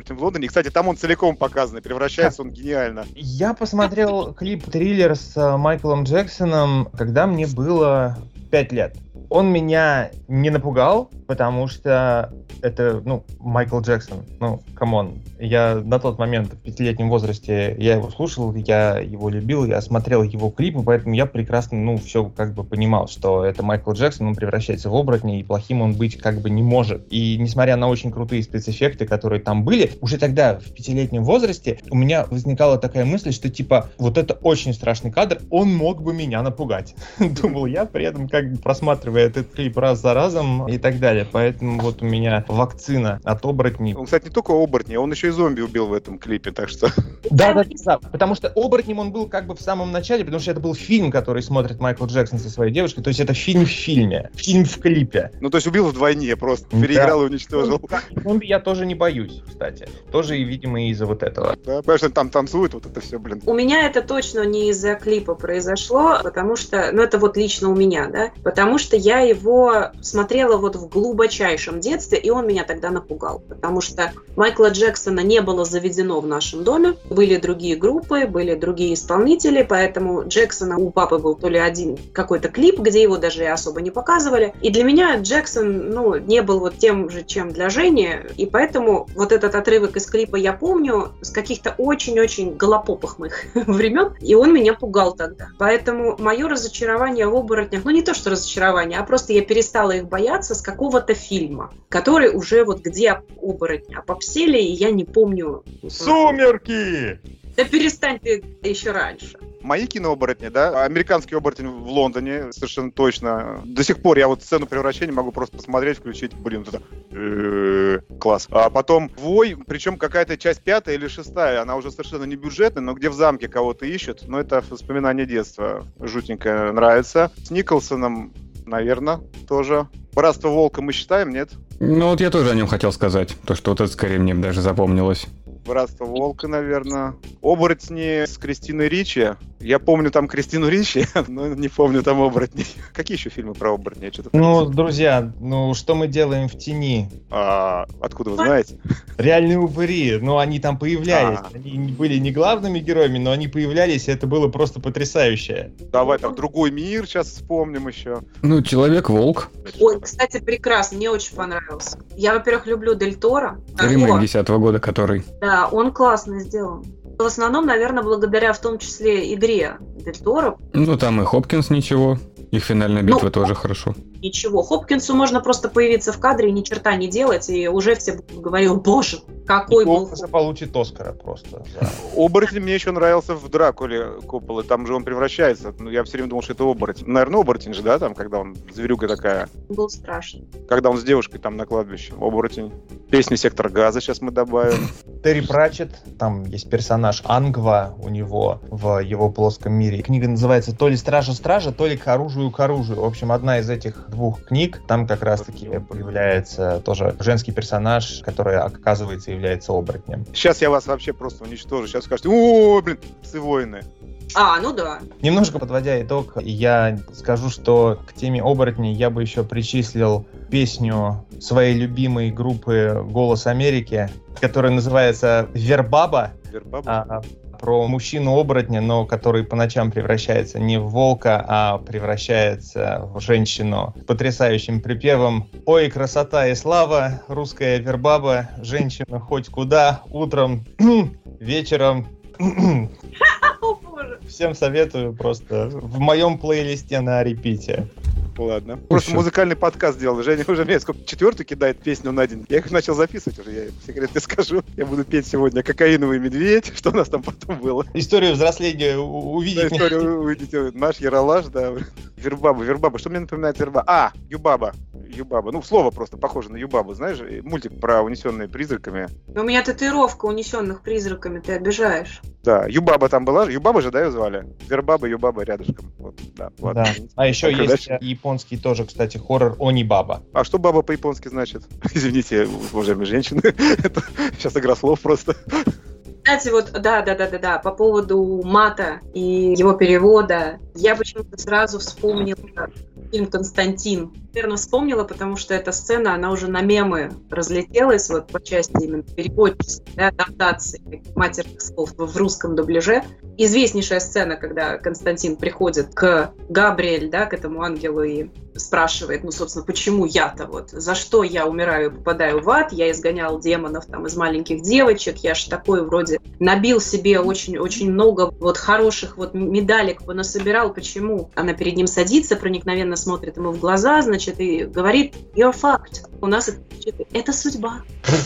зоне. Кстати, там он целиком показан, превращается он гениально. Я посмотрел клип-триллер с Майклом Джексоном, когда мне было 5 лет. Он меня не напугал, потому что это, Майкл Джексон. Камон. Я на тот момент, в 5-летнем возрасте, я его слушал, я его любил, я смотрел его клипы, поэтому я прекрасно, все понимал, что это Майкл Джексон, он превращается в оборотня, и плохим он быть не может. И несмотря на очень крутые спецэффекты, которые там были, уже тогда, в 5-летнем возрасте, у меня возникала такая мысль, что вот это очень страшный кадр, он мог бы меня напугать. Думал я, при этом просматривая этот клип раз за разом и так далее. Поэтому вот у меня вакцина от оборотней. Он, кстати, не только оборотни, он еще и зомби убил в этом клипе, так что... Да, потому что оборотнем он был в самом начале, потому что это был фильм, который смотрит Майкл Джексон со своей девушкой, то есть это фильм в фильме, фильм в клипе. То есть убил вдвойне, просто переиграл и уничтожил. Зомби я тоже не боюсь, кстати. Тоже, видимо, из-за вот этого. Да, потому что там танцуют, вот это все, блин. У меня это точно не из-за клипа произошло, потому что, это вот лично у меня, да, потому что я его смотрела вот в глубочайшем детстве, и он меня тогда напугал, потому что Майкла Джексона не было заведено в нашем доме, были другие группы, были другие исполнители, поэтому Джексона у папы был то ли один какой-то клип, где его даже особо не показывали, и для меня Джексон, не был вот тем же, чем для Жени, и поэтому вот этот отрывок из клипа я помню с каких-то очень-очень голопопых моих времен, и он меня пугал тогда. Поэтому мое разочарование в оборотнях, не то что разочарование, а просто я перестала их бояться с какого-то фильма, который уже вот где оборотни опопсели, и я не помню. «Сумерки!» Да перестань ты еще раньше. Мои кинооборотни, да, американский оборотень в Лондоне, совершенно точно. До сих пор я вот сцену превращения могу просто посмотреть, включить, класс. А потом «Вой», причем какая-то часть 5 или 6, она уже совершенно не бюджетная, но где в замке кого-то ищут, это воспоминание детства, жутенько нравится. С Николсоном, наверное, тоже. «Братство волка» мы считаем, нет? Вот я тоже о нем хотел сказать, то, что вот это скорее мне даже запомнилось. «Братство волка», наверное. «Оборотни» с Кристиной Ричи. Я помню там Кристину Ричи, но не помню там оборотней. Какие еще фильмы про оборотней? Друзья, что мы делаем в тени? Откуда вы знаете? Реальные упыри, они там появлялись. Они были не главными героями, но они появлялись, и это было просто потрясающе. Давай там «Другой мир» сейчас вспомним еще. «Человек-волк». Ой, кстати, прекрасно, мне очень понравился. Я, во-первых, люблю Дель Торо. Ремейк 10-го года, который... Да, он классно сделан. В основном, наверное, благодаря в том числе игре Дель Торо. Там и Хопкинс ничего. Их финальная битва тоже хорошо. Ничего. Хопкинсу можно просто появиться в кадре и ни черта не делать, и уже все будут говорить: боже, какой был... Он получит Оскара просто. Да. Оборотень мне еще нравился в «Дракуле» Копполы. Там же он превращается. Я все время думал, что это оборотень. Наверное, оборотень же, да? Там, когда он зверюга такая. Был страшный. Когда он с девушкой там на кладбище. Оборотень. Песню «Сектор газа» сейчас мы добавим. Терри Пратчетт. Там есть персонаж Ангва у него в его плоском мире. Книга называется то ли «Стража-стража», то ли «К оружию, к оружию». В общем, одна из этих двух книг. Там как раз-таки появляется тоже женский персонаж, который, оказывается, является оборотнем. Сейчас я вас вообще просто уничтожу. Сейчас скажете: о, блин, псы-воины. Да. Немножко подводя итог, я скажу, что к теме оборотней я бы еще причислил песню своей любимой группы «Голос Америки», которая называется «Вербаба». Про мужчину-оборотня, но который по ночам превращается не в волка, а превращается в женщину. С потрясающим припевом: «Ой, красота и слава, русская вербаба, женщина хоть куда, утром, вечером». Всем советую просто в моем плейлисте на репите. Ладно. Просто музыкальный подкаст делал. Женя уже мне четвертую кидает песню на день. Я их начал записывать уже, я секрет не скажу. Я буду петь сегодня «Кокаиновый медведь». Что у нас там потом было? Историю взросления увидите. Да, историю увидите. Наш Ералаш, да. Вербаба. Что мне напоминает вербаба? Юбаба. Слово просто похоже на Юбабу. Знаешь, мультик про унесенные призраками. У меня татуировка «Унесенных призраками», ты обижаешь. Да, Юбаба там была. Юбаба же, да, ее звали? Вербаба, Юбаба рядышком. Вот, да, ладно. Да. А еще так, есть японский тоже, кстати, хоррор «Онибаба». А что баба по-японски значит? Извините, уважаемые женщины. Это сейчас игра слов просто. Кстати, да, по поводу мата и его перевода, я почему-то сразу вспомнила фильм «Константин». наверное, вспомнила, потому что эта сцена, она уже на мемы разлетелась вот по части именно переводческой, да, адаптации матерных слов в русском дубляже. Известнейшая сцена, когда Константин приходит к Габриэль, да, к этому ангелу и спрашивает, ну, собственно, почему я-то вот, за что я умираю и попадаю в ад, я изгонял демонов там из маленьких девочек, я ж такой вроде набил себе очень-очень много вот хороших вот медалек понасобирал, почему? Она перед ним садится, проникновенно смотрит ему в глаза, значит, и говорит, you're fucked. У нас это судьба.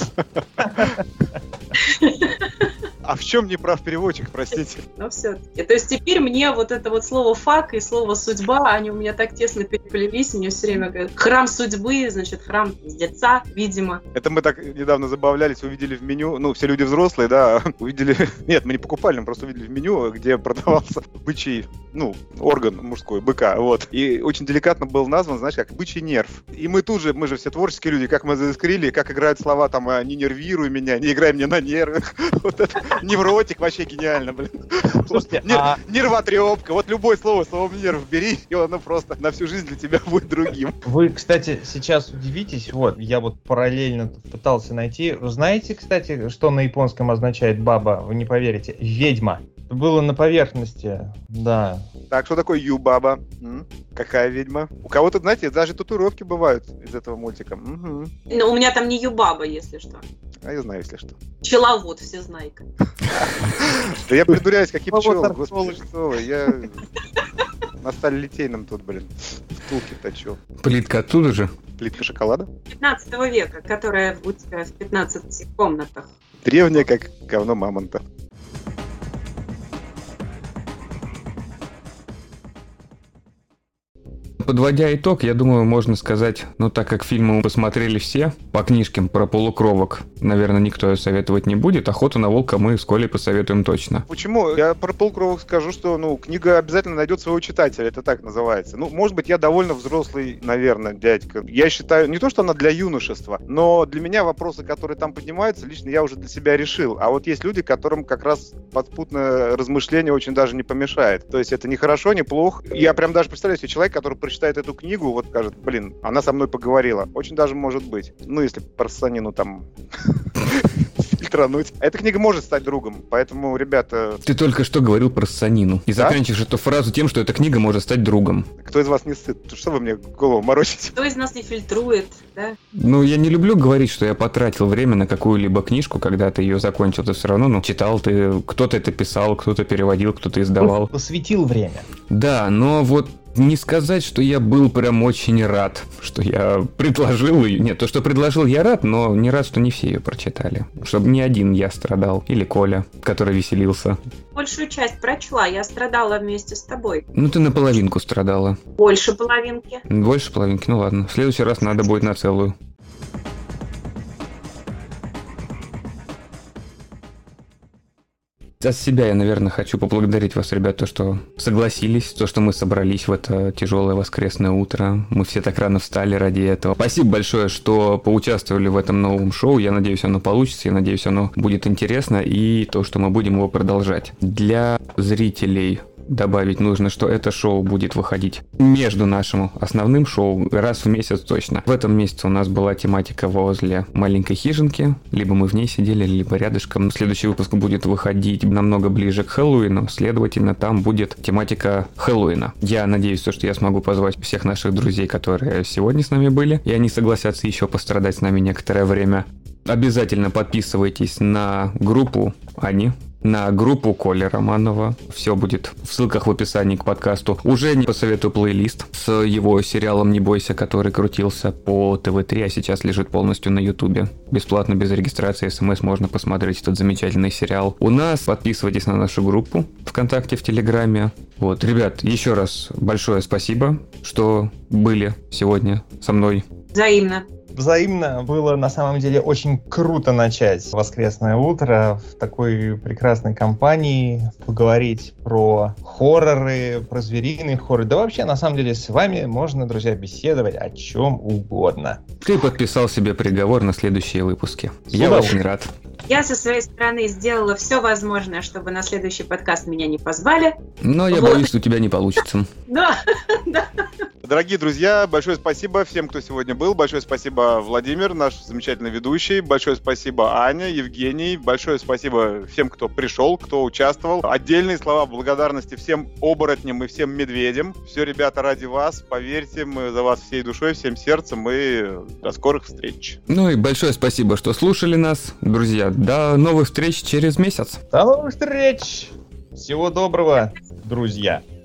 А в чем не прав переводчик, простите? Ну, все-таки. То есть теперь мне вот это вот слово «фак» и слово «судьба», они у меня так тесно переплелись, мне все время говорят «храм судьбы», значит, храм пиздеца, видимо. Это мы так недавно забавлялись, увидели в меню, ну, все люди взрослые, да, увидели... Нет, мы не покупали, мы просто увидели в меню, где продавался бычий, ну, орган мужской, быка, вот. И очень деликатно был назван, знаешь, как бычий нерв. И мы тут же, мы же все творческие люди, как мы заискрили, как играют слова там «не нервируй меня», «не играй мне на нервы». Вот это невротик вообще гениально, блин. Слушайте, нервотрепка. Вот любое слово, словом нерв бери, и оно просто на всю жизнь для тебя будет другим. Вы, кстати, сейчас удивитесь, вот, я вот параллельно пытался найти. Знаете, кстати, что на японском означает баба? Вы не поверите. Ведьма. Было на поверхности, да. Так, что такое ю-баба? Какая ведьма? У кого-то, знаете, даже татуировки бывают из этого мультика. Угу. Но у меня там не ю-баба, если что. А я знаю, если что. Пчеловод, всезнайка. Да я придуряюсь, какие пчелы, господи, что вы, я на сталелитейном тут, блин, втулки точу. Плитка оттуда же? Плитка шоколада? 15 века, которая у тебя в 15 комнатах. Древняя, как говно мамонта. Подводя итог, я думаю, можно сказать, ну так как фильмы мы посмотрели все, по книжкам про полукровок, наверное, никто советовать не будет, «Охоту на волка» мы с Колей посоветуем точно. Почему? Я про полукровок скажу, что, ну, книга обязательно найдет своего читателя, это так называется. Ну, может быть, я довольно взрослый, наверное, дядька. Я считаю, не то, что она для юношества, но для меня вопросы, которые там поднимаются, лично я уже для себя решил. А вот есть люди, которым как раз подспутное размышление очень даже не помешает. То есть это не хорошо, не плохо. Я прям даже представляю себе человека, который прочитает эту книгу, вот скажет, блин, она со мной поговорила. Очень даже может быть. Ну, если про ссанину там фильтрануть. Эта книга может стать другом, поэтому, ребята... Ты только что говорил про ссанину. И заканчиваешь эту фразу тем, что эта книга может стать другом. Кто из вас не сыт? Что вы мне голову морочите? Кто из нас не фильтрует, да? Ну, я не люблю говорить, что я потратил время на какую-либо книжку, когда ты ее закончил. Ты все равно, ну, читал, ты кто-то это писал, кто-то переводил, кто-то издавал. Посвятил время. Да, но вот не сказать, что я был прям очень рад, что я предложил ее. Нет, то, что предложил, я рад, но не рад, что не все ее прочитали. Чтобы не один я страдал. Или Коля, который веселился. Большую часть прочла, я страдала вместе с тобой. Ну, ты наполовинку страдала. Больше половинки. Больше половинки, ну ладно. В следующий раз надо будет на целую. От себя я, наверное, хочу поблагодарить вас, ребят, то, что согласились, то, что мы собрались в это тяжелое воскресное утро. Мы все так рано встали ради этого. Спасибо большое, что поучаствовали в этом новом шоу. Я надеюсь, оно получится, я надеюсь, оно будет интересно, и то, что мы будем его продолжать. Для зрителей добавить нужно, что это шоу будет выходить между нашим основным шоу раз в месяц точно. В этом месяце у нас была тематика возле маленькой хижинки. Либо мы в ней сидели, либо рядышком. Следующий выпуск будет выходить намного ближе к Хэллоуину. Следовательно, там будет тематика Хэллоуина. Я надеюсь, что я смогу позвать всех наших друзей, которые сегодня с нами были, и они согласятся еще пострадать с нами некоторое время. Обязательно подписывайтесь на группу Ани, на группу Коли Романова. Все будет в ссылках в описании к подкасту. Уже не посоветую плейлист с его сериалом «Не бойся», который крутился по ТВ3, а сейчас лежит полностью на Ютубе. Бесплатно, без регистрации, СМС можно посмотреть этот замечательный сериал. У нас подписывайтесь на нашу группу ВКонтакте, в Телеграме. Вот, ребят, еще раз большое спасибо, что были сегодня со мной. Взаимно. Взаимно. Было на самом деле очень круто начать воскресное утро в такой прекрасной компании, поговорить про хорроры, про звериные хорроры. Да вообще, на самом деле, с вами можно, друзья, беседовать о чем угодно. Ты подписал себе приговор на следующие выпуски. Я очень рад. Я со своей стороны сделала все возможное, чтобы на следующий подкаст меня не позвали. Но я боюсь, что у тебя не получится. Да, да. Дорогие друзья, большое спасибо всем, кто сегодня был. Большое спасибо, Владимир, наш замечательный ведущий. Большое спасибо, Аня, Евгений. Большое спасибо всем, кто пришел, кто участвовал. Отдельные слова благодарности всем оборотням и всем медведям. Все, ребята, ради вас. Поверьте, мы за вас всей душой, всем сердцем. И до скорых встреч. Ну и большое спасибо, что слушали нас, друзья. До новых встреч через месяц. До новых встреч! Всего доброго, друзья!